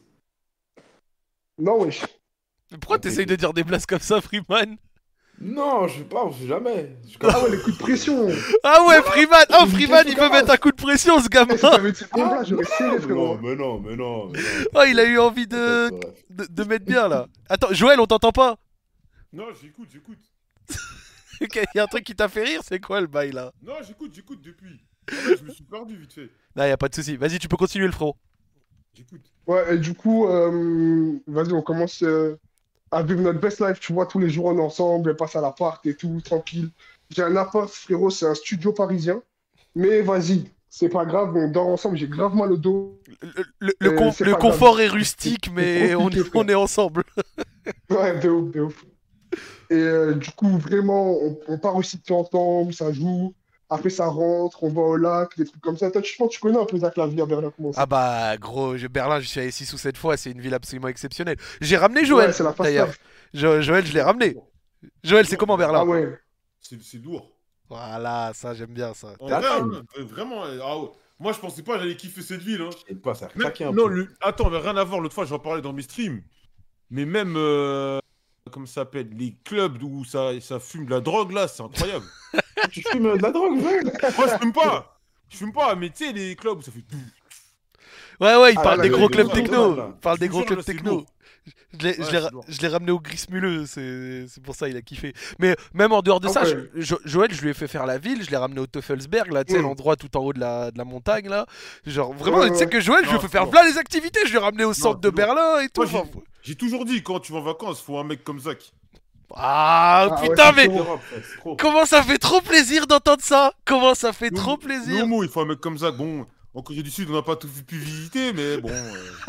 Non, wesh. Pourquoi t'essayes de dire des blagues comme ça, Freeman? Non, je sais pas, on sait jamais. Je suis Ah ouais, les coups de pression. Ah ouais, Freeman, oh Une Freeman, pièce il au peut garage. mettre un coup de pression ce Eh, gamin. si t'avais de cette là j'aurais serré, Non, frérot. mais non, mais non, mais non. Oh, il a eu envie de, Bref, bref. de, de mettre bien là. Attends, Joël, on t'entend pas? Non, j'écoute, j'écoute. Ok, y a un truc qui t'a fait rire, c'est quoi le bail là? Non, j'écoute, j'écoute depuis. En fait, je me suis perdu vite fait. Non, y a pas de souci. Vas-y, tu peux continuer le frérot. J'écoute. Ouais, et du coup, euh, vas-y, on commence euh, à vivre notre best life, tu vois, tous les jours on est ensemble, elle passe à l'appart et tout, tranquille. J'ai un appart, frérot, c'est un studio parisien. Mais vas-y, c'est pas grave, on dort ensemble, j'ai grave mal au dos. Le, le- le Euh, con- c'est le pas confort grave. est rustique, C'est mais on, compliqué, frère. on est ensemble. Ouais, de ouf, de ouf. Et euh, du coup, vraiment, on, on part aussi de ensemble, ça joue. Après, ça rentre, on va au lac, des trucs comme ça. Toi, je pense que tu connais un peu Zach la vie à Berlin, comment Ah c'est? bah gros, je- Berlin, je suis allé six ou sept fois, c'est une ville absolument exceptionnelle. J'ai ramené Ouais, Joël c'est la fast d'ailleurs. life. Jo- Joël, je l'ai ramené. Joël, c'est comment Ah Berlin? ouais. C'est c'est lourd. Voilà, ça j'aime bien ça. En La vrai, taille. hein, euh, vraiment. euh, ah ouais. Moi, je pensais pas que j'allais kiffer cette ville. Hein. Je sais pas, ça a Même- craqué un non, peu. le- attends, mais rien à voir. L'autre fois, j'en parlais dans mes streams. Mais même, euh, comment ça s'appelle? Les clubs où ça, ça fume de la drogue, là, c'est incroyable. Tu fumes euh, de la drogue, Joël? Moi, je fume pas. Je fume pas, mais tu sais, les clubs où ça fait tout. Ouais, ouais, il Ah, parle là, des là, gros il est clubs lourd, techno. là. Il parle Je des vous gros jure, clubs là, c'est techno. lourd. Je l'ai, je Ouais, l'ai c'est ra- lourd. je l'ai ramené au Grismuleux, c'est c'est pour ça il a kiffé. Mais même en dehors de Ah ça, ouais. je- Jo- Joël, je lui ai fait faire la ville, je l'ai ramené au Teufelsberg, là, tu sais, Mm. l'endroit tout en haut de la, de la montagne, là. Genre, vraiment, Ouais, tu sais ouais. que Joël, je lui ai Non, fait c'est faire lourd. plein les activités, je lui ai ramené au centre de c'est lourd. Berlin et tout. Moi, j'ai- enfin, J'ai toujours dit, quand tu vas en vacances, faut un mec comme Zach. Ah, Ah ouais, putain, c'est mais chaud. Europe, frère, c'est trop. comment ça fait trop plaisir d'entendre ça! Comment ça fait Nous- trop nous, plaisir! Homo, il faut un mec comme Zach. Bon, en Corée du Sud, on n'a pas tout pu visiter, mais bon. euh,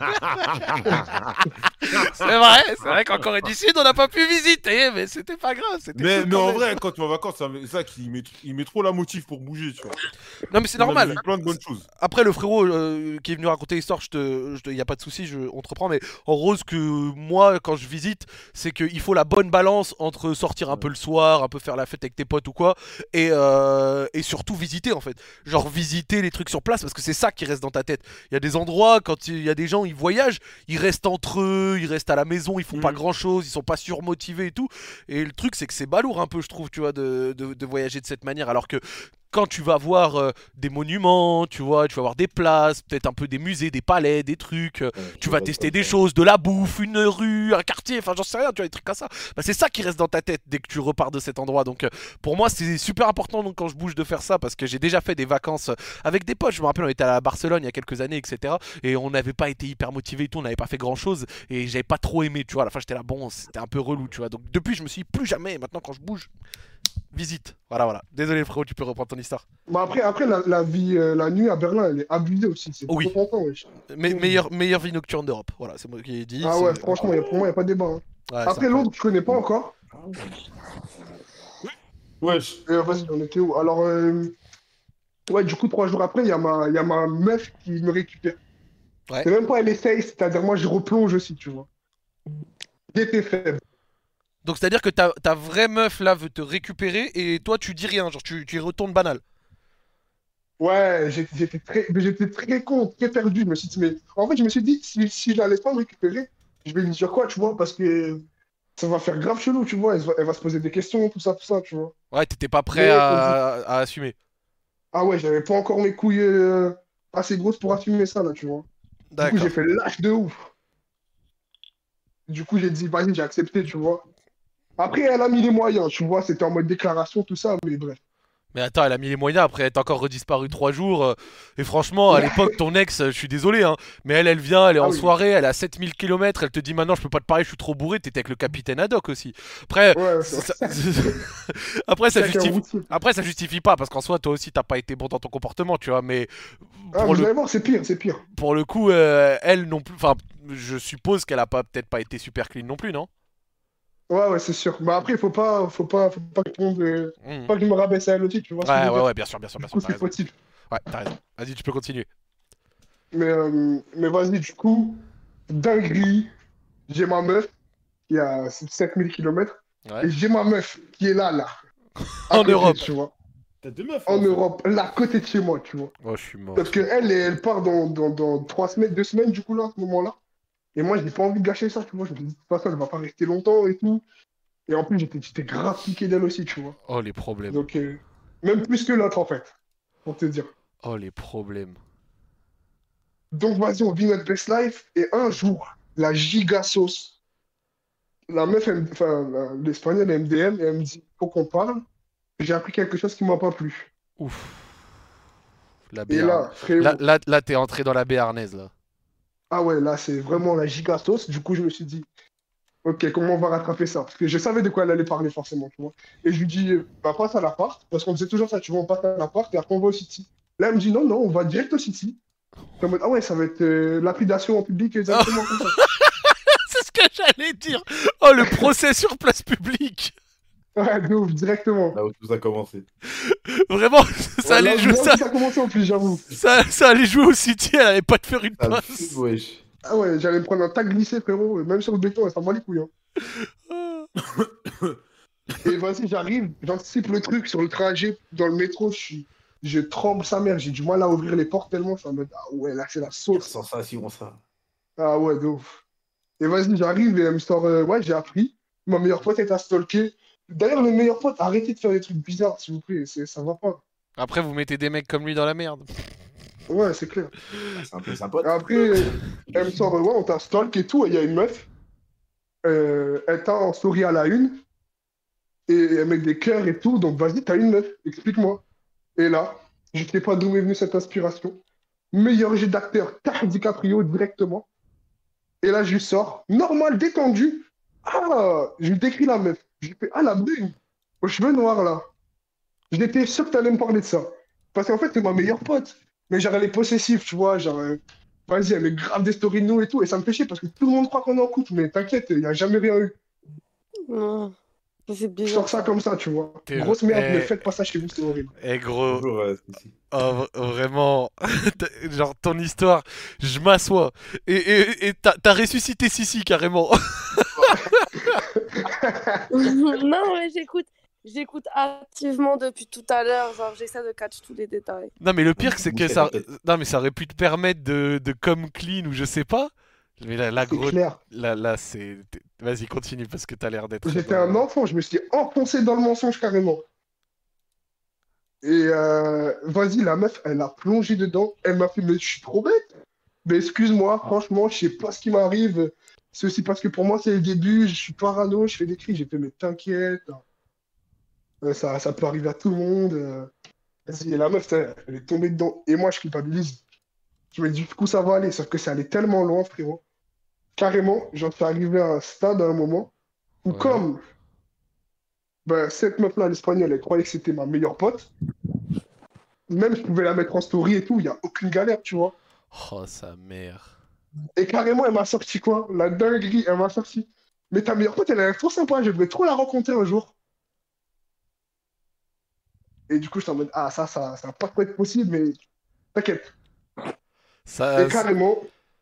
C'est vrai, c'est vrai qu'en Corée du Sud, on n'a pas pu visiter, mais c'était pas grave. C'était Mais, cool mais quand en même. vrai, quand tu vas en vacances, ça- Zach, il met, il met trop la motive pour bouger, tu vois. Non, mais c'est On a normal. vu plein de bonnes choses. Après, le frérot euh, qui est venu raconter l'histoire, je te, je te- y a pas de souci, je, on te reprend. Mais en gros, ce que moi, quand je visite, c'est qu'il faut la bonne balance entre sortir un peu le soir, un peu faire la fête avec tes potes ou quoi, et, euh, et surtout visiter en fait. Genre visiter les trucs sur place parce que c'est ça qui reste dans ta tête. Il y a des endroits, quand il y a des gens, ils voyagent, ils restent entre eux, ils restent à la maison, ils font pas Mhm. grand chose, ils sont pas surmotivés et tout. Et le truc, c'est que c'est balourd un peu, je trouve, tu vois, de, de, de voyager de cette manière. Alors que quand tu vas voir euh, des monuments, tu vois, tu vas voir des places, peut-être un peu des musées, des palais, des trucs, euh, Ouais, tu je vas vois tester comme des ça. choses, de la bouffe, une rue, un quartier, enfin j'en sais rien, tu vois, des trucs comme ça. Bah, c'est ça qui reste dans ta tête dès que tu repars de cet endroit. Donc euh, pour moi, c'est super important donc, quand je bouge de faire ça parce que j'ai déjà fait des vacances euh, avec des potes. Je me rappelle, on était à Barcelone il y a quelques années, et cetera. Et on n'avait pas été hyper motivés et tout, on n'avait pas fait grand chose et j'avais pas trop aimé, tu vois. À la fin, j'étais là, bon, c'était un peu relou, tu vois. Donc depuis, je me suis dit, plus jamais, maintenant quand je bouge, visite. Voilà, voilà. Désolé, frérot, tu peux reprendre ton histoire. Bah après, après la, la vie, euh, la nuit à Berlin, elle est abusée aussi. C'est Oui. trop content, wesh. Me- meilleure, meilleure vie nocturne d'Europe. Voilà, c'est moi qui ai dit. Ah c'est- ouais, franchement, y a- pour moi, il n'y a pas de débat. hein. Ouais, c'est Après, incroyable. l'autre, je connais pas encore. Wesh. Euh, vas-y, on était où? Alors, euh, ouais, du coup, trois jours après, il y a ma, il y a ma meuf qui me récupère. Ouais. C'est même pas elle essaye, c'est-à-dire moi, je replonge aussi, tu vois. J'étais faible. Donc c'est-à-dire que ta, ta vraie meuf là veut te récupérer et toi tu dis rien, genre tu, tu y retournes banal. Ouais, j'ai- j'étais très, mais j'étais très con, très perdu. Je me suis dit, mais en fait, je me suis dit, si, si je la laisse pas me récupérer, je vais lui dire quoi, tu vois, parce que ça va faire grave chelou, tu vois. Elle, va elle va se poser des questions, tout ça, tout ça, tu vois. Ouais, t'étais pas prêt Mais, à, à assumer. Ah ouais, j'avais pas encore mes couilles euh, assez grosses pour assumer ça, là, tu vois. Du coup, D'accord. j'ai fait lâche de ouf. Du coup, j'ai dit, vas-y, j'ai accepté, tu vois. Après, elle a mis les moyens, tu vois, c'était en mode déclaration, tout ça, mais bref. Mais attends, elle a mis les moyens, après être encore redisparue trois jours. euh, Et franchement, à l'époque, ton ex, euh, je suis désolé, hein, mais elle, elle vient, elle est Ah en oui. soirée, elle est à sept mille kilomètres, elle te dit maintenant je peux pas te parler, je suis trop bourré, t'étais avec le capitaine Haddock aussi. Après, Ouais, ça... c'est après, ça Chacun justifie... routier. après, ça justifie pas, parce qu'en soi, toi aussi, t'as pas été bon dans ton comportement, tu vois, mais Ah, pour vous le, allez voir, c'est pire, c'est pire. pour le coup, euh, elle non plus, enfin, je suppose qu'elle a pas peut-être pas été super clean non plus, non? Ouais, ouais, c'est sûr. Bah après, il faut pas, faut pas, faut pas que, tout le monde, euh, Mmh. faut pas que je me rabaisse à elle aussi, tu vois ce que je Ouais, veux ouais, dire. ouais, bien sûr, bien sûr, Du bien sûr, coup, t'as c'est raison. possible. Ouais, t'as raison. Vas-y, tu peux continuer. Mais, euh, mais vas-y, du coup, dinguerie, j'ai ma meuf qui a sept mille kilomètres Ouais. et j'ai ma meuf qui est là, là, à En côté, Europe. tu vois. T'as deux meufs, En en fait. Europe, là, à côté de chez moi, tu vois. Oh, je suis mort. Parce qu'elle, elle part dans, dans, dans trois semaines, deux semaines, du coup, là, à ce moment-là. Et moi, j'ai pas envie de gâcher ça, tu vois. Je me dis, de toute façon, elle va pas rester longtemps et tout. Et en plus, j'étais j'étais grave piqué d'elle aussi, tu vois. Oh, les problèmes. Donc, euh, même plus que l'autre, en fait, pour te dire. Oh, les problèmes. Donc, vas-y, on vit notre best life. Et un jour, la giga sauce, la meuf, elle me- enfin, la- l'Espagnole, elle me D M et elle me dit, faut qu'on parle. J'ai appris quelque chose qui m'a pas plu. Ouf. La Et béarn. là, frérot, Là, là, là, t'es entré dans la béarnaise, là. ah ouais, là, c'est vraiment la giga sauce. Du coup, je me suis dit, ok, comment on va rattraper ça? Parce que je savais de quoi elle allait parler, forcément, tu vois. Et je lui dis, euh, bah, passe à l'appart, parce qu'on faisait toujours ça, tu vois, on passe à l'appart et après on va au city. Là, elle me dit, non, non, on va direct au city. Je suis en mode, ah ouais, ça va être euh, lapidation en public, exactement comme ça. C'est ce que j'allais dire. Oh, le procès sur place publique. Ouais, de ouf, directement. Là où tout ça a commencé. Vraiment, ça Ouais, allait là, jouer là où ça. ça a commencé en plus, j'avoue. Ça, ça allait jouer au City, elle allait pas te faire une Ça me passe. fout, wesh. Ah ouais, j'allais me prendre un tac glissé, frérot, même sur le béton, ça m'en les couilles. Hein. Et vas-y, j'arrive, j'anticipe le truc sur le trajet, dans le métro, je suis. Je tremble sa mère, j'ai du mal à ouvrir les portes tellement ça me. Ah ouais, là, c'est la sauce. Sensation, ça. Ah ouais, de ouf. Et vas-y, j'arrive et elle me sort, euh, ouais, j'ai appris. Ma meilleure pote est à stalker. D'ailleurs, mes meilleurs potes, arrêtez de faire des trucs bizarres, s'il vous plaît, c'est- ça va pas. Après, vous mettez des mecs comme lui dans la merde. Ouais, c'est clair. C'est un peu sympa. Après, euh, elle me sort, euh, ouais, on t'a stalk et tout, et il y a une meuf. Euh, elle t'a en story à la une, et elle met des cœurs et tout, donc vas-y, t'as une meuf, explique-moi. Et là, je sais pas d'où m'est venue cette inspiration. Meilleur jeu d'acteur, Car DiCaprio directement. Et là, je lui sors, normal, détendu. Ah, je lui décris la meuf. Je lui fais, ah, la brune, aux cheveux noirs là. J'étais sûr que t'allais me parler de ça. Parce qu'en fait, c'est ma meilleure pote. Mais genre, elle est possessive, tu vois. Genre, euh, vas-y, elle met grave des stories de nous et tout. Et ça me fait chier parce que tout le monde croit qu'on est en couple. Mais t'inquiète, il n'y a jamais rien eu. Non, c'est Je bizarre. sors ça comme ça, tu vois. T'es- Grosse merde, eh. ne faites pas ça chez vous, c'est horrible. Eh gros, Bonjour, euh, Stacy. oh, v- vraiment, T'as- genre ton histoire, je m'assois et et et t'as t'as ressuscité Sissi carrément. Non, mais j'écoute. J'écoute activement depuis tout à l'heure. Genre, j'essaie de catch tous les détails. Non mais le pire c'est que ça, Peut-être. non mais ça aurait pu te permettre de de come clean ou je sais pas. Mais là, là C'est gros, clair. là là c'est, t'es- vas-y continue parce que t'as l'air d'être. J'étais dans- un enfant, je me suis enfoncé dans le mensonge carrément. Et euh, vas-y, la meuf, elle a plongé dedans. Elle m'a fait, mais je suis trop bête. Mais excuse-moi, franchement, je sais pas ce qui m'arrive. C'est aussi parce que pour moi, c'est le début. Je suis parano, je fais des cris. J'ai fait, mais t'inquiète. Euh, ça, ça peut arriver à tout le monde. euh. Vas-y, et la meuf, elle, elle est tombée dedans. Et moi, je culpabilise. Je me dis, du coup, ça va aller. Sauf que ça allait tellement loin, frérot. Carrément, j'en suis arrivé à un stade à un moment où, Ouais. comme ben, cette meuf-là, l'espagnole, elle croyait que c'était ma meilleure pote. Même je pouvais la mettre en story et tout, il n'y a aucune galère, tu vois. Oh sa mère. Et carrément, elle m'a sorti quoi? La dinguerie, elle m'a sorti. Mais ta meilleure pote, elle a l'air trop sympa, j'aimerais trop la rencontrer un jour. Et du coup, je suis en mode, ah, ça, ça, ça va pas trop être possible, mais t'inquiète. Ça, Et carrément,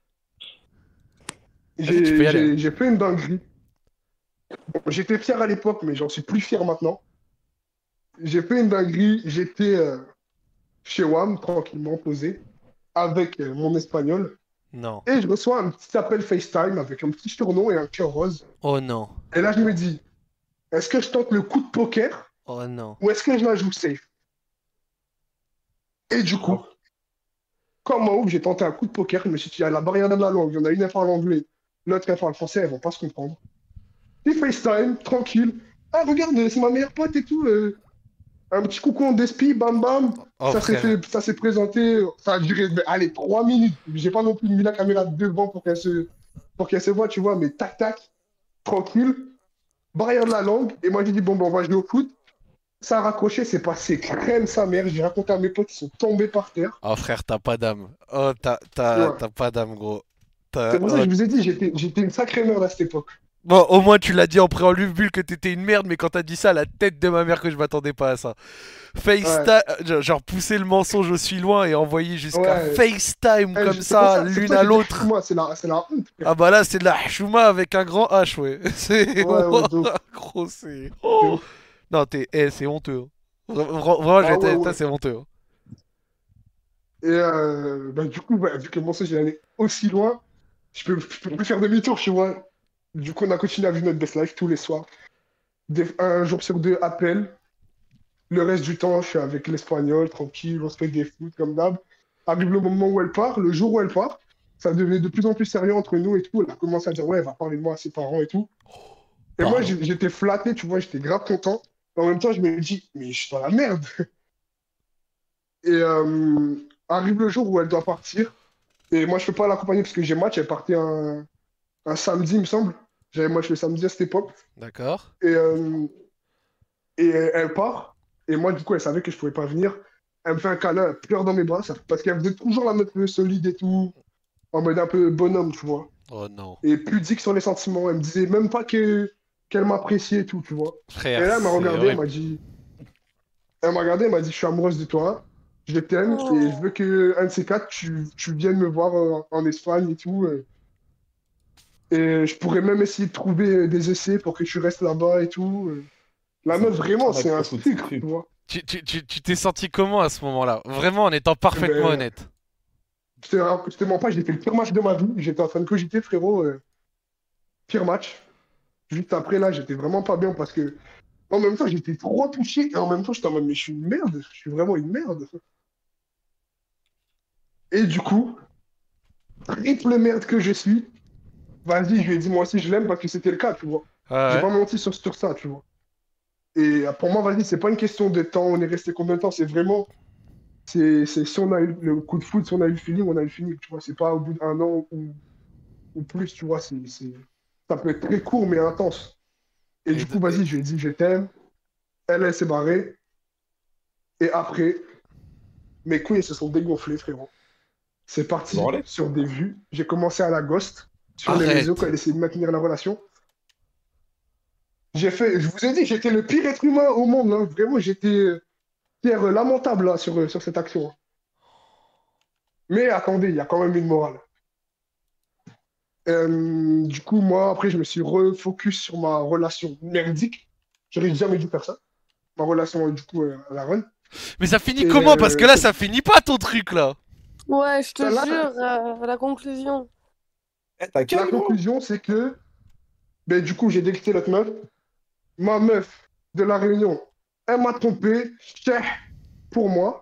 Vas-y, tu peux y j'ai aller. j'ai- j'ai fait une dinguerie. Bon, j'étais fier à l'époque, mais j'en suis plus fier maintenant. J'ai fait une dinguerie, j'étais euh, chez W A M, tranquillement posé, avec euh, mon espagnol. non. Et je reçois un petit appel FaceTime avec un petit surnom et un cœur rose. Oh non. Et là, je me dis, est-ce que je tente le coup de poker Oh non. ou est-ce que je la joue safe? Et du coup, comme en ouf, j'ai tenté un coup de poker. Je me suis dit, à la barrière de la langue, il y en a une, elle parle anglais, l'autre, elle parle français, elles vont pas se comprendre. Et FaceTime, tranquille. Ah, regarde, c'est ma meilleure pote et tout. euh, un petit coucou en despi, bam bam. Oh ça s'est frère. fait, ça s'est présenté. Ça a duré, mais, allez, trois minutes. J'ai pas non plus mis la caméra devant pour qu'elle se, pour qu'elle se voit, tu vois, mais tac tac, tranquille. Barrière de la langue. Et moi, j'ai dit, bon, ben, on va jouer au foot. Ça a raccroché, c'est passé crème sa mère. J'ai raconté à mes potes, ils sont tombés par terre. Oh frère, t'as pas d'âme. Oh t'as t'as Ouais. t'as pas d'âme gros. T'as- C'est pour ça oh, que je vous ai dit, j'étais, j'étais une sacrée merde à cette époque. Bon, au moins tu l'as dit en préambule que t'étais une merde, mais quand t'as dit ça, la tête de ma mère que je m'attendais pas à ça. FaceTime, ouais. Genre pousser le mensonge aussi loin et envoyer jusqu'à ouais. FaceTime hey, comme ça, l'une à l'autre. C'est la, la honte. Ah bah là, c'est de la chouma avec un grand H, ouais. C'est ouais, ouais, gros, c'est. Oh. Non, t'es, hey, c'est honteux. Vraiment, ah, ouais, ouais. c'est honteux. Et euh, bah, du coup, bah, vu que le mensonge est allé aussi loin, je peux, je peux plus faire demi-tour, tu vois. Du coup, on a continué à vivre notre best life tous les soirs. Des, un jour sur deux, appel. Le reste du temps, je suis avec l'Espagnol, tranquille, on se fait des foot comme d'hab. Arrive le moment où elle part, le jour où elle part, ça devenait de plus en plus sérieux entre nous et tout. Elle a commencé à dire, ouais, elle va parler de moi à ses parents et tout. Et oh. moi, j'étais flatté, tu vois, j'étais grave content. En même temps, je me dis, mais je suis dans la merde. Et euh, arrive le jour où elle doit partir. Et moi, je ne peux pas l'accompagner parce que j'ai match. Elle partait un, un samedi, il me semble. J'avais match le samedi à cette époque. D'accord. Et, euh, et elle part. Et moi, du coup, elle savait que je ne pouvais pas venir. Elle me fait un câlin, elle pleure dans mes bras. Ça, parce qu'elle faisait toujours la meuf solide et tout. En mode un peu bonhomme, tu vois. Oh non. Et pudique sur les sentiments. Elle me disait même pas que, qu'elle m'appréciait et tout, tu vois. Frère, et là, elle m'a regardé, elle m'a dit... Elle m'a regardé, elle m'a dit, je suis amoureuse de toi. Je t'aime oh. et je veux qu'un de ces quatre, tu, tu viennes me voir en, en Espagne et tout. Et je pourrais même essayer de trouver des essais pour que tu restes là-bas et tout. La meuf, vraiment, c'est un sucre, tu vois. Tu, tu, tu, tu t'es senti comment à ce moment-là? Vraiment, en étant parfaitement ben, honnête. Je te, je te mens pas, j'ai fait le pire match de ma vie. J'étais en train de cogiter, frérot. Euh, pire match. Juste après, là, j'étais vraiment pas bien parce que, en même temps, j'étais trop touché et en même temps, j'étais en mode, mais je suis une merde. Je suis vraiment une merde. Et du coup, triple merde que je suis, vas-y, je lui ai dit moi aussi je l'aime parce que c'était le cas, tu vois. Ah ouais. J'ai pas menti sur, sur ça, tu vois. Et pour moi, vas-y, c'est pas une question de temps, on est resté combien de temps, c'est vraiment, c'est, c'est si on a eu le coup de foot, si on a eu le feeling, on a eu le feeling, tu vois. C'est pas au bout d'un an ou, ou plus, tu vois. C'est, c'est... Ça peut être très court mais intense. Et, et du coup, vas-y, je lui ai dit je t'aime. Elle, elle s'est barrée. Et après, mes couilles se sont dégonflées, frérot. C'est parti bon, sur des vues. J'ai commencé à la ghost sur Arrête. les réseaux quand elle essayait de maintenir la relation. J'ai fait, je vous ai dit, j'étais le pire être humain au monde. Hein. Vraiment, j'étais Pierre lamentable là, sur, sur cette action. Mais attendez, il y a quand même une morale. Euh, du coup, moi, après, je me suis refocus sur ma relation merdique. J'aurais jamais dû faire ça. Ma relation, du coup, à la run. Mais ça finit Et comment euh, Parce que là, ça finit pas ton truc là. Ouais, je te là, jure, euh, la conclusion. La conclusion, c'est que, ben, du coup, j'ai déclaré l'autre meuf. Ma meuf de la Réunion, elle m'a trompé, pour moi.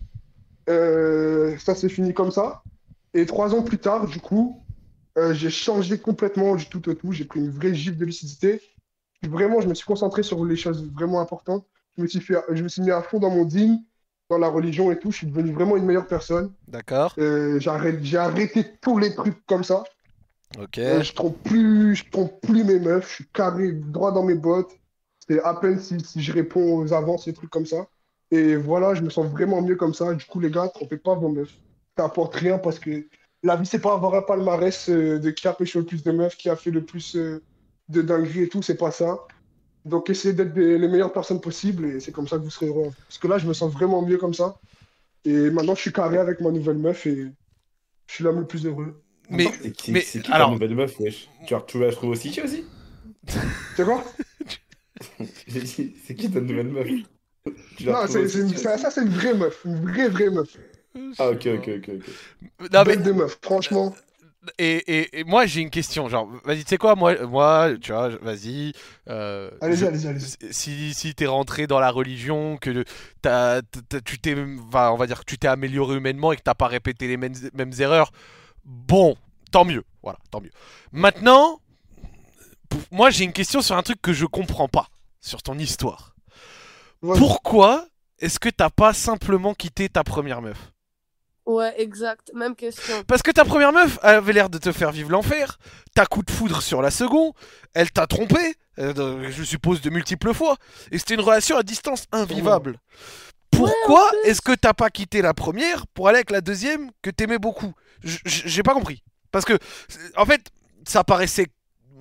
Euh, ça s'est fini comme ça. Et trois ans plus tard, du coup, euh, j'ai changé complètement du tout au tout. J'ai pris une vraie gifle de lucidité. Vraiment, je me suis concentré sur les choses vraiment importantes. Je me suis, fait, je me suis mis à fond dans mon dîme, dans la religion et tout. Je suis devenu vraiment une meilleure personne. D'accord. Euh, j'ai, arrêté, j'ai arrêté tous les trucs comme ça. Ok. Euh, je trompe plus, je trompe plus mes meufs. Je suis carré droit dans mes bottes. C'est à peine si, si je réponds aux avances, des trucs comme ça. Et voilà, je me sens vraiment mieux comme ça. Du coup, les gars, trompez pas vos meufs. Ça apporte rien parce que la vie, c'est pas avoir un palmarès euh, de qui a pêché le plus de meufs, qui a fait le plus euh, de dingueries et tout. C'est pas ça. Donc, essayez d'être des, les meilleures personnes possibles et c'est comme ça que vous serez heureux. Parce que là, je me sens vraiment mieux comme ça. Et maintenant, je suis carré avec ma nouvelle meuf et je suis l'homme le plus heureux. Mais, c'est qui, mais, c'est qui alors... ta nouvelle meuf, wesh? Tu tu la trouves aussi qui aussi? C'est quoi? J'ai dit, c'est qui ta nouvelle meuf? Non, c'est, c'est une, ça, ça c'est une vraie meuf, une vraie vraie meuf. Ah ok, ok, ok, ok. Non, mais... de meuf, franchement. Et, et, et moi j'ai une question, genre, vas-y, tu sais quoi, moi, moi, tu vois, vas-y. Euh, allez-y, je, allez-y, allez-y. Si, si t'es rentré dans la religion, que t'as, t'as, tu t'es, enfin, on va dire que tu t'es amélioré humainement et que t'as pas répété les mêmes, mêmes erreurs, bon, tant mieux, voilà, tant mieux. Maintenant, moi j'ai une question sur un truc que je comprends pas, sur ton histoire. Ouais. Pourquoi est-ce que t'as pas simplement quitté ta première meuf? Ouais, exact, même question. Parce que ta première meuf avait l'air de te faire vivre l'enfer, t'as coup de foudre sur la seconde, elle t'a trompé, euh, je suppose de multiples fois, et c'était une relation à distance invivable. Pourquoi ouais, est-ce que t'as pas quitté la première pour aller avec la deuxième que t'aimais beaucoup? J'ai pas compris. Parce que, en fait, ça paraissait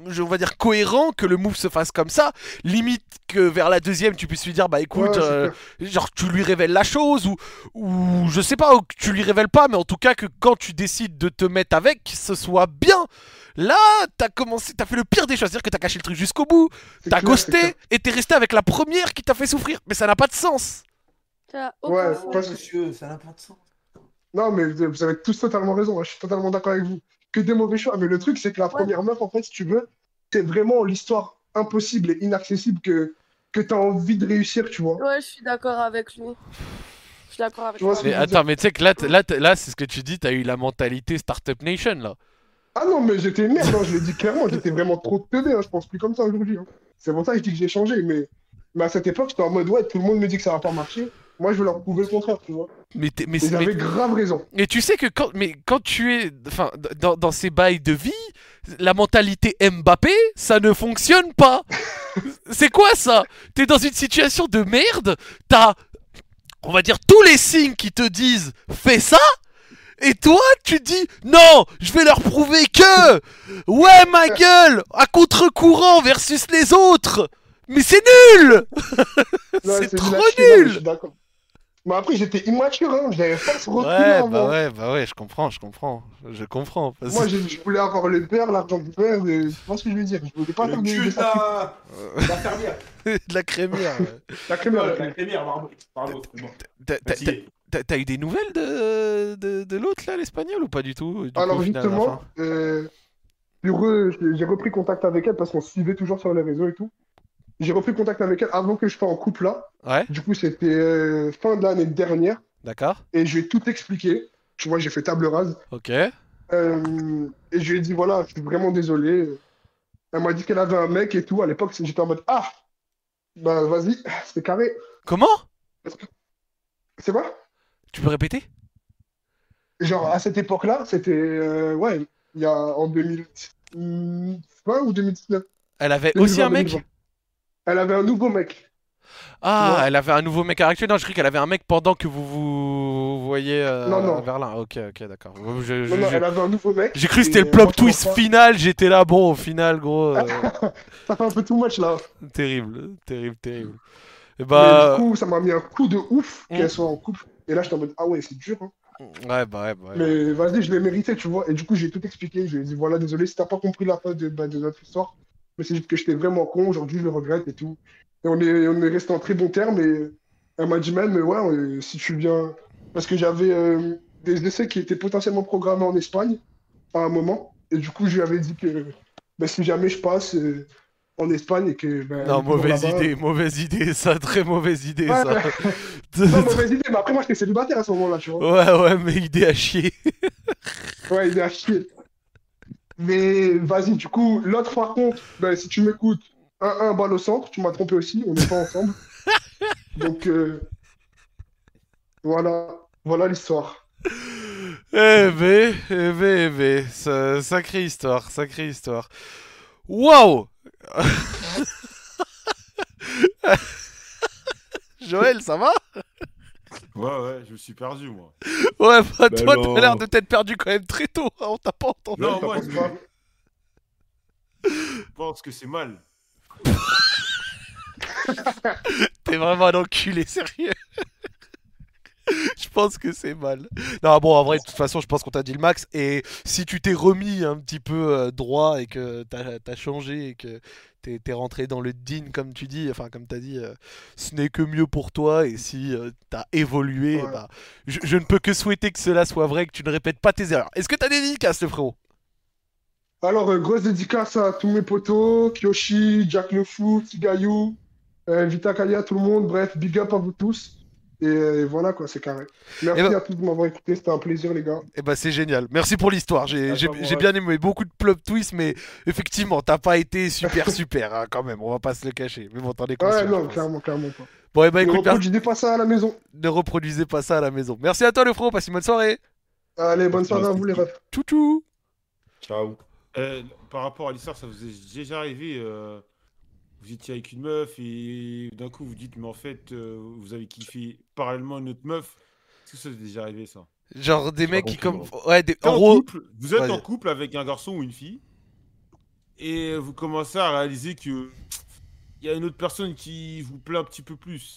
je on va dire cohérent que le move se fasse comme ça. Limite que vers la deuxième, tu puisses lui dire bah écoute, Ouais, c'est euh, clair. genre tu lui révèles la chose ou ou je sais pas, ou que tu lui révèles pas, mais en tout cas que quand tu décides de te mettre avec, ce soit bien. Là, t'as commencé, t'as fait le pire des choses, c'est-à-dire que t'as caché le truc jusqu'au bout, C'est t'as clair, c'est ghosté clair. et t'es resté avec la première qui t'a fait souffrir. Mais ça n'a pas de sens. Ça a Ouais, aucun c'est sens. parce que Monsieur, ça n'a pas de sens. non, mais vous vous avez tous totalement raison, hein, je suis totalement d'accord avec vous. Que des mauvais choix. Mais le truc, c'est que la Ouais, première meuf, en fait, si tu veux, c'est vraiment l'histoire impossible et inaccessible que, que tu as envie de réussir, tu vois. ouais, je suis d'accord avec lui. Je suis d'accord avec Tu vois toi. ce que Mais je veux dire? attends, mais tu sais que là, t- là, t- là c'est ce que tu dis, t'as eu la mentalité Startup Nation là. Ah non, mais j'étais une merde, hein, je l'ai dit clairement, j'étais vraiment trop teubé, hein, je pense plus comme ça aujourd'hui. Hein. C'est pour ça que je dis que j'ai changé, mais, mais à cette époque, j'étais en mode, ouais, tout le monde me dit que ça va pas marcher. Moi, je veux leur prouver le contraire, tu vois. Mais, t'es- mais, Et mais, j'avais grave raison. mais tu sais que quand, mais quand tu es enfin, d- dans, dans ces bails de vie, la mentalité Mbappé, ça ne fonctionne pas. C'est quoi ça? T'es dans une situation de merde, t'as, on va dire, tous les signes qui te disent fais ça, et toi tu dis non, je vais leur prouver que ouais ma gueule, à contre-courant versus les autres. Mais c'est nul. Ouais, C'est c'est trop nul à chier, non, mais je nul. suis d'accord. Mais après, j'étais immature, hein, j'avais pas ce recul Ouais, avant. bah ouais, bah ouais, je comprends, je comprends, je comprends. Parce- Moi, j'ai- je voulais avoir le père, l'argent du père, et... tu vois ce que je veux dire. Je voulais pas faire Le de, de cul de sacrifice. la... la fermière. de la crémière. ouais. La crémière, la La crémière. crémière, pardon. Pardon, c'est bon. T'as- t'as- Fatigué. T'as t'as eu des nouvelles de, de, de l'autre là, l'espagnol, ou pas du tout? Du coup, Alors au final, à la fin justement, euh, j'ai re- j'ai- j'ai repris contact avec elle parce qu'on se suivait toujours sur les réseaux et tout. J'ai repris contact avec elle avant que je sois en couple là. Ouais, Du coup, c'était euh, fin de l'année dernière d'accord, et je lui ai tout expliqué. Tu vois, j'ai fait table rase. ok. Euh, et je lui ai dit, voilà, je suis vraiment désolé. Elle m'a dit qu'elle avait un mec et tout. À l'époque, j'étais en mode, ah, bah vas-y, c'est carré. Comment? C'est quoi? Tu peux répéter? Genre, à cette époque-là, c'était, euh, ouais, il y a en deux mille vingt ou deux mille dix-neuf. Elle avait aussi un mec? deux mille vingt. Elle avait un nouveau mec. Ah, vois. elle avait un nouveau mec à l'heure actuelle? Non, je croyais qu'elle avait un mec pendant que vous vous voyez euh, Non, non. à Berlin. Ok, ok, d'accord. Je- je- Non, non, je- elle avait un nouveau mec. J'ai cru que et, c'était le euh, plot moi, je twist comprends pas. final, j'étais là, bon, au final, gros. euh, Ça fait un peu too much là. terrible, terrible, terrible. Et Mais bah. du coup, ça m'a mis un coup de ouf Mm. qu'elle soit en couple. Et là, j'étais en mode, ah ouais, c'est dur. Hein. Ouais, bah ouais, bah ouais. Mais vas-y, je l'ai mérité, tu vois. Et du coup, j'ai tout expliqué. Je lui ai dit, voilà, désolé si t'as pas compris la fin de, bah, de notre histoire. Mais c'est juste que j'étais vraiment con. Aujourd'hui, je le regrette et tout. Et on est, on est resté en très bons termes. Et elle m'a dit même, mais ouais, euh, si tu viens. Parce que j'avais euh, des essais qui étaient potentiellement programmés en Espagne à un moment. Et du coup, je lui avais dit que bah, si jamais je passe euh, en Espagne et que. Bah, elle Non, est toujours mauvaise là-bas- idée, mauvaise idée, ça, très mauvaise idée, Ouais, ça. non, mauvaise idée, mais après, moi, j'étais célibataire à ce moment-là, tu vois. Ouais, ouais, mais idée à chier. Ouais, il est à chier. Mais vas-y, du coup, l'autre par contre, ben, si tu m'écoutes, un un balle au centre, tu m'as trompé aussi, on n'est pas ensemble. Donc, euh, voilà, voilà l'histoire. Eh ben, eh ben, eh ben, ça- sacrée histoire, sacrée histoire. Waouh! Joël, ça va? Ouais, ouais, je me suis perdu, moi. Ouais, bah, Bah toi, non. t'as l'air de t'être perdu quand même très tôt, hein, on t'a pas entendu. Non, t'as moi, pas je pas. je pense que c'est mal. T'es vraiment un enculé, sérieux. Je pense que c'est mal. Non, bon, en vrai, de toute façon, je pense qu'on t'a dit le max. Et si tu t'es remis un petit peu euh, droit et que t'as as changé et que t'es t'es rentré dans le din, comme tu dis, enfin, comme t'as dit, euh, ce n'est que mieux pour toi. Et si euh, t'as évolué, Ouais. bah, je, je ne peux que souhaiter que cela soit vrai, que tu ne répètes pas tes erreurs. Est-ce que t'as des dédicaces, le frérot? Alors, euh, grosse dédicace à tous mes potos, Kyoshi, Jack le Fou, Tigayou, euh, Vita Kaya, tout le monde, bref, big up à vous tous. Et, euh, et voilà, quoi, c'est carré. Merci Eh ben- à tous de m'avoir écouté, c'était un plaisir, les gars. Eh bah c'est génial. Merci pour l'histoire. J'ai Ah, j'ai- pas moi, j'ai ouais. bien aimé beaucoup de plot twists, mais effectivement, t'as pas été super super hein, quand même. On va pas se le cacher. Mais bon, t'en es conscient. Ouais, je non, pense. clairement, clairement pas. Bon, et bah Ne écoute, merci- reproduisez pas ça à la maison. ne reproduisez pas ça à la maison. Merci à toi, le frérot. Passe une bonne soirée. Allez, bonne Ça soirée va, à vous, les c'était refs. Tchou-tchou. Ciao. Euh, par rapport à l'histoire, ça vous est déjà arrivé euh, vous étiez avec une meuf et d'un coup vous dites, mais en fait, euh, vous avez kiffé parallèlement une autre meuf. Est-ce que ça vous est déjà arrivé, ça? Genre des J'ai mecs pas qui compris, comme. Ouais, des... T'es en en gros. couple, vous êtes Vas-y. en couple avec un garçon ou une fille et vous commencez à réaliser que il y a une autre personne qui vous plaît un petit peu plus.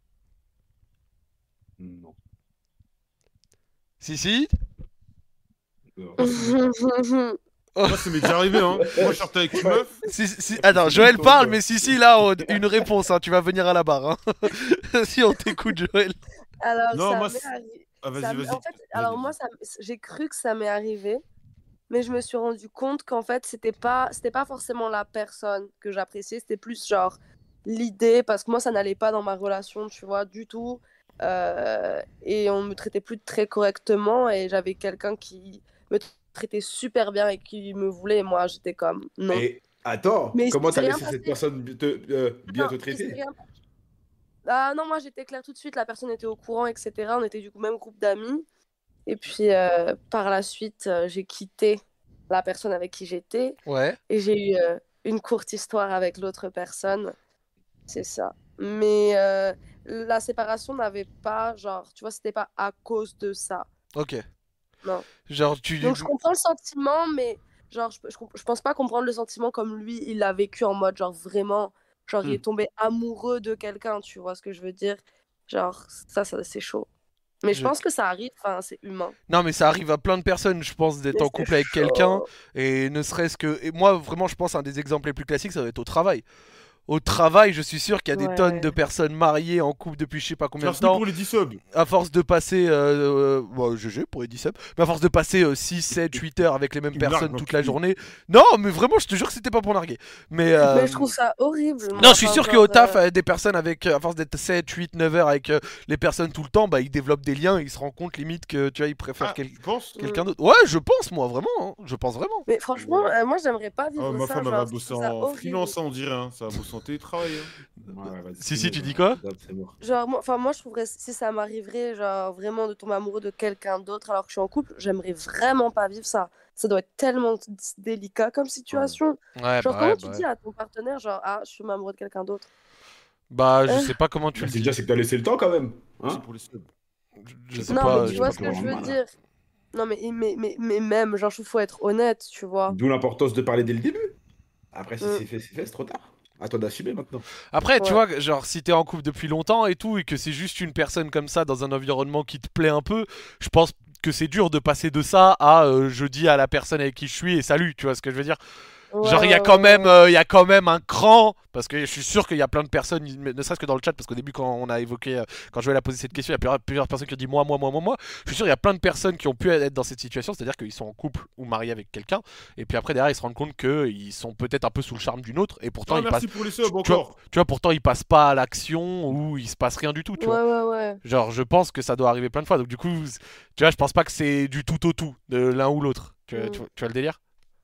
Non. Si, si. Non. Moi, ça m'est déjà arrivé, hein. Moi, je sortais avec une meuf. Si, si. Attends, Joël parle, mais si, si, là, on- une réponse, hein, tu vas venir à la barre. Hein. Si on t'écoute, Joël. Alors, Non, ça moi, m'est c'est- arri- Ah, vas-y, ça vas-y. m'est- En fait, Vas-y, alors vas-y. moi, ça m- j'ai cru que ça m'est arrivé, mais je me suis rendu compte qu'en fait, c'était pas, c'était pas forcément la personne que j'appréciais, c'était plus genre l'idée, parce que moi, ça n'allait pas dans ma relation, tu vois, du tout. Euh, et on me traitait plus très correctement, et j'avais quelqu'un qui me traitait super bien et qui me voulait, et moi, j'étais comme non. Et attends, Mais il comment s'est t'as rien laissé cette passé. personne te, euh, bien Non, te il s'est traiter? rien Ah non, moi j'étais claire tout de suite, la personne était au courant, et cetera. On était du coup même groupe d'amis. Et puis euh, par la suite, euh, j'ai quitté la personne avec qui j'étais Ouais. et j'ai eu euh, une courte histoire avec l'autre personne. C'est ça. Mais euh, la séparation n'avait pas, genre, tu vois, c'était pas à cause de ça. Ok. Non. Genre, tu. Donc je comprends le sentiment, mais genre, je, je, je pense pas comprendre le sentiment comme lui, il l'a vécu en mode, genre, vraiment, genre, il Hmm. est tombé amoureux de quelqu'un, tu vois ce que je veux dire? Genre, ça, ça c'est chaud. Mais je Je- pense que ça arrive, enfin, c'est humain. Non, mais ça arrive à plein de personnes, je pense, d'être Mais en c'est couple avec quelqu'un. chaud. Et ne serait-ce que. Et moi, vraiment, je pense un des exemples les plus classiques, ça va être au travail. Au travail, je suis sûr qu'il y a des tonnes de Ouais. personnes mariées en couple depuis je sais pas combien de Merci temps. pour les dix subs. À force de passer. Euh, euh, bon, G G pour les dix subs. Mais à force de passer euh, six, sept, huit heures avec les mêmes Tu me largues personnes dans toute le la cul. journée. Non, mais vraiment, je te jure que c'était pas pour narguer. Mais. euh, Mais je trouve ça horrible. Non, moi, je suis enfin, sûr genre, qu'au taf, euh, euh, des personnes avec, euh, à force d'être sept, huit, neuf heures avec euh, les personnes tout le temps, bah ils développent des liens, ils se rendent compte limite que tu vois, ils préfèrent Ah, quel- tu penses? quelqu'un d'autre. Ouais, je pense, moi, vraiment, hein, je pense vraiment. Mais franchement, euh, moi, j'aimerais pas Ah, vivre ma ça. femme, elle Genre, va je bosser trouve ça en horrible. freelance, hein, on dirait. Hein. Ça va bosser en télétravail. Hein. Ouais, vas-y, Si, c'est si, bon, tu dis là. quoi? Dab, c'est mort. Genre, moi, enfin, moi, je trouverais, si ça m'arriverait, genre, vraiment de tomber amoureux de quelqu'un d'autre alors que je suis en couple, j'aimerais vraiment pas vivre ça. Ça doit être tellement d- délicat comme situation. Ouais, Genre, bah comment ouais, tu bah dis ouais. à ton partenaire, genre, ah, je suis amoureux de quelqu'un d'autre? Bah, je Euh. sais pas comment tu Bah, le c'est dis. déjà, c'est que t'as laissé le temps quand même. Merci Hein? pour les subs. Je, je sais Non, pas. mais je tu sais vois pas ce que comment je on veux va, là. dire. Non, mais, mais, mais, mais même, genre, il faut être honnête, tu vois. D'où l'importance de parler dès le début. Après, si Mm. c'est fait, c'est fait, c'est trop tard. À toi d'assumer maintenant. Après, tu Ouais. vois, genre, si t'es en couple depuis longtemps et tout, et que c'est juste une personne comme ça dans un environnement qui te plaît un peu, je pense que c'est dur de passer de ça à euh, je dis à la personne avec qui je suis et salut, tu vois ce que je veux dire? Ouais, Genre, il y a ouais, quand ouais, même, ouais. euh, il y a quand même un cran, parce que je suis sûr qu'il y a plein de personnes, ne serait-ce que dans le chat, parce qu'au début, quand on a évoqué, euh, quand Joël a posé cette question, il y a plusieurs, plusieurs personnes qui ont dit moi, moi, moi, moi, moi. Je suis sûr qu'il y a plein de personnes qui ont pu être dans cette situation, c'est-à-dire qu'ils sont en couple ou mariés avec quelqu'un, et puis après, derrière, ils se rendent compte qu'ils sont peut-être un peu sous le charme d'une autre, et pourtant, Ah, ils passent, merci pour les subs tu vois, encore. tu vois, pourtant, ils passent pas à l'action ou il se passe rien du tout, tu Ouais, vois. ouais, ouais. Genre, je pense que ça doit arriver plein de fois, donc du coup, tu vois, je pense pas que c'est du tout au tout de l'un ou l'autre. Tu, Mm. tu, tu vois le délire?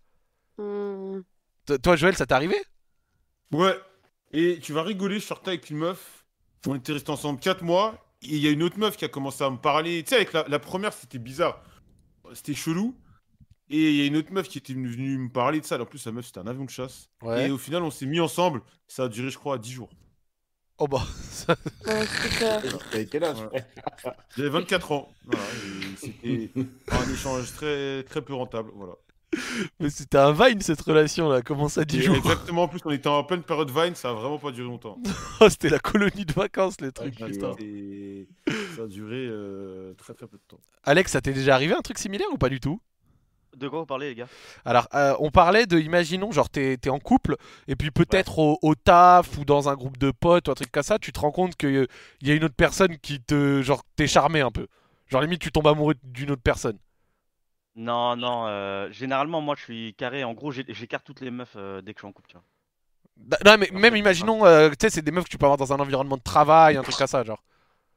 Mm. T- Toi, Joël, ça t'est arrivé? Ouais. Et tu vas rigoler, je sortais avec une meuf. On était restés ensemble quatre mois. Et il y a une autre meuf qui a commencé à me parler. Tu sais, avec la, la première, c'était bizarre. C'était chelou. Et il y a une autre meuf qui était venue me parler de ça. En plus, la meuf, c'était un avion de chasse. Ouais. Et au final, on s'est mis ensemble. Ça a duré, je crois, dix jours. Oh bah, ça- Ouais, super. T'avais quel âge? Ouais. J'avais vingt-quatre ans. Voilà. Et c'était un échange très, très peu rentable. Voilà. mais c'était un Vine cette relation là, comment ça dix Et jours? exactement, en plus, on était en pleine période Vine. Ça a vraiment pas duré longtemps. Oh, c'était la colonie de vacances le truc, Ok, putain. Et ça a duré euh, très très peu de temps. Alex, ça t'est déjà arrivé un truc similaire ou pas du tout? De quoi vous parlez, les gars? Alors, euh, on parlait de, imaginons, genre t'es t'es en couple, et puis peut-être au, au taf ou dans un groupe de potes ou un truc comme ça, tu te rends compte qu'il y a une autre personne qui te. Genre, t'es charmé un peu. Genre, limite, tu tombes amoureux d'une autre personne. Non, non, euh, généralement, moi, je suis carré. En gros, j'ai- j'écarte toutes les meufs euh, dès que je suis en couple, tu vois. Bah, non, mais En même fait, imaginons, euh, tu sais, c'est des meufs que tu peux avoir dans un environnement de travail, un truc comme ça, genre.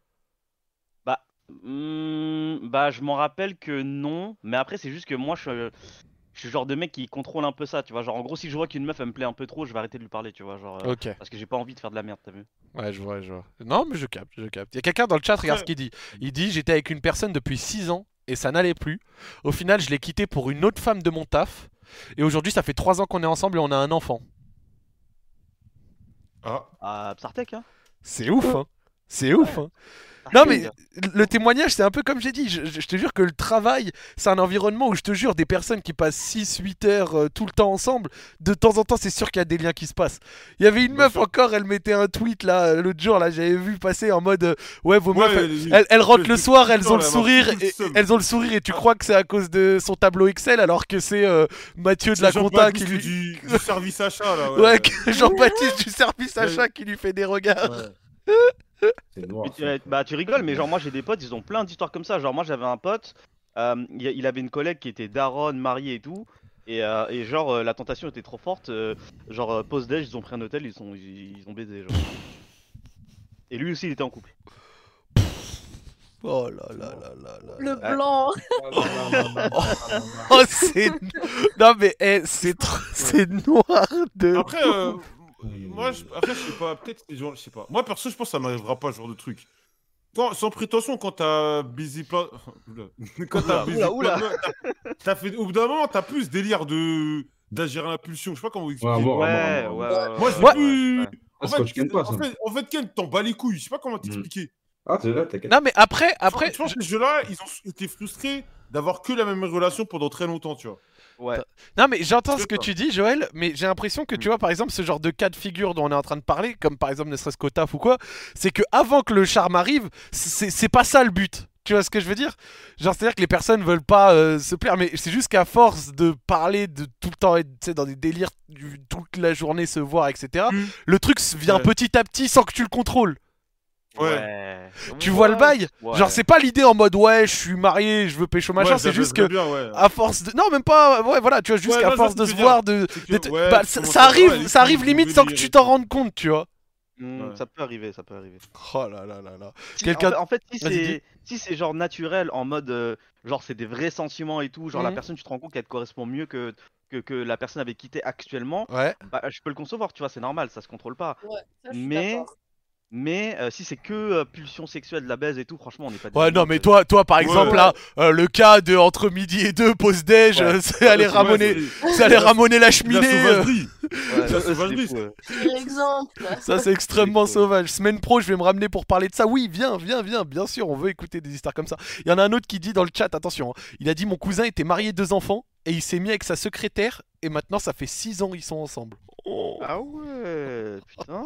Bah, hmm, bah, je m'en rappelle que non. Mais après, c'est juste que moi, je suis, euh, je suis le genre de mec qui contrôle un peu ça, tu vois. Genre, en gros, si je vois qu'une meuf, elle me plaît un peu trop, je vais arrêter de lui parler, tu vois. Genre, euh, Ok. parce que j'ai pas envie de faire de la merde, t'as vu? Ouais, je vois, je vois. Non, mais je capte, je capte. Il y a quelqu'un dans le chat, regarde ce qu'il dit. Il dit, j'étais avec une personne depuis six ans et ça n'allait plus. Au final, je l'ai quitté pour une autre femme de mon taf. Et aujourd'hui, ça fait trois ans qu'on est ensemble et on a un enfant. Ah, Ah, Psartek, hein? C'est ouf, hein. C'est ouf, hein. Non mais le témoignage c'est un peu comme j'ai dit, je, je- je te jure que le travail c'est un environnement où je te jure des personnes qui passent six huit heures euh, tout le temps ensemble, de temps en temps c'est sûr qu'il y a des liens qui se passent. Il y avait une Bien meuf sûr. encore, elle mettait un tweet là euh, l'autre jour là, j'avais vu passer en mode euh, ouais vos Ouais, meufs elles, les- elles- elles rentrent les- le les soir, petites elles ont le gens, là, sourire avoir tout le et seum. elles ont le sourire et tu crois que c'est à cause de son tableau Excel alors que c'est euh, Mathieu de C'est la Jean-Baptiste compta qui lui du, du service achat là. ouais, que Jean-Baptiste du service Ouais. achat qui lui fait des regards. Ouais. C'est noir. Mais tu- euh, bah tu rigoles, mais genre moi j'ai des potes, ils ont plein d'histoires comme ça. Genre moi j'avais un pote, euh, il il avait une collègue qui était daronne, mariée et tout. Et, euh, et genre euh, la tentation était trop forte. euh, genre euh, post-déj, ils ont pris un hôtel, ils, sont, ils, ils ont baisé. Genre. Et lui aussi il était en couple. Oh là là là là là. Le Ouais. blanc. Oh c'est non mais eh, c'est tr- c'est noir de Après, euh, moi, je, après, je sais pas, peut-être les gens, je sais pas. Moi, perso, je pense que ça m'arrivera pas ce genre de truc. Quand, sans prétention, quand t'as baisé plein. Oula. Quand t'as Oula, baisé oula, plein de meufs, t'as- t'as fait. Au bout d'un moment, t'as plus ce délire de. D'agir à l'impulsion. Je sais pas comment vous expliquer. Ouais, bon, Ouais, bon, ouais, bon. ouais. Moi, ouais, j'ai ouais, plus. ouais. En Ah, c'est quand fait, tu kennes pas, en ça. fait, en fait, Ken, t'en bats les couilles. Je sais pas comment t'expliquer. Ah, c'est là, t'inquiète. Non mais après après Je pense que ces jeux-là, ils ont été frustrés d'avoir que la même relation pendant très longtemps, tu vois. Ouais. non mais j'entends Je ce que sais pas. tu dis Joël, mais j'ai l'impression que tu Mm. vois par exemple ce genre de cas de figure dont on est en train de parler, comme par exemple ne serait-ce qu'au taf ou quoi, c'est que avant que le charme arrive, c'est c'est pas ça le but. Tu vois ce que je veux dire? Genre c'est-à-dire que les personnes veulent pas euh, se plaire, mais c'est juste qu'à force de parler de tout le temps être tu sais, dans des délires du- toute la journée se voir et cetera, Mm. le truc s- vient Ouais. petit à petit sans que tu le contrôles. Ouais. Tu vois le bail? Ouais. Genre c'est pas l'idée en mode ouais je suis marié, je veux pécho machin, Ouais, c'est ça juste baise que bien, ouais. à force de non même pas ouais voilà tu vois juste Ouais, qu'à non, je vois force ce de que se tu veux voir de, C'est que, d'être- ouais, bah, tu ça, commences ça à- arrive ouais, les ça arrive filles, limite le sans que délire tu et t'en tout. rendes compte tu vois. Hmm, Ouais. Ça peut arriver, ça peut arriver. Oh là là là là. Si- Quelqu'un- en, fait, en fait, si Vas-y, dis. c'est si c'est genre naturel, en mode euh, genre c'est des vrais sentiments et tout, genre la Mhm. personne tu te rends compte qu'elle te correspond mieux que, que que la personne avec qui t'es actuellement, Ouais. bah je peux le concevoir, tu vois, c'est normal, ça se contrôle pas. Ouais, ça, je suis Mais d'accord. mais euh, si c'est que euh, pulsion sexuelle de la baise et tout, franchement, on n'est pas. des Ouais non adultes. mais toi toi par Ouais. exemple là euh, le cas de entre midi et deux pause déj Ouais. c'est aller Ouais, ramoner c'est- c'est aller la- ramoner la La cheminée. euh, sauvagerie. Ouais, La eux, c'est sauvagerie, fou, ouais. Pire exemple. Ça c'est extrêmement C'est cool. sauvage. Semaine pro, je vais me ramener pour parler de ça. Oui, viens, viens, viens. Bien sûr, on veut écouter des histoires comme ça. Il y en a un autre qui dit dans le chat, attention, hein, il a dit mon cousin était marié deux enfants et il s'est mis avec sa secrétaire et maintenant ça fait six ans ils sont ensemble. Oh. Ah ouais, putain.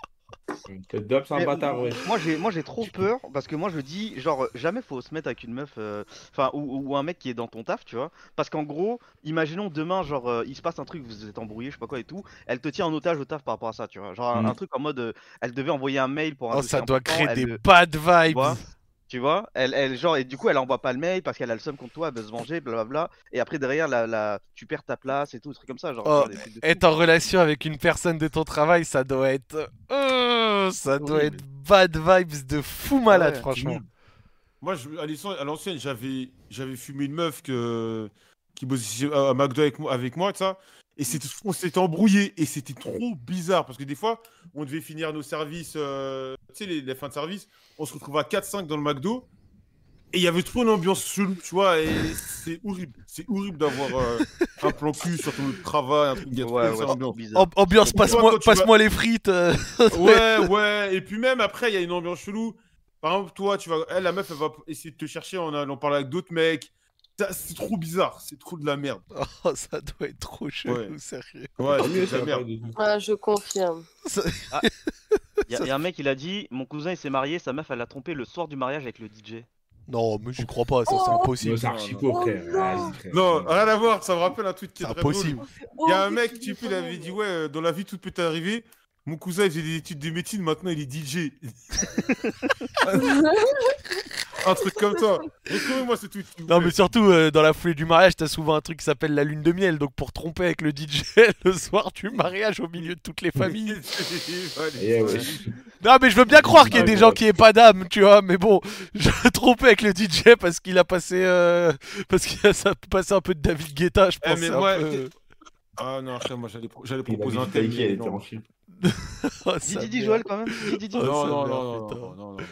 Que Dub, c'est un Mais bâtard, ouais. Moi j'ai moi j'ai trop peur parce que moi je dis genre euh, jamais faut se mettre avec une meuf euh, enfin ou, ou un mec qui est dans ton taf tu vois parce qu'en gros imaginons demain genre euh, il se passe un truc vous êtes embrouillé je sais pas quoi et tout elle te tient en otage au taf par rapport à ça tu vois genre un, Mm. un truc en mode euh, elle devait envoyer un mail pour un Oh, dossier ça doit important, créer elle des le- bad tu vibes. vois tu vois elle, elle genre et du coup elle envoie pas le mail parce qu'elle a le seum contre toi elle veut se venger blablabla et après derrière la, la tu perds ta place et tout des trucs comme ça genre tu Oh, vois, des trucs de fou. Être en relation avec une personne de ton travail, ça doit être. euh, ça doit Horrible. être bad vibes de fou malade, Ouais, franchement. Moi, je, à l'ancienne- à l'ancienne, j'avais, j'avais fumé une meuf que, qui bossait chez- à McDo avec moi, avec moi, et ça. Et c'était, on s'était embrouillé et c'était trop bizarre parce que des fois, on devait finir nos services, euh, tu sais, les, les fins de service, on se retrouvait à quatre cinq dans le McDo et il y avait trop une ambiance chelou, tu vois, et c'est horrible. C'est horrible d'avoir euh, un plan cul sur ton travail, un truc qui a trop ouais, cette ouais, ambiance. c'est bizarre. Am- ambiance, Toi, passe-moi quand tu vas- passe-moi les frites. euh. Ouais, ouais, et puis même après, il y a une ambiance chelou. Par exemple, toi, tu vas, elle, la meuf, elle va essayer de te chercher en allant parler avec d'autres mecs. Ça, C'est trop bizarre, c'est trop de la merde. Oh, ça doit être trop chelou, Ouais. sérieux. Ouais, Tant mieux, c'est ça de va la pas merde. du tout. Ouais, je confirme. Ça- Il y, a- y a un mec il a dit mon cousin il s'est marié sa meuf elle l'a trompé le soir du mariage avec le D J. Non, mais j'y crois pas, ça c'est Oh. impossible. Mais c'est archi faux, Oh frère. non. Vas-y, frère. Non, rien à voir, ça me rappelle un tweet qui est C'est très drôle. impossible. Il y a un Oh, mec, mais tu c'est sais, il avait dit, ouais, euh, dans la vie, tout peut arriver. Mon cousin, il faisait des études de médecine, maintenant il est D J. Un truc comme ça. Retrouvez-moi ce tweet. s'il vous Non plaît. mais surtout euh, dans la foulée du mariage t'as souvent un truc qui s'appelle la lune de miel donc pour tromper avec le D J le soir du mariage au milieu de toutes les familles. Ouais, les- Eh ouais. Non mais je veux bien croire qu'il y a Ouais, des ouais. gens qui aient pas d'âme tu vois mais bon je tromper avec le D J parce qu'il a passé euh, parce qu'il a ça- passé un peu de David Guetta je Eh, pense. mais c'est un ouais, peu- t'es- Ah non, frère, moi j'allais pro- j'allais Il a proposer vu un du thème. Taiki, elle mais était non. en chip. Oh, Dis sa dis dis mère. Joël quand même dis dis dis. Oh, Non, sa non, mère, non, non, putain. non, non, non, non.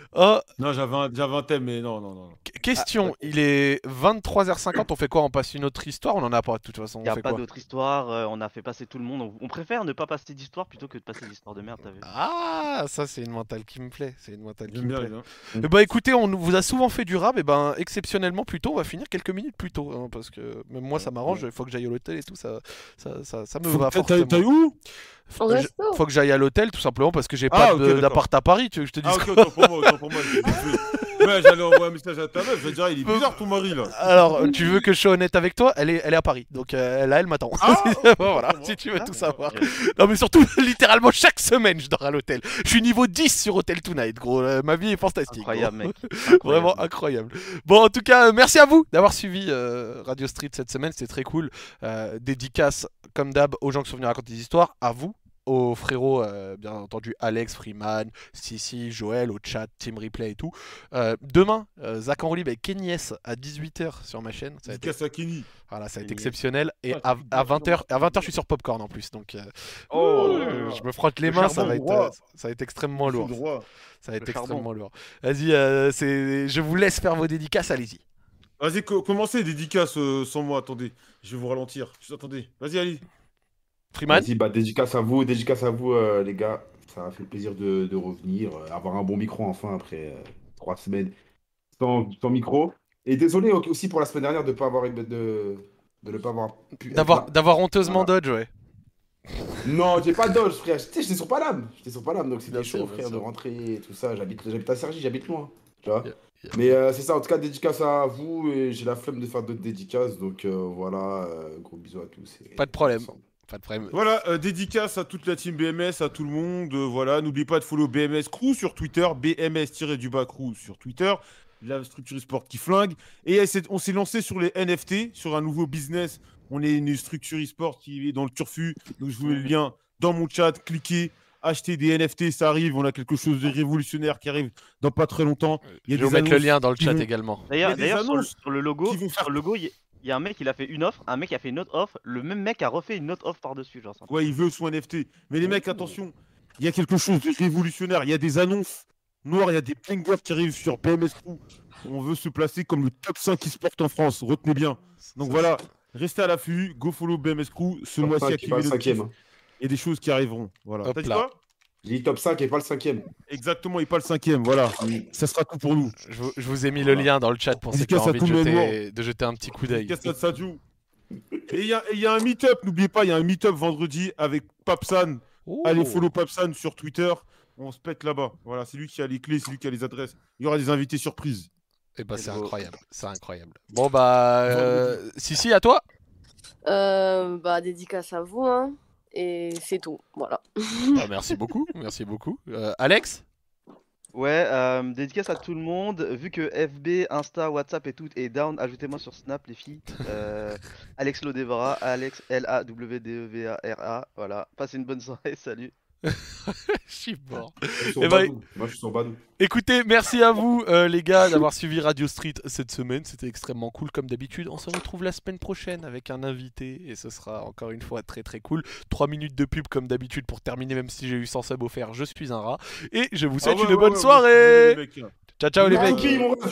Oh, Non, j'avais un, j'avais un thème, mais non, non, non. qu- question, il est vingt-trois heures cinquante, on fait quoi? On passe une autre histoire? On en a pas de toute façon, Il on n'y a fait pas quoi? d'autre histoire, euh, on a fait passer tout le monde. On, on préfère ne pas passer d'histoire plutôt que de passer des histoires de merde, t'as vu? Ah, ça c'est une mentale qui me plaît, c'est une mentale qui J'aime me bien, plaît. bien. Eh ben écoutez, on vous a souvent fait du rap, et ben exceptionnellement plus tôt, on va finir quelques minutes plus tôt, hein, parce que même moi ça m'arrange, il faut que j'aille à l'hôtel et tout, ça, ça, ça, ça me Faut- va t'as- T'as fortement. t'as eu où? Au Je- resto. Faut que j'aille à l'hôtel tout simplement parce que j'ai Ah, pas ok, de- d'accord. d'appart à Paris, tu veux que je te dise Ah, ok, quoi? autant pour moi, autant pour moi. j'ai- j'ai- Ouais, j'allais envoyer un message à ta meuf, je vais dire, il est bizarre ton mari là. Alors, tu veux que je sois honnête avec toi? Elle est, elle est à Paris, donc euh, là elle m'attend. Ah, Voilà, bon. si tu veux Ah, tout ouais, savoir. ok. Non mais surtout, littéralement chaque semaine je dors à l'hôtel. Je suis niveau dix sur Hotel Tonight, gros. Euh, ma vie est fantastique. gros. Incroyable, mec. Vraiment incroyable. Bon, en tout cas, euh, merci à vous d'avoir suivi euh, Radio Street cette semaine, c'était très cool. Euh, dédicace, comme d'hab, aux gens qui sont venus raconter des histoires, à vous, aux frérots, euh, bien entendu, Alex, Freeman, Sissi, Joël, au chat, Team Replay et tout. Euh, demain, euh, Zach en libre avec Kenny S à dix-huit heures sur ma chaîne. Ça a été, Dédicace à Kenny. voilà, ça a été Kenny S. exceptionnel. Et Ah, à, c'est à hyper vingt heures, à vingt heures, je suis sur Popcorn en plus. Donc, euh, Oh, euh, je me frotte les le mains, ça charbon va, être, droit. euh, ça va être extrêmement Je suis lourd. droit. Ça va être Le charbon. extrêmement lourd. Vas-y, euh, c'est... je vous laisse faire vos dédicaces, allez-y. Vas-y, co- commencez, dédicace euh, sans moi, attendez. Je vais vous ralentir. Juste attendez. Vas-y, allez. Freeman? Vas-y, bah dédicace à vous, dédicace à vous euh, les gars. Ça m'a fait plaisir de, de revenir, euh, avoir un bon micro enfin après euh, trois semaines sans, sans micro. Et désolé au- aussi pour la semaine dernière de pas avoir de, de, de ne pas avoir pu être D'avoir, là. d'avoir honteusement Voilà. dodge, ouais. Non, j'ai pas de dodge, frère. Tu sais, j'étais sur Paname. J'étais sur Paname, donc Bien c'était sûr, chaud, bien frère, sûr. de rentrer et tout ça. J'habite, j'habite à Cergy, j'habite loin. Tu vois. Yeah, yeah. Mais euh, c'est ça, en tout cas, dédicace à vous. Et j'ai la flemme de faire d'autres dédicaces. Donc euh, voilà, euh, gros bisous à tous. et Pas de problème. ensemble. Pas de problème. Voilà, euh, dédicace à toute la team B M S, à tout le monde. euh, voilà, n'oubliez pas de follow B M S Crew sur Twitter, B M S-du-bas Crew sur Twitter, la structure e-sport qui flingue. Et euh, c'est- on s'est lancé sur les N F T, sur un nouveau business. On est une structure e-sport qui est dans le turfu. Donc je vous mets le lien dans mon chat. Cliquez, achetez des N F T, ça arrive. On a quelque chose de révolutionnaire qui arrive dans pas très longtemps. Il y Je a vais vous des mettre le annonces lien dans le qui chat vont- également. Il y a D'ailleurs, des d'ailleurs sur, le- annonces sur le logo, qui vont faire- sur le logo, il y, il y a un mec, il a fait une offre, un mec a fait une autre offre, le même mec a refait une autre offre par-dessus, genre ça. Ouais, il veut son N F T. Mais les mecs, attention, il y a quelque chose de révolutionnaire. Il y a des annonces noires, il y a des pingers qui arrivent sur B M S Crew. On veut se placer comme le top cinq e-sport en France. Retenez bien. Donc voilà, restez à l'affût. Go follow B M S Crew. Ce Top mois-ci, cinq et pas activez le le cinquième. kiff. hein. Il y a des choses qui arriveront. Voilà. Hop T'as dit là. quoi? J'ai dit top cinq et pas le cinquième. Exactement, et pas le cinquième. Voilà. Ça sera tout pour nous. Je vous, je vous ai mis le lien dans le chat pour ceux qui ont Dédicace à envie de tous mes jeter, de jeter un petit coup d'œil. Dédicace à Sadio. Et il y a, et il y a un meet-up, n'oubliez pas, il y a un meet-up vendredi avec Papsan. Oh. Allez, follow Papsan sur Twitter. On se pète là-bas. Voilà, c'est lui qui a les clés, c'est lui qui a les adresses. Il y aura des invités surprises. Et bah c'est beau. incroyable, c'est incroyable. Bon bah, euh, si si, à toi. Euh, bah, dédicace à vous, hein. Et c'est tout, voilà. Ah, merci beaucoup, merci beaucoup. Euh, Alex? Ouais, euh, dédicace à tout le monde. Vu que F B, Insta, WhatsApp et tout est down, ajoutez-moi sur Snap, les filles. Euh, Alex Lodevara, Alex L A W D E V A R A. Voilà, passez une bonne soirée, salut. Je suis mort. Je suis sur Eh ben, Badou. Moi, je suis sur Badou. Écoutez, merci à vous euh, les gars d'avoir suivi Radio Street cette semaine, c'était extrêmement cool comme d'habitude. On se retrouve la semaine prochaine avec un invité et ce sera encore une fois très très cool. trois minutes de pub comme d'habitude pour terminer, même si j'ai eu cent subs offerts, je suis un rat. Et je vous souhaite Ah ouais, une ouais, bonne ouais, soirée. ouais, les mecs. Ciao ciao les Merci, mecs. mon ref.